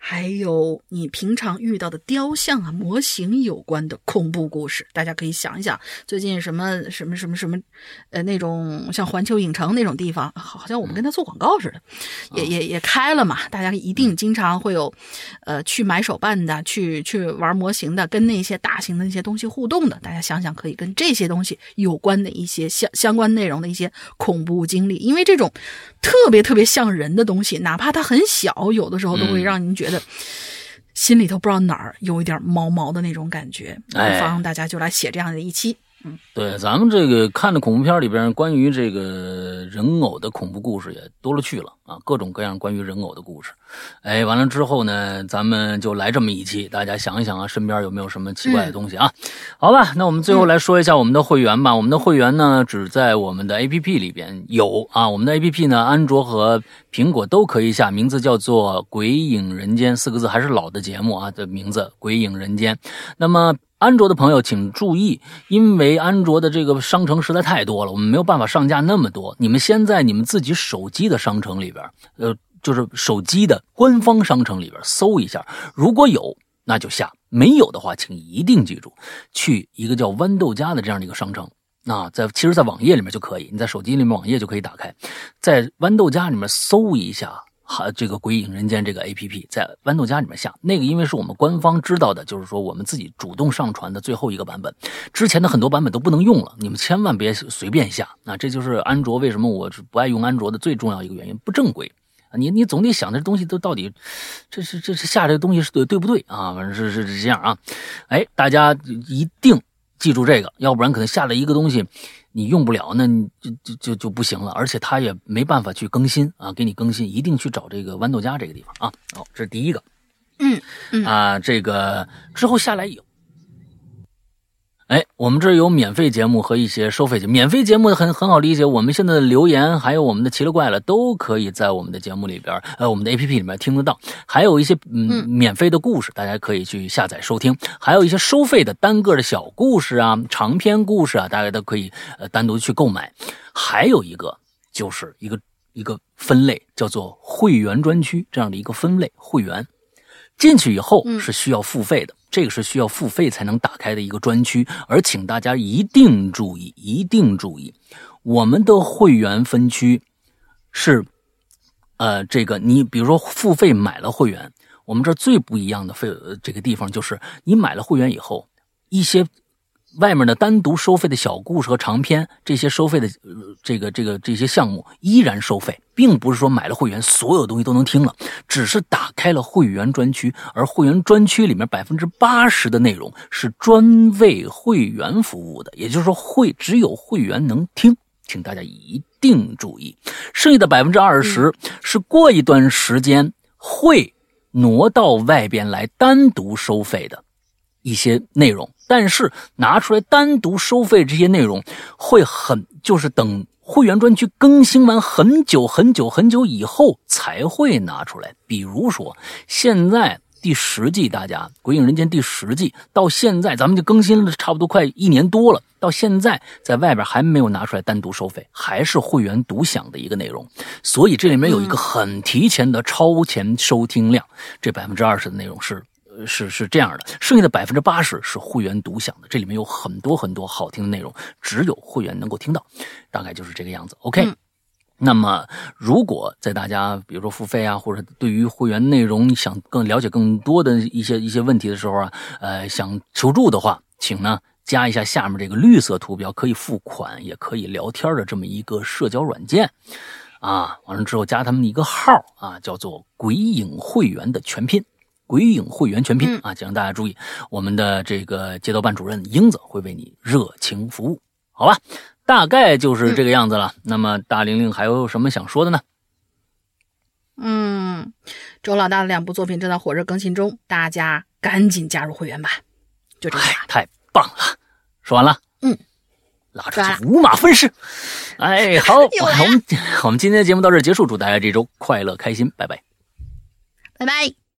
还有你平常遇到的雕像啊、模型有关的恐怖故事。大家可以想一想，最近什么什么什么什么，呃，那种像环球影城那种地方，好像我们跟他做广告似的，嗯、也也也开了嘛。大家一定经常会有，呃，去买手办的，去去玩模型的，跟那些大型的那些东西互动的。大家想想，可以跟这些东西有关的一些相相关内容的一些恐怖经历，因为这种特别特别像人的东西，哪怕它很小，有的时候都会让您觉得。嗯心里头不知道哪儿有一点毛毛的那种感觉，不妨大家就来写这样的一期。嗯， 对，咱们这个看的恐怖片里边，关于这个人偶的恐怖故事也多了去了啊，各种各样关于人偶的故事。哎，完了之后呢，咱们就来这么一期，大家想一想啊，身边有没有什么奇怪的东西啊？嗯、好吧，那我们最后来说一下我们的会员吧。嗯、我们的会员呢，只在我们的 A P P 里边有啊，我们的 A P P 呢，安卓和苹果都可以下，名字叫做《鬼影人间》四个字，还是老的节目啊的名字，《鬼影人间》。那么。安卓的朋友请注意，因为安卓的这个商城实在太多了，我们没有办法上架那么多。你们先在你们自己手机的商城里边，呃，就是手机的官方商城里边搜一下，如果有那就下，没有的话，请一定记住，去一个叫豌豆荚的这样的一个商城。啊，在其实，在网页里面就可以，你在手机里面网页就可以打开，在豌豆荚里面搜一下。哈，这个鬼影人间这个 A P P 在豌豆荚里面下，那个因为是我们官方知道的，就是说我们自己主动上传的最后一个版本，之前的很多版本都不能用了，你们千万别随便下。那这就是安卓为什么我不爱用安卓的最重要一个原因，不正规。你你总得想这东西都到底，这是这是下这个东西是对对不对啊？反正是是是这样啊。哎，大家一定记住这个，要不然可能下了一个东西。你用不了，那你就就就就不行了，而且它也没办法去更新啊，给你更新，一定去找这个豌豆荚这个地方啊。好，这是第一个。 嗯嗯啊，这个之后下来有。哎，我们这儿有免费节目和一些收费节目。免费节目很很好理解，我们现在的留言还有我们的奇了怪了都可以在我们的节目里边，呃，我们的 A P P 里面听得到。还有一些嗯免费的故事，大家可以去下载收听。还有一些收费的单个的小故事啊、长篇故事啊，大家都可以呃单独去购买。还有一个就是一个一个分类叫做会员专区这样的一个分类，会员进去以后是需要付费的。嗯这个是需要付费才能打开的一个专区，而请大家一定注意，一定注意，我们的会员分区是，呃，这个你比如说付费买了会员，我们这最不一样的费这个地方就是，你买了会员以后，一些外面的单独收费的小故事和长篇，这些收费的、呃、这个这个这些项目依然收费，并不是说买了会员所有东西都能听了，只是打开了会员专区，而会员专区里面 百分之八十 的内容是专为会员服务的，也就是说会只有会员能听，请大家一定注意。剩下的 百分之二十 是过一段时间会挪到外边来单独收费的一些内容，但是拿出来单独收费这些内容会很就是等会员专区更新完很久很久很久以后才会拿出来。比如说现在第十季，大家鬼影人间第十季到现在咱们就更新了差不多快一年多了，到现在在外边还没有拿出来单独收费，还是会员独享的一个内容，所以这里面有一个很提前的超前收听量，这 百分之二十 的内容是是是这样的，剩下的 百分之八十 是会员独享的，这里面有很多很多好听的内容，只有会员能够听到，大概就是这个样子。 OK、嗯、那么如果在大家比如说付费啊，或者对于会员内容想更了解更多的一些一些问题的时候啊，呃，想求助的话，请呢加一下下面这个绿色图标，可以付款也可以聊天的这么一个社交软件啊，完了之后加他们的一个号啊，叫做鬼影会员的全拼，鬼影会员全拼啊，请大家注意，我们的这个街道办主任英子会为你热情服务，好吧？大概就是这个样子了。嗯、那么大玲玲还有什么想说的呢？ 嗯，周老大的两部作品正在火热更新中，大家赶紧加入会员吧。就这样， 太棒了！说完了， 嗯， 拉出去五马分尸。哎，好，我们我们今天的节目到这儿结束，祝大家这周快乐开心，拜拜， 拜拜。